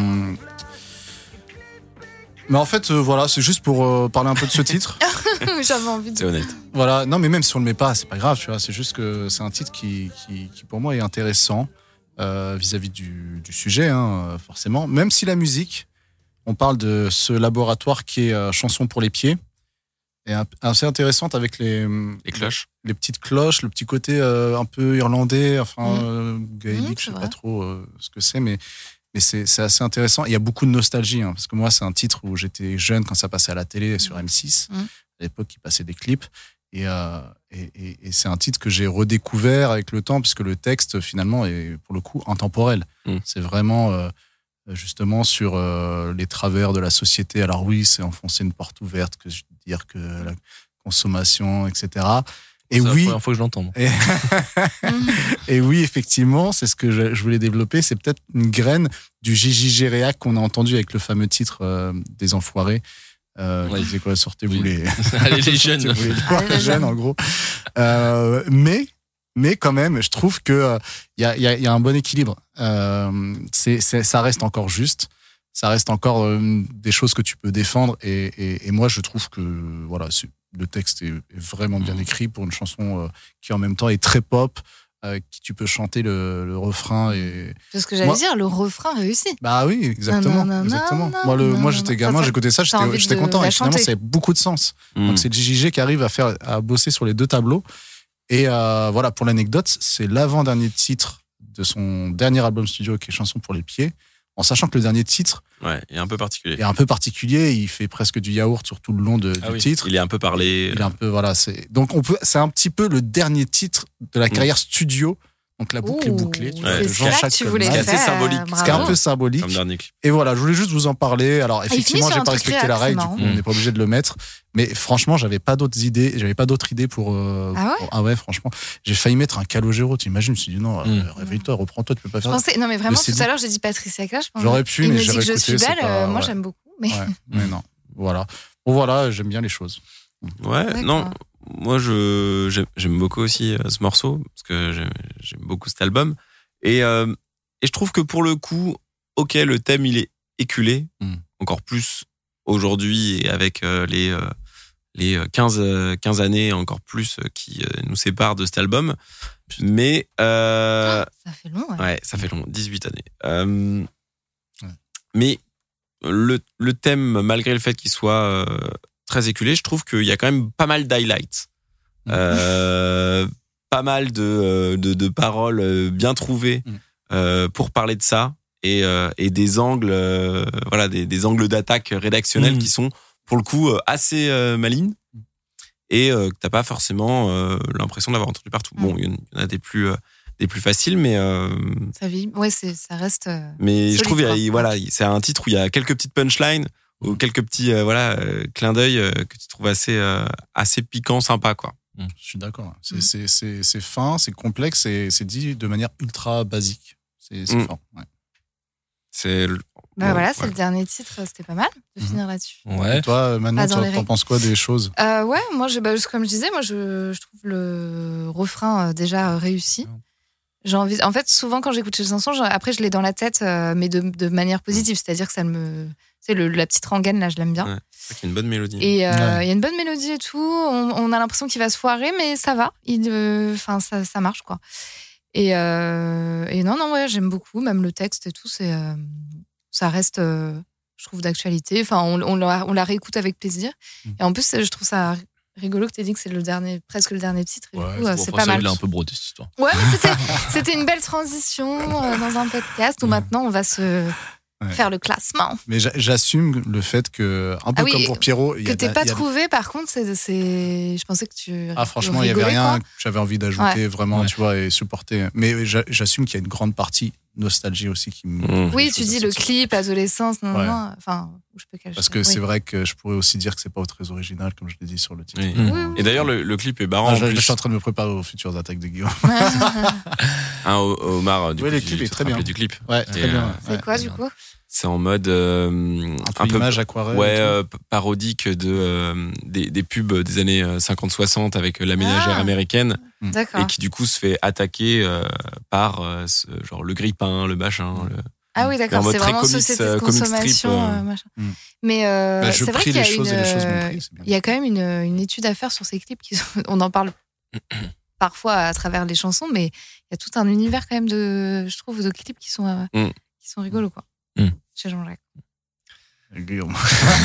mais en fait, euh, voilà, c'est juste pour euh, parler un peu de ce titre. J'avais envie de. C'est honnête. Voilà, non, mais même si on le met pas, c'est pas grave, tu vois. C'est juste que c'est un titre qui, qui, qui pour moi est intéressant euh, vis-à-vis du, du sujet, hein, forcément. Même si la musique, on parle de ce laboratoire qui est euh, Chanson pour les pieds, est un- assez intéressante avec les Les cloches. les petites cloches, le petit côté euh, un peu irlandais, enfin Mmh. euh, gaélique, Mmh, je c'est sais vrai. pas trop euh, ce que c'est, mais mais c'est c'est assez intéressant. Il y a beaucoup de nostalgie, hein, parce que moi c'est un titre où j'étais jeune quand ça passait à la télé sur M six. Mmh. À l'époque, il passait des clips. Et, euh, et, et, et c'est un titre que j'ai redécouvert avec le temps, puisque le texte, finalement, est pour le coup intemporel. Mm. C'est vraiment euh, justement sur euh, les travers de la société. Alors oui, c'est enfoncer une porte ouverte, que je veux dire que la consommation, et cetera. Et C'est la oui, première fois que je l'entends. moi. et, et oui, effectivement, c'est ce que je, je voulais développer. C'est peut-être une graine du J J G Réac qu'on a entendu avec le fameux titre euh, des Enfoirés. Euh, Ouais. qui disait quoi, sortez-vous Oui. les, Allez, les jeunes. sortez-vous les doigts, Allez, les les jeunes, jeunes. en gros. Euh, mais, mais quand même, je trouve que euh, il y a, il y a, il y a un bon équilibre. Euh, c'est, c'est, ça reste encore juste. Ça reste encore euh, des choses que tu peux défendre. Et, et, et moi, je trouve que voilà, c'est, le texte est, est vraiment bien écrit pour une chanson euh, qui en même temps est très pop, euh, qui tu peux chanter le, le refrain et C'est ce que j'allais Moi- dire, le refrain réussi. bah oui, exactement, Nanana, exactement. nanana, Moi, le, moi, nanana. j'étais gamin, Ça, ça- j'écoutais ça, t'as j'étais, envie j'étais de content. la Et finalement, chanter. ça a beaucoup de sens. Mm. Donc, c'est J J G qui arrive à faire, à bosser sur les deux tableaux. Et euh, voilà, pour l'anecdote, c'est l'avant-dernier titre de son dernier album studio qui est Chanson pour les pieds. En sachant que le dernier titre Ouais, il est un peu particulier. est un peu particulier, il fait presque du yaourt sur tout le long de, Ah du oui. titre. Il est un peu parlé. Il est un peu, voilà, c'est, donc on peut, c'est un petit peu le dernier titre de la Mm. carrière studio. Donc la boucle est Ouh, bouclée. Tu Ouais, vois, de c'est Jean-Jacques ça que tu voulais Goldman. C'est assez faire. symbolique. Ce qui est un Bravo. peu symbolique. Comme dernier clip. Et voilà, je voulais juste vous en parler. Alors, il finit effectivement, sur j'ai un pas truc respecté la réac, règle, c'est du coup, marrant. on n'est pas obligé de le mettre. Mais franchement, j'avais pas d'autres idées. J'avais pas d'autres idées pour. euh, Ah ouais pour- ah ouais, franchement. J'ai failli mettre un Calogero. T'imagines? Je me suis dit non, Mm. euh, réveille-toi, reprends-toi, tu peux pas Je faire. pensais, non mais vraiment, Mais c'est tout dit. à l'heure j'ai dit Patricia Cass. je pense- J'aurais pu, il mais me dit j'aurais que je écouté, suis c'est belle, pas- euh, moi ouais. j'aime beaucoup. Mais Ouais, mais non. Voilà. Bon, voilà, j'aime bien les choses. Ouais, D'accord. non. Moi, je j'aime, j'aime beaucoup aussi euh, ce morceau parce que j'aime, j'aime beaucoup cet album et euh, et je trouve que pour le coup, ok, le thème il est éculé, Mm. encore plus aujourd'hui et avec euh, les euh, les quinze euh, quinze années encore plus euh, qui euh, nous séparent de cet album, mais euh, ça fait long. Ouais. ouais, ça fait long, dix-huit années. Euh, Ouais. Mais le le thème, malgré le fait qu'il soit euh, très éculé, je trouve qu'il y a quand même pas mal d'highlights. Euh, pas mal de, euh, de, de paroles euh, bien trouvées Mm. euh, pour parler de ça et, euh, et des angles, euh, voilà, des, des angles d'attaque rédactionnels Mm. qui sont pour le coup euh, assez euh, malines et euh, que t'as pas forcément euh, l'impression d'avoir entendu partout. Mm. Bon, il y en- il y en a des plus euh, des plus faciles, mais euh, Ça vit. Ouais, c'est, ça reste. euh, mais je Solide, trouve il y a- quoi. il- voilà, c'est un titre où il y a quelques petites punchlines ou quelques petits euh, voilà euh, clins d'œil euh, que tu trouves assez euh, assez piquant, sympa quoi. Je suis d'accord. C'est, Mm. c'est, c'est, c'est fin, c'est complexe et c'est dit de manière ultra basique. C'est, c'est Mm. fort. Ouais. C'est le- Bah ouais, voilà, c'est ouais. le dernier titre. C'était pas mal de Mhm. finir là-dessus. Ouais. Et toi, maintenant, Pas dans t'en, les t'en règles. penses quoi des choses? Euh, ouais, moi, je, bah, comme je disais, moi, je, je trouve le refrain euh, déjà euh, réussi. J'ai envie. En fait, souvent quand j'écoute ces chansons, j'ai- après je l'ai dans la tête, euh, mais de, de manière positive, c'est-à-dire que ça me, c'est le la petite rengaine là, je l'aime bien. Ouais. C'est vrai qu'il y a une bonne mélodie. Et euh, il Ouais. y a une bonne mélodie et tout. On, on a l'impression qu'il va se foirer, mais ça va. Il, euh, enfin, ça, ça marche quoi. Et, euh, et non, non, ouais, j'aime beaucoup, même le texte et tout. C'est, euh, ça reste, euh, je trouve, d'actualité. Enfin, on, on, la, on la réécoute avec plaisir. Mm. Et en plus, je trouve ça rigolo que tu aies dit que c'est le dernier, presque le dernier titre. Et Ouais, du coup, euh, bon, c'est enfin, pas ça, mal. Il a un peu brodé cette histoire. Ouais, mais c'était, c'était une belle transition euh, dans un podcast où Mm. maintenant on va se, Ouais. faire le classement. Mais j'a- j'assume le fait que, un peu Ah oui, comme pour Pierrot, il y Que a t'aies de- pas il y a de- trouvé, par contre, c'est, c'est... je pensais que tu. Ah, franchement, tu il y avait rigolais, rien quoi. que j'avais envie d'ajouter vraiment, Ouais. tu vois, et supporter. Mais j'a- j'assume qu'il y a une grande partie nostalgie aussi qui me. Mmh. Oui, des tu choses dis à le sortir. clip, adolescence, non, Ouais. non, non. Enfin, je peux cacher. Parce que oui. c'est vrai que je pourrais aussi dire que c'est pas très original, comme je l'ai dit sur le titre. Oui. Mm. Oui, oui. Et d'ailleurs, le, le clip est marrant. Ah, en je, plus. je suis en train de me préparer aux futures attaques de Guillaume. Hein, O- Omar, du Oui, coup, le tu- clip tu est te très rappelles bien. du clip. Ouais, Et, très bien. euh, ouais. C'est quoi, Ouais, du bien. coup C'est en mode euh, Un peu image aquarelle. ouais, et tout. euh, p- parodique de euh, des, des pubs des années cinquante soixante avec la ménagère Ah. américaine D'accord. et qui du coup se fait attaquer euh, par euh, ce, genre le grille-pain, le machin. Le... Ah oui, en d'accord, mode c'est très vraiment comics, société de euh, comic strip, consommation. euh. euh, machin. Mm. Mais euh, Bah, je c'est vrai prie qu'il y a les choses une, et les choses m'ont euh, pris, c'est bien. il y a quand même une, une étude à faire sur ces clips. Qui sont, on en parle parfois à travers les chansons, mais il y a tout un univers quand même de, je trouve, de clips qui sont, euh, Mm. qui sont rigolos, quoi. Mm. Chez Jean-Jacques. Guillaume.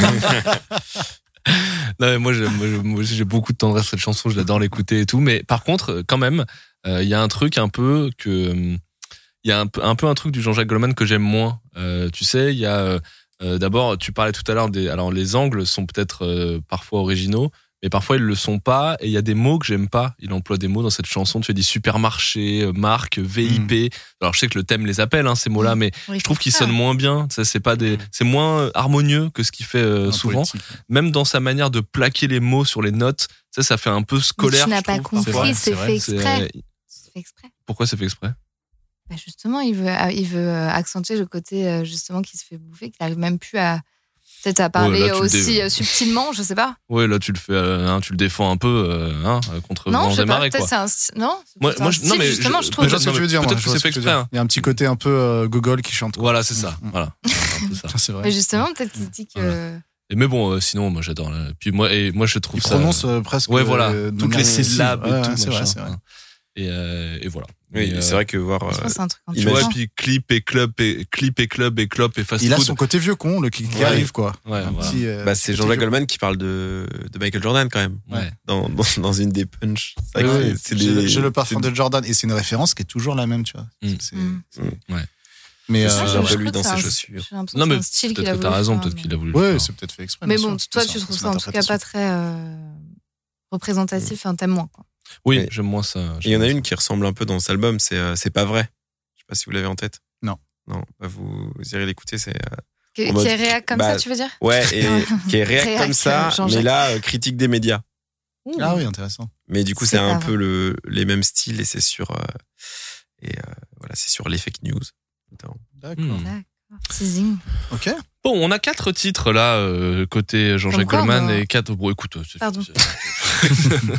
Non, mais moi, j'ai, moi, j'ai- moi aussi, j'ai beaucoup de tendresse à cette chanson, je l'adore l'écouter et tout. Mais par contre, quand même, euh, il y a un truc un peu que, hum, il y a un peu, un peu un truc du Jean-Jacques Goldman que j'aime moins. Euh, tu sais, il y a euh, euh, d'abord, tu parlais tout à l'heure des, alors les angles sont peut-être euh, parfois originaux, mais parfois ils le sont pas. Et il y a des mots que j'aime pas. Il emploie des mots dans cette chanson. Tu as dit supermarché, euh, marque, V I P. Alors je sais que le thème les appelle, hein, ces mots-là, mais Oui, je trouve qu'ils ça. sonnent moins bien. Ça, c'est pas des, c'est moins euh, harmonieux que ce qu'il fait euh, Un souvent. politique. Même dans sa manière de plaquer les mots sur les notes, ça, ça fait un peu Mais scolaire. tu n'as je pas trouve, compris, parfois. c'est vrai, fait C'est, exprès. euh, C'est fait exprès. Pourquoi c'est fait exprès? Bah justement, il veut, il veut euh, accentuer le côté euh, justement qui se fait bouffer, qu'il n'arrive même plus à peut-être à parler là, tu le aussi dé- euh, subtilement, je sais pas. Ouais, là tu le fais, euh, hein, tu le défends un peu, euh, hein, contre Non, vent je sais des pas. marées, Peut-être quoi. c'est un st- non. c'est Moi- peut-être moi, un je- non, style, mais justement, je- je trouve. Je vois ce que non, tu veux mais dire. moi, peut-être je que vois c'est ce fait tu veux exprès, dire. hein. Il y a un petit côté un peu euh, Gogol qui chante. quoi. Voilà, c'est ça. Mm. Voilà, c'est un peu ça. Ça, c'est vrai. Mais justement, peut-être qu'il se dit que. Voilà. Et mais bon, euh, sinon, moi j'adore. Là. Puis moi, et moi je trouve Il ça. prononce euh, presque. Ouais, voilà, euh, de toutes manière les excessive. syllabes et Ouais, tout. ouais, c'est machin, vrai, c'est vrai. hein. Et, euh, et voilà. Oui, Mais, c'est euh, vrai que voir. Je pense que c'est un truc Tu vois, intelligent. et puis clip et club et clip et club et clop et fast Il a food. son côté vieux con, le qui, qui Ouais. arrive, quoi. Ouais, Un voilà. petit, euh, bah, c'est petit Jean-Jacques vieux Goldman qui parle de, de Michael Jordan quand même. Ouais. Dans, dans, dans une des punchs. C'est Oui, vrai que oui. c'est- c'est J'ai des- le- j'ai le parfum c'est- de Jordan et c'est une référence qui est toujours la même, tu vois. Mm. C'est- Mm. c'est- Ouais. Mais Je euh, suis Ouais, un je peu trouve lui que dans c'est ses un- chaussures. j'ai l'impression Non, que mais c'est un style qu'il peut-être a que voulu t'as raison, faire, peut-être mais- qu'il a voulu. le ouais, faire. c'est peut-être fait exprès. Mais bien bon, sûr. toi, C'est tu ça, trouves c'est ça en tout cas l'interprétation. pas très euh, représentatif, enfin, t'aimes moins, quoi. Oui, Mais- j'aime moins ça. Et il y en a une qui ressemble un peu dans cet album, c'est euh, C'est pas vrai. Je sais pas si vous l'avez en tête. Non. Non, bah vous, vous irez l'écouter, c'est. euh, Qui, En mode- qui est réac comme bah, ça, tu veux dire Ouais, et qui est réac Réac, comme ça, euh, Jean-Jacques. mais là, euh, critique des médias. Ouh. Ah oui, intéressant. Mais du coup, C'est c'est pas un vrai. peu le, les mêmes styles et c'est sur. euh, et euh, voilà, c'est sur les fake news. notamment. D'accord. Hmm. D'accord. Teasing. Ok. Bon, on a quatre titres là, euh, côté Jean-Jacques Comme quoi, Goldman on a- et quatre. Bon, écoute. c'est- Pardon. c'est-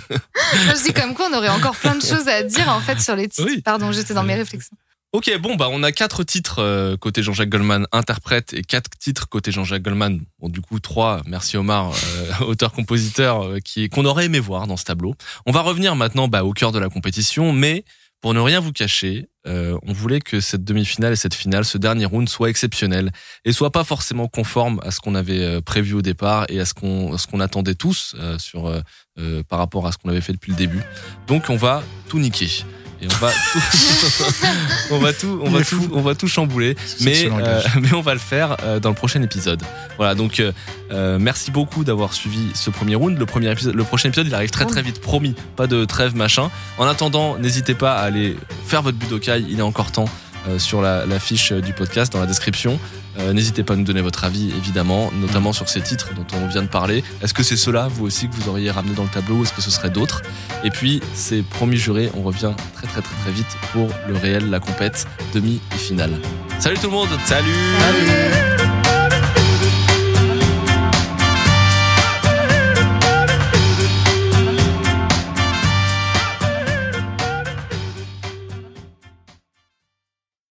Moi, je dis comme quoi, on aurait encore plein de choses à dire, en fait, sur les titres. Oui. Pardon, j'étais dans mes réflexions. Ok, bon, bah, on a quatre titres euh, côté Jean-Jacques Goldman, interprète, et quatre titres côté Jean-Jacques Goldman. Bon, du coup, trois, merci Omar, euh, auteur-compositeur, euh, qui qu'on aurait aimé voir dans ce tableau. On va revenir maintenant bah, au cœur de la compétition, mais pour ne rien vous cacher, euh, on voulait que cette demi-finale et cette finale, ce dernier round, soit exceptionnel et soit pas forcément conforme à ce qu'on avait euh, prévu au départ et à ce qu'on à ce qu'on attendait tous euh, sur euh, euh, par rapport à ce qu'on avait fait depuis le début. Donc, on va tout niquer. Et on va tout, on va tout, on Il va est tout, fou. on va tout chambouler, C'est mais excellent, euh, gage. mais on va le faire euh, dans le prochain épisode. Voilà, donc euh, euh, merci beaucoup d'avoir suivi ce premier round. Le premier épisode, le prochain épisode, il arrive très très vite, promis. Pas de trêve machin. En attendant, n'hésitez pas à aller faire votre budokai. Il est encore temps euh, sur la, la fiche du podcast dans la description. Euh, n'hésitez pas à nous donner votre avis, évidemment, notamment sur ces titres dont on vient de parler. Est-ce que c'est ceux-là, vous aussi, que vous auriez ramené dans le tableau, ou est-ce que ce serait d'autres? Et puis, c'est promis juré, on revient très très très très vite pour le réel, la compète, demi et finale. Salut tout le monde. Salut. Salut.